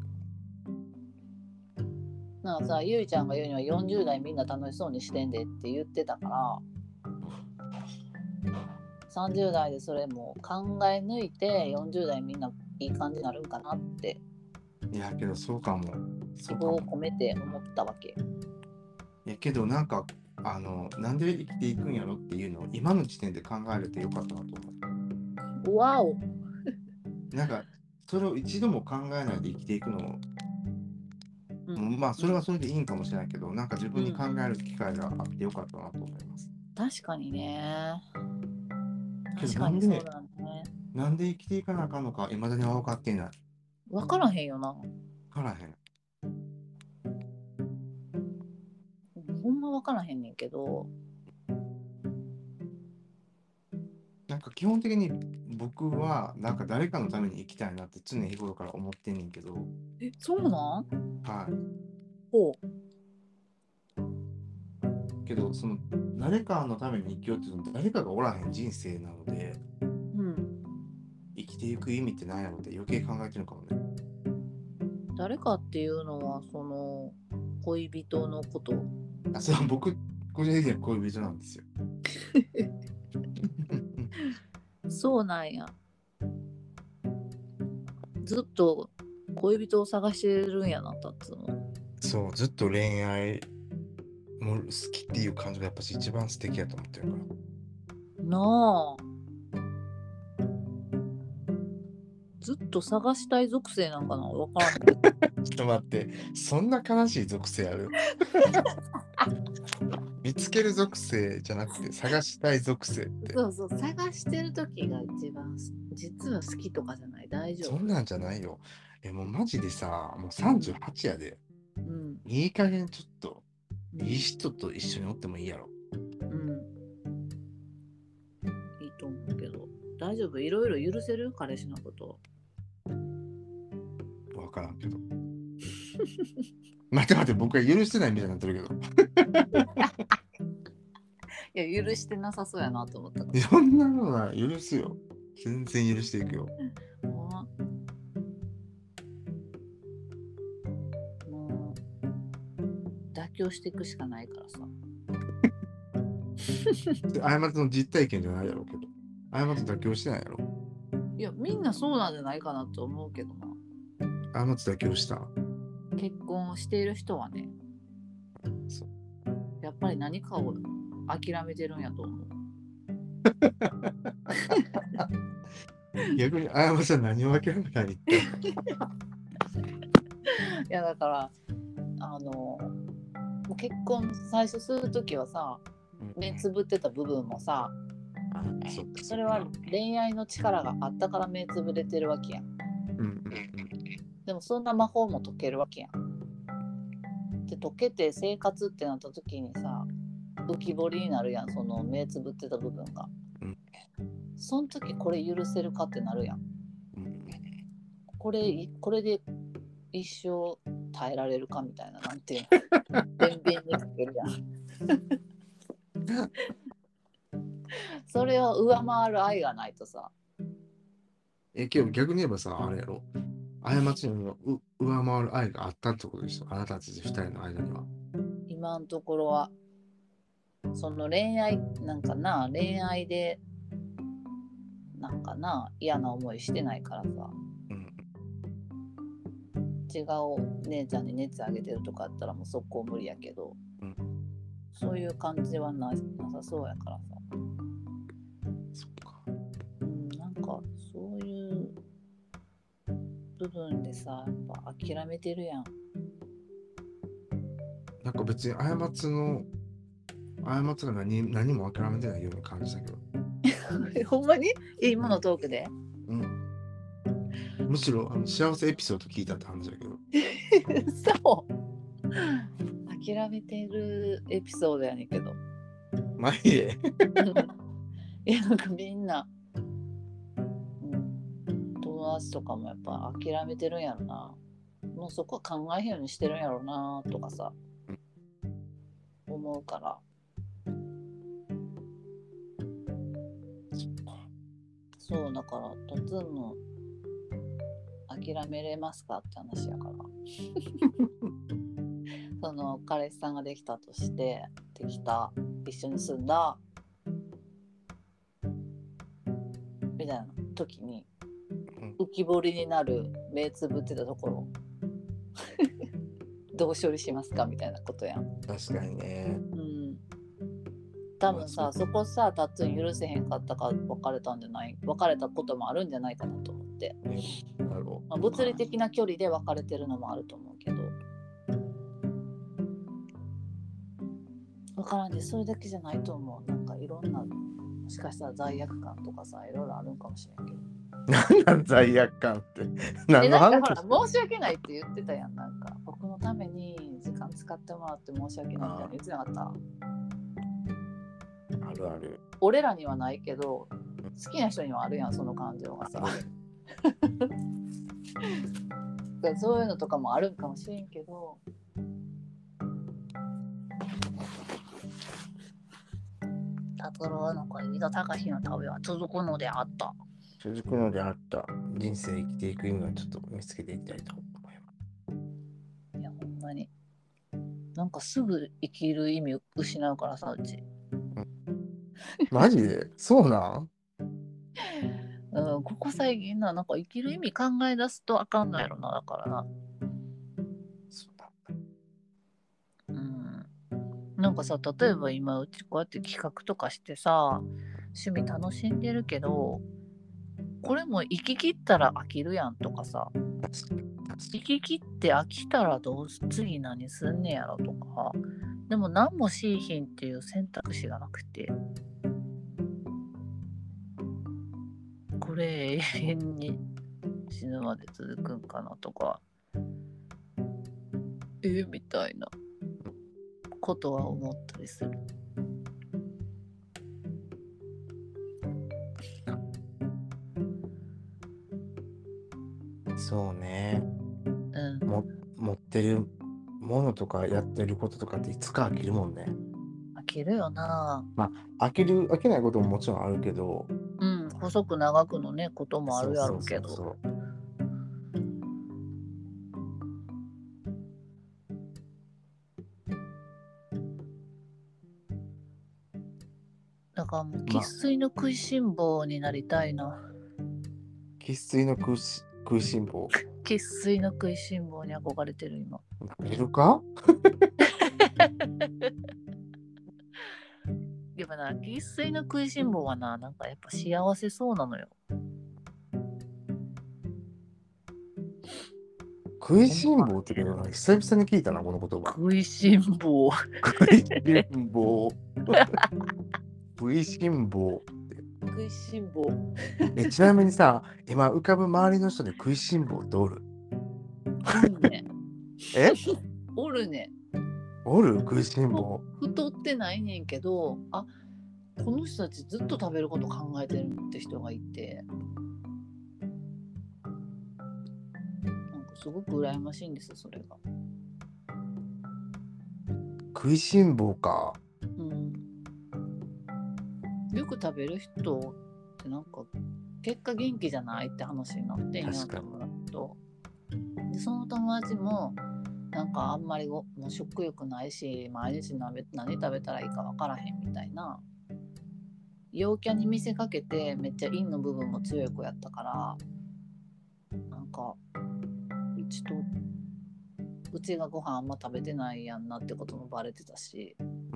なんかさ、ゆいちゃんが言うには40代みんな楽しそうにしてんでって言ってたから、30代でそれも考え抜いて40代みんないい感じになるんかなって。 いやけどそうかも。 希望を込めて思ったわけ。 いやけどなんかなんで生きていくんやろっていうのを今の時点で考えれてよかったなと思う。 わお。 なんかそれを一度も考えないで生きていくのを、まあそれはそれでいいんかもしれないけど、なんか自分に考える機会があってよかったなと思います。 確かにね。 確かにそうだね。なんで生きていかなあかんのか、未だには分かっていない。 分からへんよな。 分からへん。 ほんま分からへんねんけど。 なんか基本的に僕はなんか誰かのために生きたいなって常日頃から思ってんねんけど。 そうなん？ はい。 ほう。 けどその誰かのために生きようっていうのは誰かがおらへん人生なので、生きていく意味って何やろって余計考えてるかもね。 誰かっていうのはその恋人のこと？ そう、僕個人的には恋人なんですよ。 そうなんや。 ずっと恋人を探してるんやな、タッツも。 そう、ずっと恋愛も好きっていう感じがやっぱし一番素敵やと思ってるから。 なあ。ずっと探したい属性なんかな、わからんけど。 ちょっと待って、そんな悲しい属性ある？見つける属性じゃなくて探したい属性って。 そうそう、探してる時が一番実は好きとかじゃない？大丈夫？ そんなんじゃないよ。もうマジでさ、もう38やで。 うん。 いい加減ちょっと、いい人と一緒におってもいいやろ。 うん。いいと思うけど。大丈夫？いろいろ許せる？彼氏のこと。 わからんけど。待って、僕は許してないみたいになってるけど。 いや、許してなさそうやなと思ったから。 そんなのは許すよ。全然許していくよ。 もう妥協していくしかないからさ。 過ちの実体験じゃないやろうけど。過ち妥協してないやろ。 いや、みんなそうなんじゃないかなと思うけどな。 過ち妥協した。 結婚している人はね、 そう。 やっぱり何かを諦めてるんやと思う。 逆に過ちは何を諦めたりって。 いや、だから結婚最初するときはさ、目つぶってた部分もさ、それは恋愛の力があったから目つぶれてるわけやん。でもそんな魔法も解けるわけやん。で解けて生活ってなった時にさ、浮き彫りになるやん、その目つぶってた部分が。その時これ許せるかってなるやん。これで一生耐えられるかみたいな、なんていうの、天秤にかけるやん。それを上回る愛がないとさ。 けど逆に言えばさ、あれやろ。過ちの上回る愛があったってことでしょ。あなたたち2人の間には。 今のところはその恋愛なんかな、恋愛でなんかな、嫌な思いしてないからさ、違う姉ちゃんに熱あげてるとかあったらもう速攻無理やけど、そういう感じはなさそうやからさ。 そっか。 なんかそういう部分でさ、やっぱ諦めてるやん。 なんか別に過ちが何も諦めてないような感じだけど。 ほんまに？今のトークで？ むしろ幸せエピソード聞いたって話だけど。 そう諦めてるエピソードやねんけど。 マジでいや、なんかみんな、友達とかもやっぱ諦めてるんやろな。もうそこは考えへんようにしてるんやろなとかさ、思うから。そうだからトツンも諦めれますかって話やからその彼氏さんができたとして、一緒に住んだみたいな時に浮き彫りになる目つぶってたところどう処理しますかみたいなことやん。 確かにね。 多分さ、そこさ、タッツン許せへんかったから別れたこともあるんじゃないかなと思って、物理的な距離で別れてるのもあると思うけど、分からんで、それだけじゃないと思う。なんかいろんな、もしかしたら罪悪感とかさ、いろいろあるんかもしれんけど。 何なん罪悪感って何の話？なんかほら、申し訳ないって言ってたやん。なんか僕のために時間使ってもらって申し訳ないみたいな言ってなかった？ あるある。 俺らにはないけど、好きな人にはあるやん、その感情がさそういうのとかもあるんかもしれんけど、達郎の恋人高橋の旅は続くのであった。 人生生きていく意味をちょっと見つけていきたいと思います。 いや、ほんまになんかすぐ生きる意味失うからさ、うち。 マジで？そうなん？ うん、ここ最近なんか生きる意味考え出すとあかんのやろな、だからな。 そうだ。 うん。なんかさ、例えば今うちこうやって企画とかしてさ、趣味楽しんでるけど、これも行き切ったら飽きるやんとかさ、行き切って飽きたら次何すんねやろとか、でも何もしいひんっていう選択肢がなくて、これ永遠に死ぬまで続くんかなとか、みたいなことは思ったりする。 そうね。 うん。 持ってるものとかやってることとかっていつか飽きるもんね。 飽きるよな。 まあ飽きないことももちろんあるけど。 うん、細く長くのねこともあるやろうけど。 そうだからもう生粋の食いしん坊になりたいな。 生粋の食いしん坊。 生粋の食いしん坊に憧れてる今。 なれるか？ でもな、生粋の食いしん坊はな、なんかやっぱ幸せそうなのよ。 食いしん坊っていうのは久々に聞いたな、この言葉。 食いしん坊。 食いしん坊。食いしん坊。 食いしん坊。 ちなみにさ、今浮かぶ周りの人で食いしん坊っておる？ おるね。おるね。 おる食いしん坊。 太ってないねんけど、あ、この人たちずっと食べること考えてるって人がいて、なんかすごく羨ましいんです、それが。 食いしん坊か。 うん。よく食べる人ってなんか結果元気じゃないって話になってんや友達と。でその友達もなんかあんまりもう食欲ないし毎日何食べたらいいか分からへんみたいな、陽キャに見せかけてめっちゃ陰の部分も強い子やったから、なんかうちがご飯あんま食べてないやんなってこともバレてたし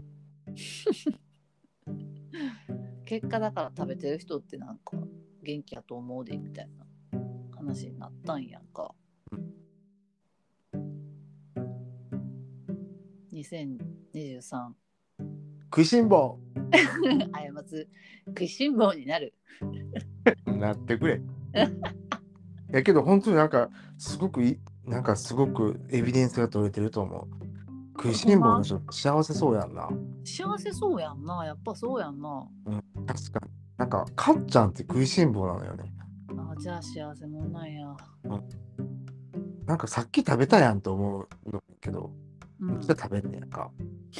結果だから食べてる人ってなんか元気やと思うでみたいな話になったんやんか。2023 食いしん坊過つ食いしん坊になるなってくれ。やけど本当になんかすごくエビデンスが取れてると思う。食いしん坊の人幸せそうやんな。 幸せそうやんな、やっぱそうやんな。 うん、確かに。なんかかっちゃんって食いしん坊なのよね。 あ、じゃあ幸せもんなんや。 うん、なんかさっき食べたやんと思うのけど、めっちゃ食べんねやんか。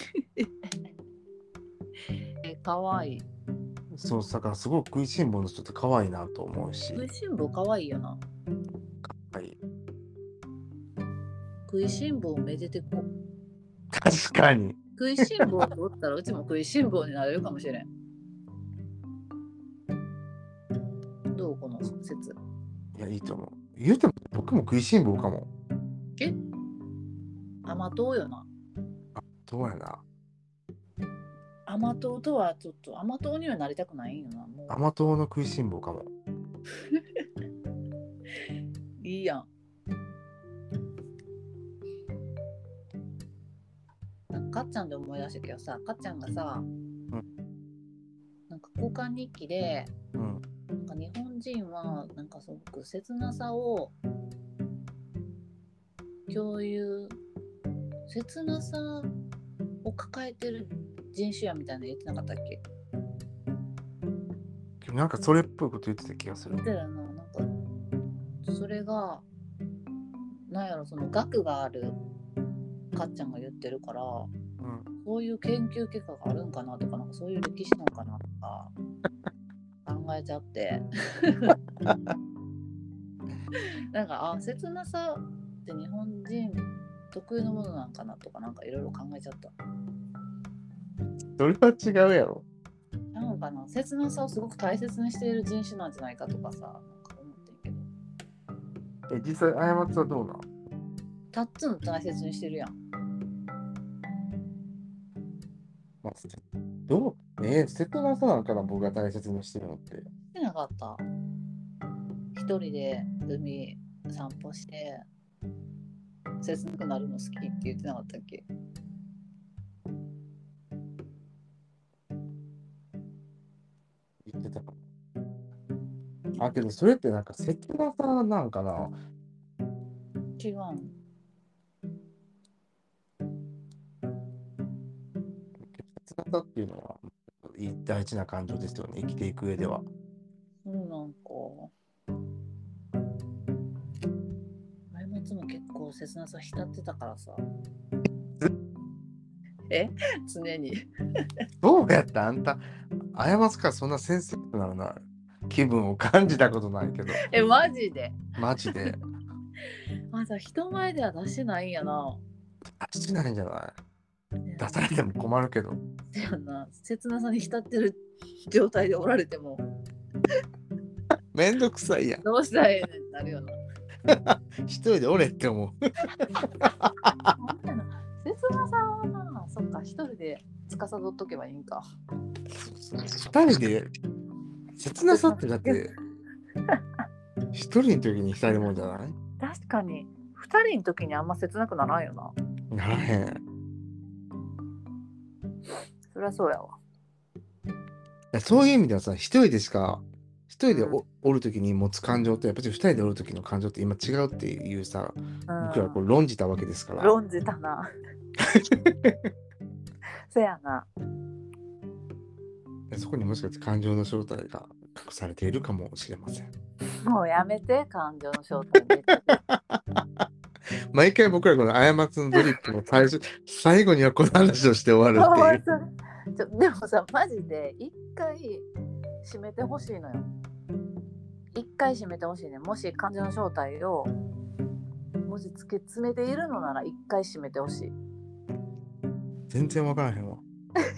かわいい。 そう、だからすごく食いしん坊の人って可愛いなと思うし。 食いしん坊かわいいよな。 はい。 食いしん坊めでてこ。 確かに。 食いしん坊とおったらうちも食いしん坊になれるかもしれん。どうこの説。 いや、いいと思う。言うても僕も食いしん坊かも。 甘党よな。 どうやな。 甘党とはちょっと甘党にはなりたくないんよな。もう甘党の食いしん坊かも。 いいやん。なんかかっちゃんで思い出したけどさ、かっちゃんがさ、なんか交換日記で、なんか日本人はなんかすごく切なさを共有、切なさを抱えてる人種やみたいな言ってなかったっけ？ なんかそれっぽいこと言ってた気がする。 言ってたよな。なんかそれがなんやろ、その学があるかっちゃんが言ってるから、そういう研究結果があるんかなとか、なんかそういう歴史なのかなとか考えちゃってなんか切なさって日本人特有のものなんかなとか、なんかいろいろ考えちゃった。 それは違うやろ。 なのかかな、切なさをすごく大切にしている人種なんじゃないかとかさ、なんか思ってんけど。 実際過ちはどうなの？ タッツン大切にしてるやん。 まあ、どう切なさなんかな、僕が大切にしてるのって。 してなかった？一人で海散歩して切なくなるの好きって言ってなかったっけ？ 言ってたかな。けどそれってなんか切なさなんかな。 違う。 切なさっていうのは大事な感情ですよね、生きていく上では。 なんか過ちも結構切なさ浸ってたからさ。常にどうやったあんた過ちからそんなセンシティブなのな気分を感じたことないけど。 マジでまだ人前では出してないんやな。 出してないんじゃない？出されても困るけど。 切なさに浸ってる状態でおられてもめんどくさいやん。 どうしたらええねんなるよな。 一人でおれって思う。 切なさはな、そっか、一人で司っとけばいいんか。 二人で切なさってだって一人の時に浸るもんじゃない？ 確かに二人の時にあんま切なくならんよな。 ならへん。 そりゃそうやわ。 そういう意味ではさ、一人で おる時に持つ感情とやっぱり二人でおる時の感情って今違うっていうさ、僕らこう論じたわけですから。 論じたな。そやな。 そこにもしかして感情の正体が隠されているかもしれません。 もうやめて、感情の正体で。 毎回僕らこの過ちのドリップの最後にはこの話をして終わるっていう。 でもさ、マジで一回締めてほしいのよ。一回締めてほしいね。もし感情の正体をもし突き詰めているのなら一回締めてほしい。 全然分からへんわ。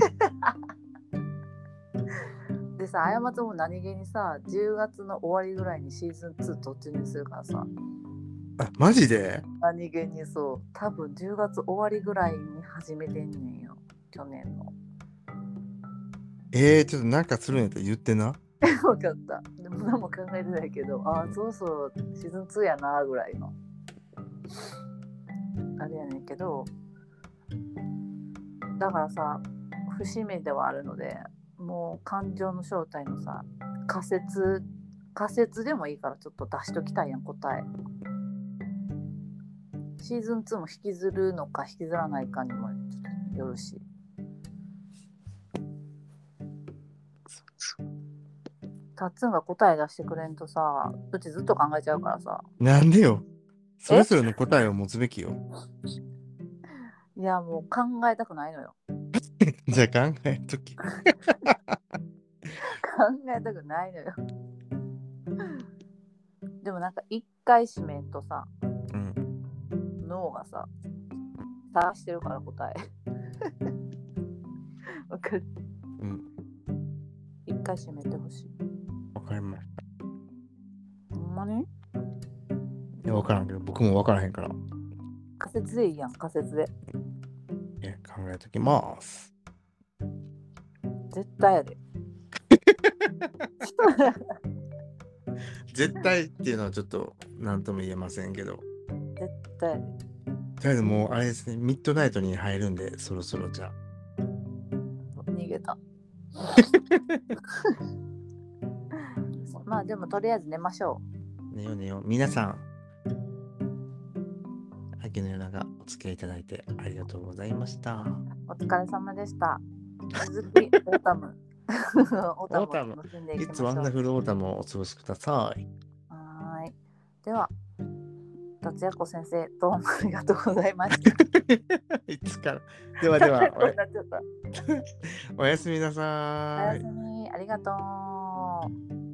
でさ、過ちも何気にさ、10月の終わりぐらいにシーズン2突入するからさ。 マジで？ 何気にそう、多分10月終わりぐらいに始めてんねんよ、去年の。 ちょっとなんかするんやったら言ってな。 分かった。でも何も考えてないけど、そうそうシーズン2やなぐらいのあれやねんけど、だからさ、節目ではあるので、もう感情の正体のさ、仮説でもいいからちょっと出しときたいやん、答え。シーズン2も引きずるのか引きずらないかにもよるし。タッツンが答え出してくれんとさ、うちずっと考えちゃうからさ。 なんでよ。それぞれの答えを持つべきよ。 いや、もう考えたくないのよ。 じゃあ考えとき。 考えたくないのよ。でもなんか一回締めんとさ、脳がさ探してるから答え。わかる？一回締めてほしい。 わかりました。 ほんまに？ いや、わからんけど、僕もわからへんから。 仮説でいいやん、仮説で。 考えときます。 絶対やで。 絶対っていうのはちょっと何とも言えませんけど。 絶対やで。 とりあえずもうあれですね、ミッドナイトに入るんで、そろそろじゃあ。 逃げた。まあでもとりあえず寝ましょう。寝よう。皆さん、秋の夜長お付き合いいただいてありがとうございました。 お疲れ様でした。続きオータム。オータム楽しんでいきましょう。 いつワンダフルオータムをお過ごしください。 はい。では、達也子先生、どうもありがとうございました。 いつから。ではおやすみなさい。 おやすみ、ありがとう。